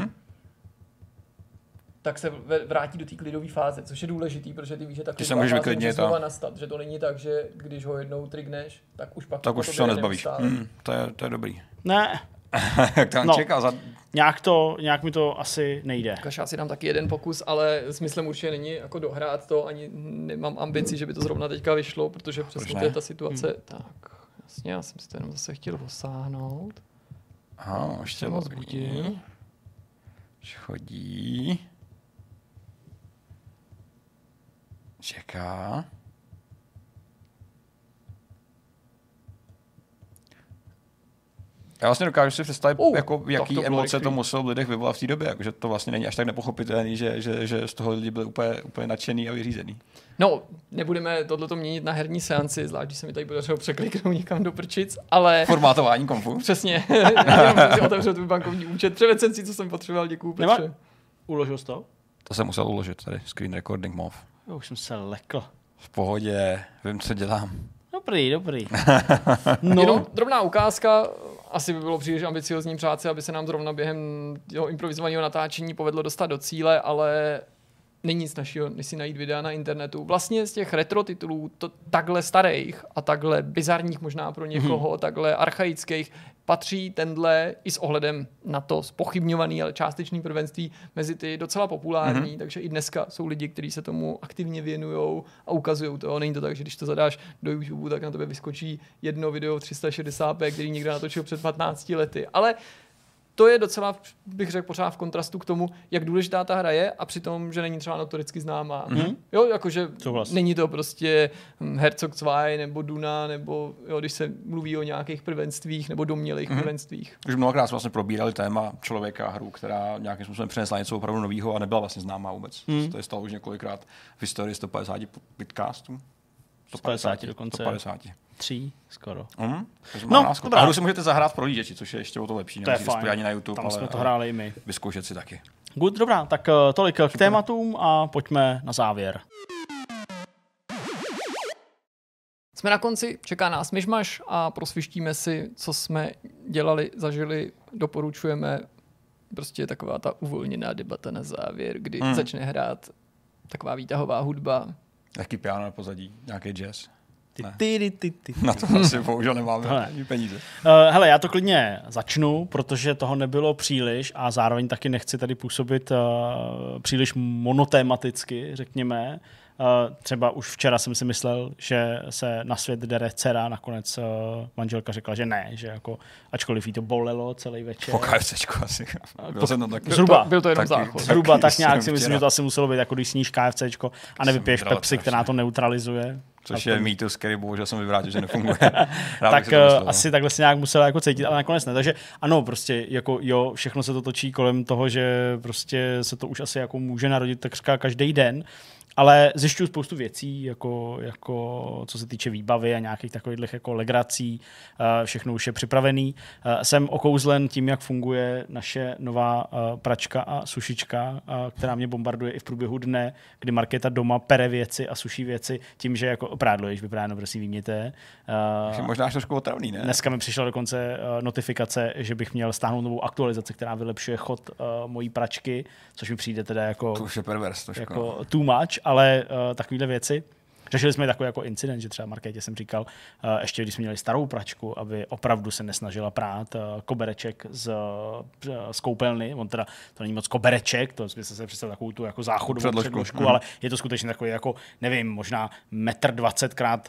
Speaker 3: tak se vrátí do té klidové fáze, což je důležitý, protože ty víš, že ta klidová fáze může znova nastat, že to není tak, že když ho jednou trigneš, tak už pak
Speaker 2: tak už to nezbavíš. To je dobrý.
Speaker 1: Ne.
Speaker 2: Jak tam čeká?
Speaker 1: Nějak mi to asi nejde.
Speaker 3: Já si dám taky jeden pokus, ale smyslem určitě není jako dohrát to, ani nemám ambici, že by to zrovna teďka vyšlo, protože přesně to je ta situace. Tak, jasně, já jsem si to jenom zase chtěl osáhnout.
Speaker 2: Aha, ještě moc budí. Chodí. Čeká. Já vlastně dokážu si představit, jako, jaký emoce to muselo v lidech vyvolat v té době, jakože to vlastně není až tak nepochopitelný, že z toho lidi byli úplně nadšený a vyřízený.
Speaker 3: No, nebudeme tohleto měnit na herní seanci, zvlášť, když se mi tady podařilo překliknout někam do prčic, ale...
Speaker 2: Formátování kompu.
Speaker 3: Přesně, jenom jsem si otevřel tvůj bankovní účet, převed si, co jsem potřeboval, děkuju, Petře.
Speaker 1: Uložil jsi to?
Speaker 2: To jsem musel uložit, tady screen recording mov.
Speaker 1: Jo, už jsem se lekl.
Speaker 2: V pohodě, vím, co dělám.
Speaker 1: Dobrý.
Speaker 3: No. Jenom drobná ukázka, asi by bylo příliš ambiciozní přát si, aby se nám zrovna během jeho improvizovaného natáčení povedlo dostat do cíle, ale není nic našeho, než si najít videa na internetu. Vlastně z těch retro titulů, takhle starých a takhle bizarních možná pro někoho, takhle archaických, patří tenhle i s ohledem na to zpochybňovaný, ale částečný prvenství mezi ty docela populární, takže i dneska jsou lidi, kteří se tomu aktivně věnujou a ukazují to. Není to tak, že když to zadáš do YouTube, tak na tebe vyskočí jedno video 360p, který někdo natočil před 15 lety. Ale to je docela, bych řekl, pořád v kontrastu k tomu, jak důležitá ta hra je a přitom, že není třeba notoricky známá. Jo, jakože není to prostě Herzog 2 nebo Duna, nebo jo, když se mluví o nějakých prvenstvích nebo domnělých prvenstvích.
Speaker 2: Už mnohokrát jsme vlastně probírali téma člověka a hru, která nějakým způsobem přinesla něco opravdu nového a nebyla vlastně známá vůbec. To je stalo už několikrát v historii 150 podcastů.
Speaker 1: 150 dokonce.
Speaker 2: 150.
Speaker 1: 3 skoro.
Speaker 2: No, a hru si můžete zahrát v prohlížeči, což je ještě o to lepší.
Speaker 1: To je fajn.
Speaker 2: Ani na YouTube,
Speaker 1: tam jsme to hráli i my.
Speaker 2: Vyzkoušet si taky.
Speaker 1: Good, dobrá, tak tolik k tématům a pojďme na závěr.
Speaker 3: Jsme na konci, čeká nás myšmaš a prosvištíme si, co jsme dělali, zažili, doporučujeme. Prostě taková ta uvolněná debata na závěr, kdy začne hrát taková výtahová hudba.
Speaker 2: Jaký piano na pozadí, nějaký jazz.
Speaker 1: Ty.
Speaker 2: Na to asi bohužel nemáme ani peníze.
Speaker 1: Hele, já to klidně začnu, protože toho nebylo příliš a zároveň taky nechci tady působit příliš monotématicky, řekněme. Třeba už včera jsem si myslel, že se na svět dere dcera, nakonec manželka řekla, že ne, že jako ačkoliv jí to bolelo celý večer.
Speaker 2: Po KFCčku asi.
Speaker 1: Byl
Speaker 3: to jenom záchod.
Speaker 1: Zhruba tak nějak si myslím, že to asi muselo být, jako když sníš KFCčko a nevypiješ Pepsi, která to neutralizuje.
Speaker 2: Což je mýtus, který bohužel jsem vyvrátil, že nefunguje.
Speaker 1: Tak asi takhle se nějak musela jako cítit, ale nakonec ne. Takže ano, prostě jako jo, všechno se to točí kolem toho, že prostě se to už asi jako může narodit takřka každý den. Ale zjišťuju spoustu věcí, jako co se týče výbavy a nějakých takových jako legrací, všechno už je připravený. Jsem okouzlen tím, jak funguje naše nová pračka a sušička, která mě bombarduje i v průběhu dne, kdy Markéta doma pere věci a suší věci tím, že jako prádlo, když vyprávno, prosím, vymějte.
Speaker 2: Možná trošku otravný, ne?
Speaker 1: Dneska mi přišla dokonce notifikace, že bych měl stáhnout novou aktualizaci, která vylepšuje chod mojí pračky, což mi přijde teda jako,
Speaker 2: to už je pervers,
Speaker 1: jako too much, ale takovéhle věci. Řešili jsme takový jako incident, že třeba Markétě jsem říkal, ještě když jsme měli starou pračku, aby opravdu se nesnažila prát kobereček z koupelny, on teda to není moc kobereček, to jsme se představili takovou tu jako záchodovou předložku, ale je to skutečně takový jako, nevím, možná 1,20 m krát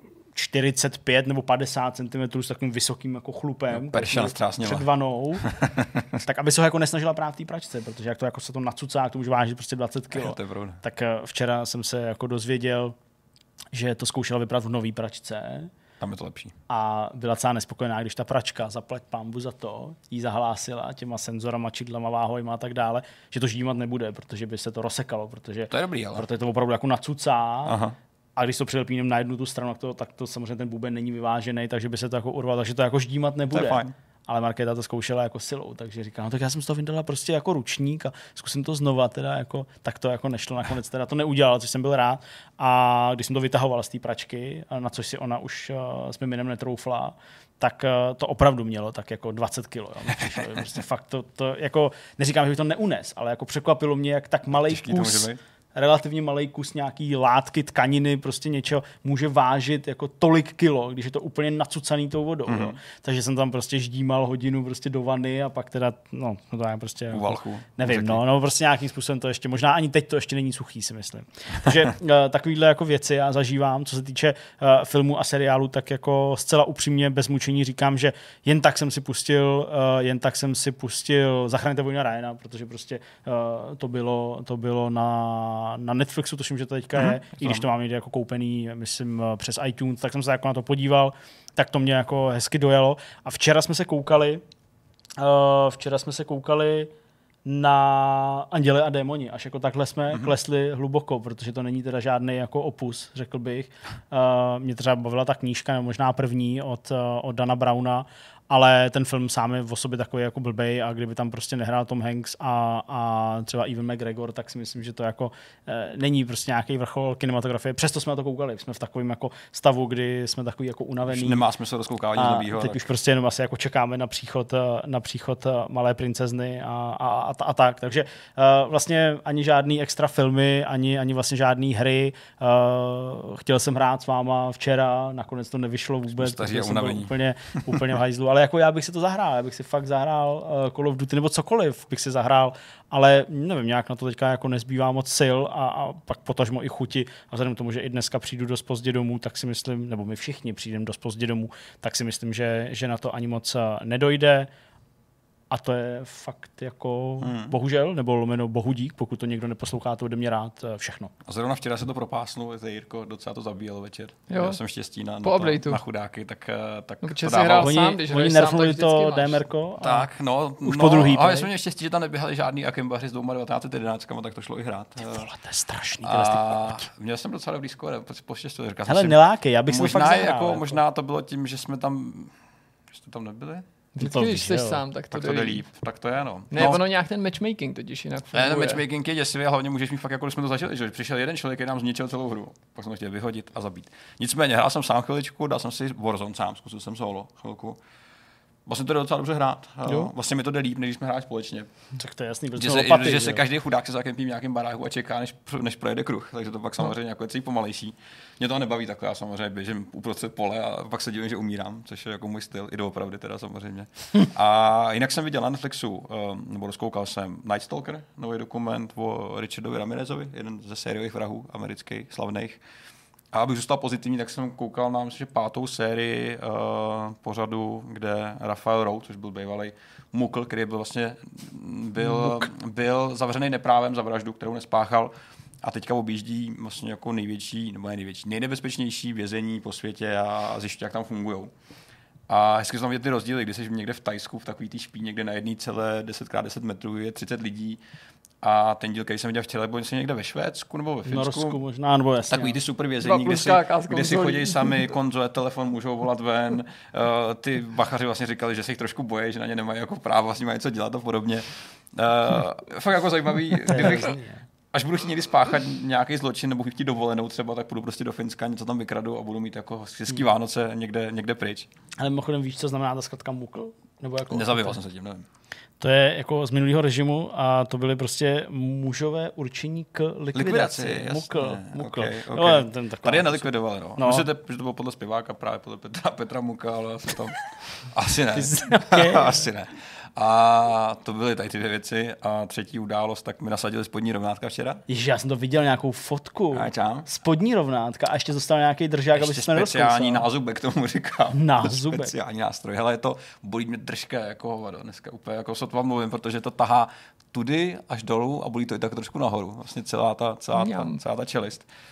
Speaker 1: 45 nebo 50 cm s takovým vysokým jako chlupem před vanou, tak aby se ho jako nesnažila prát v té pračce, protože jak to jako se to nacucá, to může vážit prostě 20 kg.
Speaker 2: Tak
Speaker 1: včera jsem se jako dozvěděl, že to zkoušela vyprat v nový pračce
Speaker 2: Tam je to lepší.
Speaker 1: A byla celá nespokojená, když ta pračka, zaplať pánbu za to, jí zahlásila těma senzorama, čidlama, váhojma a tak dále, že to ždímat nebude, protože by se to rozsekalo, protože
Speaker 2: to je dobrý, ale.
Speaker 1: Protože to opravdu jako nacucá.
Speaker 2: Aha.
Speaker 1: A když to přilepí na jednu tu stranu, tak to samozřejmě ten buben není vyvážený, takže by se to jako urval, takže to jako ždímat nebude.
Speaker 2: To je fajn.
Speaker 1: Ale Markéta to zkoušela jako silou, takže říká, no tak já jsem z toho vyndala prostě jako ručník a zkusím to znova, teda jako, tak to jako nešlo, nakonec teda to neudělala, což jsem byl rád. A když jsem to vytahoval z té pračky, na což si ona už s mým jinem netroufla, tak to opravdu mělo tak jako 20 kilo. Prostě fakt to jako, neříkám, že bych to neunes, ale jako překvapilo mě, jak tak malej kus, relativně malý kus nějaký látky, tkaniny, prostě něčeho může vážit jako tolik kilo, když je to úplně nacucaný tou vodou. Jo. Takže jsem tam prostě ždímal hodinu prostě do vany a pak teda, no to je prostě...
Speaker 2: U valchu.
Speaker 1: Nevím, no prostě nějakým způsobem to ještě, možná ani teď to ještě není suchý, si myslím. Takže takovýhle jako věci já zažívám, co se týče filmu a seriálu, tak jako zcela upřímně, bez mučení říkám, že jen tak jsem si pustil Zachraňte Vojna Ryana, protože prostě to bylo na Netflixu, tuším, že to teďka je, i když to mám někde jako koupený, myslím, přes iTunes, tak jsem se jako na to podíval, tak to mě jako hezky dojalo. A včera jsme se koukali na Anděle a démoni, až jako takhle jsme klesli hluboko, protože to není teda žádný jako opus, řekl bych. Mě třeba bavila ta knížka, nebo možná první od Dana Browna, ale ten film sám je v sobě takový jako blbej a kdyby tam prostě nehrál Tom Hanks a třeba Ewan McGregor, tak si myslím, že to jako není prostě nějaký vrchol kinematografie. Přesto jsme na to koukali. Jsme v takovém jako stavu, kdy jsme takový jako unavený.
Speaker 2: Už nemá smysl rozkoukávání novýho.
Speaker 1: Teď už prostě jenom asi jako čekáme na příchod Malé princezny a tak. Takže vlastně ani žádný extra filmy, ani vlastně žádný hry. Chtěl jsem hrát s váma včera, nakonec to nevyšlo vůbec, protože jsem byl úplně v hajzlu. Ale jako já bych si to zahrál, já bych si fakt zahrál Call of Duty nebo cokoliv bych si zahrál, ale nevím, nějak na to teďka jako nezbývá moc sil a pak potažmo i chuti a vzhledem k tomu, že i dneska přijdu dost pozdě domů, tak si myslím, nebo my všichni přijdeme dost pozdě domů, tak si myslím, že na to ani moc nedojde. A to je fakt jako bohužel, nebo lomeno bohudík, pokud to někdo neposlouchá, to ode mě rád všechno.
Speaker 2: A zrovna včera se to propásnul, Jirko, docela to zabíjel večer. Já jsem štěstí na chudáky, tak
Speaker 3: no, to dával.
Speaker 1: Oni nerfnuli to DMRko.
Speaker 2: Tak, no.
Speaker 1: Už po druhý.
Speaker 2: Ale jsme měli štěstí, že tam neběhali žádný akembaři s 1911, tak to šlo i hrát.
Speaker 1: Ty vole, to je strašný.
Speaker 2: Měl jsem docela dobrý skóre, po štěstí.
Speaker 1: Hele, nelákej, já bych si to fakt zahrál.
Speaker 2: Možná to bylo tím, že jsme tam nebyli.
Speaker 3: Vždycky, když jsi sám, tak to jde líp.
Speaker 2: Tak to je, no.
Speaker 3: Ne, ono nějak ten matchmaking totiž jinak funguje.
Speaker 2: Ten matchmaking je děsivý, hlavně můžeš mít fakt, jako jsme to zažili, že přišel jeden člověk, který nám zničil celou hru. Pak jsem to chtěl vyhodit a zabít. Nicméně, hrál jsem sám chviličku, dal jsem si Warzone sám, zkusil jsem solo chvilku. Vlastně to jde docela dobře hrát. Vlastně mi to jde líp, než jsme hráli společně.
Speaker 1: Tak to je jasný,
Speaker 2: protože se každý chudák se zakempí v nějakém baráku a čeká, než projede kruh. Takže to pak samozřejmě jako je celý pomalejší. Mě to nebaví takhle, já samozřejmě běžím uprostřed pole a pak se divím, že umírám, což je jako můj styl, i doopravdy teda samozřejmě. A jinak jsem viděl na Netflixu, nebo rozkoukal jsem Night Stalker, nový dokument o Richardovi Ramirezovi, jeden ze sériových vrahů amerických, slavných. A abych zůstal pozitivní, tak jsem koukal na myslím, 5. sérii pořadu, kde Rafael Rowe, což byl bývalý mukl, který byl zavřený neprávem za vraždu, kterou nespáchal a teďka objíždí vlastně jako nejnebezpečnější vězení po světě a zjišťuje, jak tam fungujou. A hezky jsou tam ty rozdíly, když jsi někde v Thajsku, v takový té špíně, kde na jedné celé 10x10 metrů je 30 lidí. A ten díl, který jsem viděl v těle, byl někde ve Švédsku nebo ve Finsku.
Speaker 1: Norsku možná, nebo jasně.
Speaker 2: Takový ty super vězení, kde si chodí sami, konzole, telefon, můžou volat ven. Ty bachaři vlastně říkali, že se jich trošku bojí, že na ně nemají jako právo, vlastně mají něco dělat a podobně. Fakt jako zajímavý, až budu chtít někdy spáchat nějaký zločin nebo chtít dovolenou třeba, tak půjdu prostě do Finska, něco tam vykradu a budu mít jako hezký Vánoce někde pryč.
Speaker 1: Ale mimochodem víš, co znamená ta zkratka mukl? Nebo jako
Speaker 2: nezabýval jsem se tím, nevím.
Speaker 1: To je jako z minulého režimu a to byly prostě mužové určení k likvidaci. Mukl.
Speaker 2: Okay. No, tady je nelikvidovali, no. Myslíte, že to bylo podle zpěváka právě podle Petra Muka, ale asi to... Asi ne. Asi ne. A to byly tady ty dvě věci. A třetí událost, tak mi nasadili spodní rovnátka včera.
Speaker 1: Ježiš, já jsem to viděl, nějakou fotku. Spodní rovnátka a ještě dostal nějaký držák, aby se nerozkousal.
Speaker 2: Speciální názubek, tomu říkám.
Speaker 1: Názubek.
Speaker 2: Speciální nástroj. Hele, to bolí mě držka jako hovado. Dneska úplně jako sotva mluvím, protože to tahá tudy až dolů a bolí to i tak trošku nahoru. Vlastně celá ta čelist.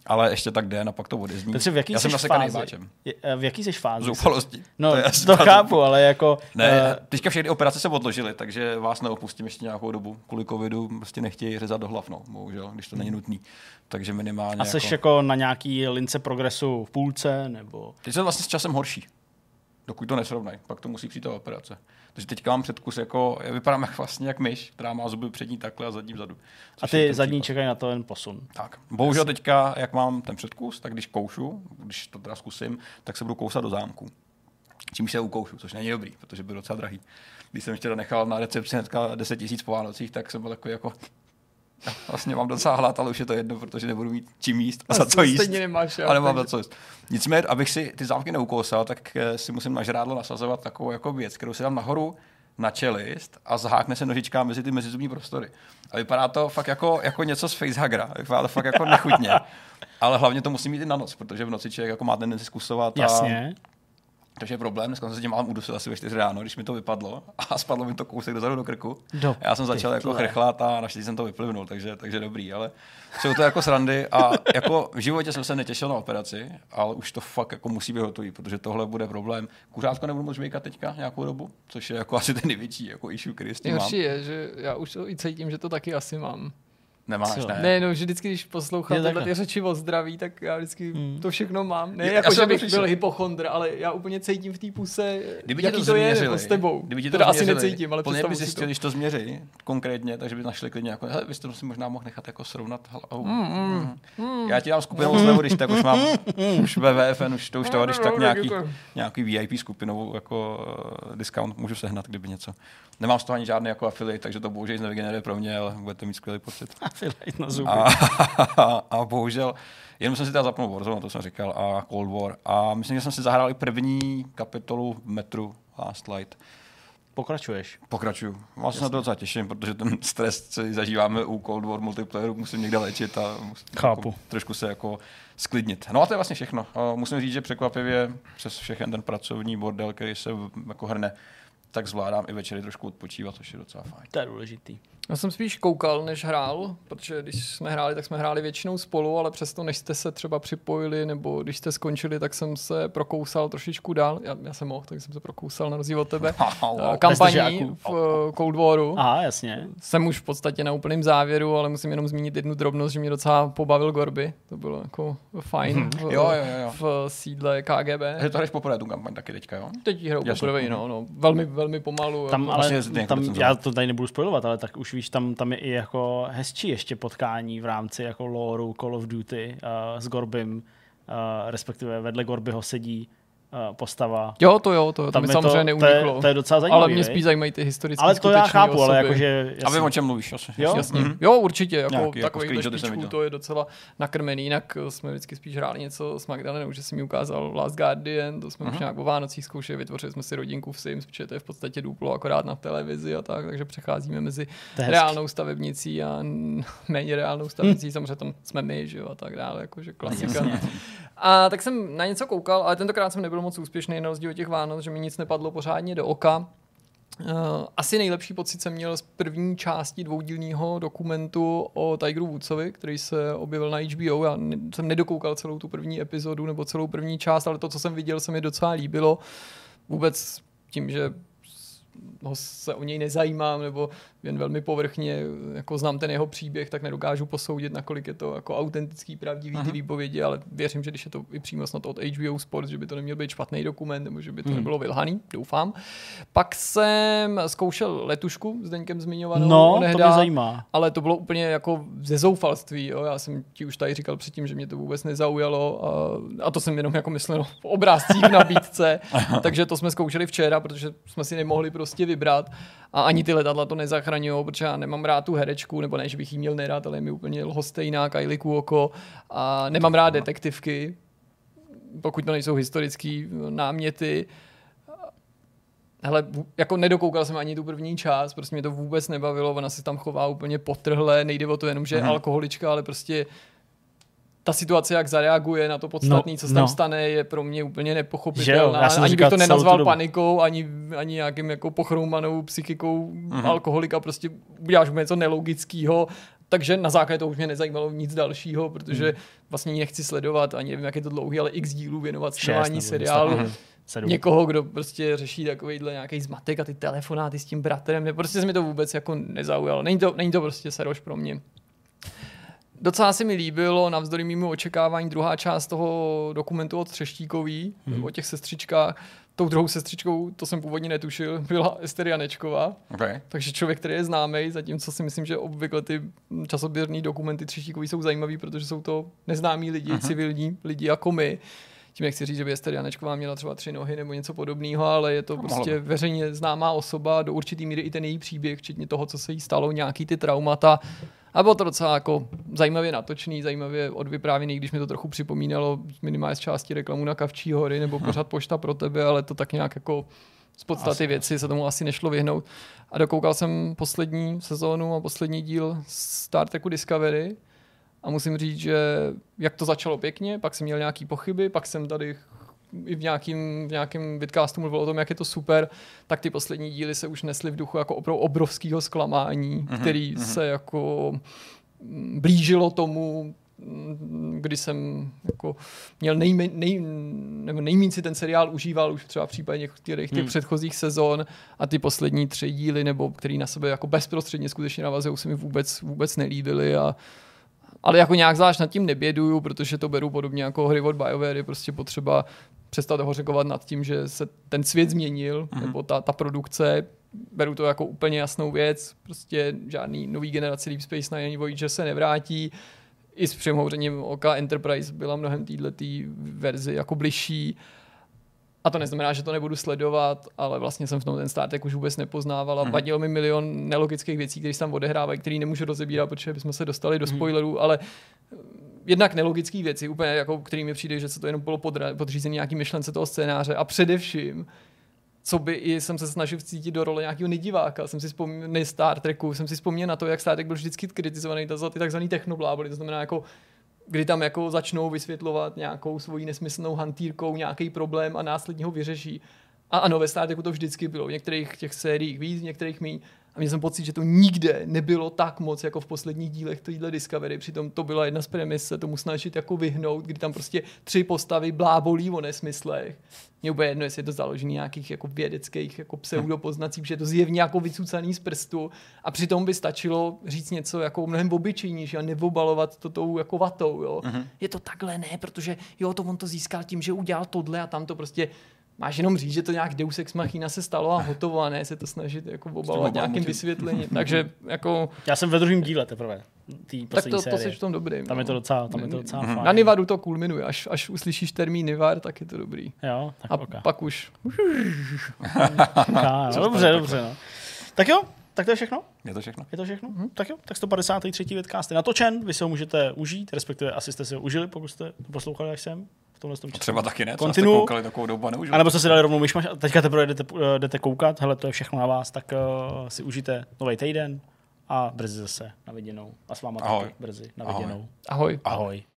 Speaker 2: ale ještě tak den a pak to odezní.
Speaker 1: Petře, v jaký
Speaker 2: Já jsem
Speaker 1: seš
Speaker 2: nasekaný
Speaker 1: fázi?
Speaker 2: báčem.
Speaker 1: V jaký seš fázi?
Speaker 2: Zoufalosti.
Speaker 1: No, to chápu, ale jako...
Speaker 2: Ne, teďka všechny operace se odložily, takže vás neopustím ještě nějakou dobu. Kvůli covidu prostě nechtějí řezat do hlav, no, bohužel, když to není nutný. Takže minimálně.
Speaker 1: A seš jako na nějaký lince progresu v půlce, nebo...
Speaker 2: Teď se vlastně s časem horší. Dokud to nesrovnají, pak to musí přijít ta operace. Takže teďka mám předkus, jako, vypadám vlastně jak myš, která má zuby přední takhle a zadní vzadu.
Speaker 1: A ty zadní čekají na to jen posun.
Speaker 2: Tak. Bohužel teďka, jak mám ten předkus, tak když koušu, když to teda zkusím, tak se budu kousat do zámku. Čímž se ukoušu, což není dobrý, protože byl docela drahý. Když jsem ještě nechal na recepci hnedka 10 000 po Vánocích, tak jsem byl takový jako... Vlastně mám docela hlad, ale už je to jedno, protože nebudu mít čím jíst a za co jíst.
Speaker 3: Nemáš,
Speaker 2: a nemám za co jíst. Nicméně, abych si ty zámky neukousal, tak si musím na žrádlo nasazovat takovou jako věc, kterou si dám nahoru na čelist a zahákne se nožička mezi ty mezizubní prostory. A vypadá to fakt jako něco z facehuggera. Vypadá to fakt jako nechutně. Ale hlavně to musí mít i na noc, protože v noci člověk jako má tendenci zkusovat.
Speaker 1: Jasně.
Speaker 2: Takže je problém, dneska jsem se tím málem udusil asi ve 4 ráno, když mi to vypadlo a spadlo mi to kousek dozadu do krku. Já jsem začal jako chrchlat a naštěstí jsem to vyplivnul, takže dobrý, ale jsou to jako srandy a jako v životě jsem se netěšil na operaci, ale už to fakt jako musí být hotový, protože tohle bude problém. Kuřátko nebudu moc žvejkat teďka nějakou dobu, což je jako asi ten největší jako issue, který s tím mám.
Speaker 3: Nejhorší je, že já už to i cítím, že to taky asi mám.
Speaker 2: Nemáš, ne?
Speaker 3: Ne, no, že vždycky, když poslouchám tyhle ty řeči o zdraví, tak já vždycky to všechno mám. Ne, jako, že bych byl hypochondr, ale já úplně cítím v té puse, jaký to je jako s tebou.
Speaker 2: Kdyby ti to
Speaker 3: teda asi necítím, ale
Speaker 2: plně by zjistil, když to změří konkrétně, takže by našli klidně jako, hele, vy jste si možná mohl nechat jako srovnat hlavu. Já ti dám skupinovou slevu, když tak už mám už VVFN, už to když tak nějaký VIP skupinovou jako discount můžu sehnat, kdyby něco. Nemám z toho ani žádný jako affiliate, takže to bohužel nevygeneruje pro mě, ale budete mít skvělý pocit.
Speaker 1: Affiliate na zuby.
Speaker 2: A bohužel, jenom jsem si teda zapnul Warzone, to jsem říkal, a Cold War. A myslím, že jsem si zahrál i první kapitolu Metru Last Light.
Speaker 1: Pokračuju.
Speaker 2: Vlastně se na to docela těším, protože ten stres, co zažíváme u Cold War multiplayeru, musím někde léčit a
Speaker 1: chápu.
Speaker 2: Trošku se jako sklidnit. No a to je vlastně všechno. Musím říct, že překvapivě přes všechen ten pracovní bordel, který se jako hrne, tak zvládám i večery trošku odpočívat, což je docela fajn.
Speaker 1: To je důležitý.
Speaker 3: Já jsem spíš koukal, než hrál, protože když jsme hráli, tak jsme hráli většinou spolu, ale přesto, než jste se třeba připojili, nebo když jste skončili, tak jsem se prokousal trošičku dál. Já jsem mohl, tak jsem se prokousal na rozdíl od tebe. Kampaní v Cold Waru.
Speaker 1: Aha, jasně.
Speaker 3: Jsem už v podstatě na úplném závěru, ale musím jenom zmínit jednu drobnost, že mě docela pobavil Gorby. To bylo jako fajn v sídle KGB.
Speaker 2: Je to hraješ poprvé tu kampaň taky teďka, jo?
Speaker 3: Teď hraju poprvé, no. Velmi pomalu.
Speaker 1: Tam,
Speaker 3: jako.
Speaker 1: ale, tam já to tady nebudu spoilovat, ale tak už víš, tam je i jako hezčí ještě potkání v rámci jako lore Call of Duty s Gorbym, respektive vedle Gorbyho sedí postava.
Speaker 3: Jo, to mi samozřejmě neuniklo.
Speaker 1: To je docela zajímavé.
Speaker 3: Ale mě spíš zajímají ty historické
Speaker 1: ale to já chápu,
Speaker 3: osoby.
Speaker 1: ale jakože...
Speaker 2: A vím, o čem mluvíš asi.
Speaker 1: Jo?
Speaker 3: Jasně. Jo, určitě. Jako takových
Speaker 2: jako
Speaker 3: špičků to je docela nakrmený. Jinak jsme vždycky spíš hráli něco s Magdalenou, že si mi ukázal Last Guardian, to jsme už nějak o Vánocích zkoušeli, vytvořili jsme si rodinku v Sims, protože to je v podstatě duplo akorát na televizi a tak, takže přecházíme mezi reálnou stavebnicí a méně reálnou stavebnicí, samozřejmě tam jsme my, že jo, a tak dále, jakože klasika. A tak jsem na něco koukal, ale tentokrát jsem nebyl moc úspěšný na rozdíl od těch Vánoc, že mi nic nepadlo pořádně do oka. Asi nejlepší pocit jsem měl z první části dvoudílného dokumentu o Tigeru Woodsovi, který se objevil na HBO. Já jsem nedokoukal celou tu první epizodu nebo celou první část, ale to, co jsem viděl, se mi docela líbilo. Vůbec tím, že se o něj nezajímám, nebo jen velmi povrchně jako znám ten jeho příběh, tak nedokážu posoudit, nakolik je to jako autentický, pravdivý ty výpovědi, ale věřím, že když je to i přímo snad od HBO Sports, že by to neměl být špatný dokument, nebo že by to nebylo vylhaný, doufám. Pak jsem zkoušel Letušku s Deňkem zmiňovanou onehda,
Speaker 1: to mě zajímá.
Speaker 3: Ale to bylo úplně jako ze zoufalství. Jo? Já jsem ti už tady říkal předtím, že mě to vůbec nezaujalo a to jsem jenom jako myslel v obrázcích v nabídce, takže to jsme zkoušeli včera, protože jsme si nemohli prostě vybrat a ani ty letadla to nezachraňují, protože já nemám rád tu herečku, nebo ne, že bych jí měl nerad, ale je mi úplně lhostejná, Kylie Cuoco a nemám rád detektivky, pokud to nejsou historický náměty. Hele, jako nedokoukal jsem ani tu první část, prostě mě to vůbec nebavilo, ona se tam chová úplně potrhle, nejde o to jenom, že je alkoholička, ale prostě ta situace, jak zareaguje na to podstatné, co se tam stane, je pro mě úplně nepochopitelná. Ani bych to nenazval panikou, ani nějakým jako pochroumanou psychikou alkoholika. Prostě uděláš mu něco nelogického, Takže na základě toho už mě nezajímalo nic dalšího, protože vlastně nechci sledovat, ani nevím, jak je to dlouhý, ale x dílů věnovat sledování seriálu. Někoho, kdo prostě řeší takovýhle nějaký zmatek a ty telefonáty s tím bratrem, prostě se mi to vůbec jako nezaujalo. Není to prostě seroš pro mě. Docela se mi líbilo, navzdory mému očekávání, druhá část toho dokumentu od Třeštíkový, o těch sestřičkách. Tou druhou sestřičkou, to jsem původně netušil, byla Ester Janečková.
Speaker 2: Okay.
Speaker 3: Takže člověk, který je známý, zatímco si myslím, že obvykle ty časopěrný dokumenty Třeštíkový jsou zajímavý, protože jsou to neznámí lidi, civilní lidi jako my. Tím nechci říct, že by Ester Janečková měla třeba 3 nohy nebo něco podobného, ale je to prostě veřejně známá osoba, do určitý míry i ten její příběh, včetně toho, co se jí stalo, nějaký ty traumata. A bylo to docela jako zajímavě natočený, zajímavě odvyprávěný, když mi to trochu připomínalo minimálně z části reklamu na Kavčí hory nebo pořád Pošta pro tebe, ale to tak nějak jako z podstaty věci se tomu asi nešlo vyhnout. A dokoukal jsem poslední sezónu a poslední díl Star Treku Discovery a musím říct, že jak to začalo pěkně, pak jsem měl nějaký pochyby, pak jsem tady i v nějakém vidcastu mluvil o tom, jak je to super, tak ty poslední díly se už nesly v duchu jako opravdu obrovského zklamání, který se jako blížilo tomu, kdy jsem jako měl nejméně si ten seriál užíval už třeba v případě některých těch předchozích sezon a ty poslední 3 díly, nebo který na sebe jako bezprostředně skutečně navazují, se mi vůbec nelíbily ale jako nějak zvlášť nad tím neběduju, protože to beru podobně jako hry od BioWare, je prostě potřeba přestat hořekovat nad tím, že se ten svět změnil, nebo ta produkce, beru to jako úplně jasnou věc, prostě žádný nový generace Deep Space Nine ani Voyager se nevrátí, i s přemhouřením oka Enterprise byla mnohem této verzi jako bližší. A to neznamená, že to nebudu sledovat, ale vlastně jsem v tom ten Star Trek už vůbec nepoznával a vadilo mi milion nelogických věcí, které se tam odehrávají, které nemůžu rozebírat, protože bychom se dostali do spoilerů, ale jednak nelogické věci, úplně jako který mi přijde, že se to jenom bylo podřízené nějaký myšlence toho scénáře a především co by i jsem se snažil vcítit do role nějakého nediváka. Jsem si vzpomněl Star Treku, jsem si vzpomněl na to, jak Star Trek byl vždycky kritizovaný za ty takzvaný technobláboli, to znamená jako kdy tam jako začnou vysvětlovat nějakou svoji nesmyslnou hantýrkou nějaký problém a následně ho vyřeší. A ano, ve Star Treku to vždycky bylo. V některých těch sériích víc, v některých míň. A měl jsem pocit, že to nikde nebylo tak moc, jako v posledních dílech téhle Discovery. Přitom to byla jedna z premis se tomu snažit jako vyhnout, kdy tam prostě 3 postavy blábolí o nesmyslech. Mně úplně jedno, jestli je to založený nějakých jako vědeckých jako pseudopoznacích, že je to zjevně jako vycucaný z prstu. A přitom by stačilo říct něco jako mnohem obyčejnější a neobalovat to tou jako vatou. Jo. Je to takhle, ne, protože jo, to on to získal tím, že udělal tohle a tam to prostě máš jenom říct, že to nějak Deus Ex Machina se stalo a hotovo, a ne se to snažit jako obalovat nějakým vysvětlením. Takže jako...
Speaker 1: Já jsem ve druhém díle teprve.
Speaker 3: Tak to jsi v tom dobrý.
Speaker 1: Tam je to docela fajn.
Speaker 3: Na Nivaru to kulminuje. Až uslyšíš termín Nivar, tak je to dobrý.
Speaker 1: Jo, tak
Speaker 3: a pak už...
Speaker 1: Dobře. No. Tak jo, tak to je všechno?
Speaker 2: Je to všechno.
Speaker 1: Tak jo, tak 153. vidcast je natočen, vy si ho můžete užít, respektive asi jste si ho užili, pokud jste to poslouchali, jak jsem.
Speaker 2: Třeba taky ne, co jste koukali takovou dobu a neužili.
Speaker 1: A nebo jste si dali rovnou myšmaš a teďka teprve jdete koukat, hele, to je všechno na vás, tak si užijte nový týden a brzy zase na viděnou. A s váma taky brzy na viděnou.
Speaker 3: Ahoj.
Speaker 1: Ahoj.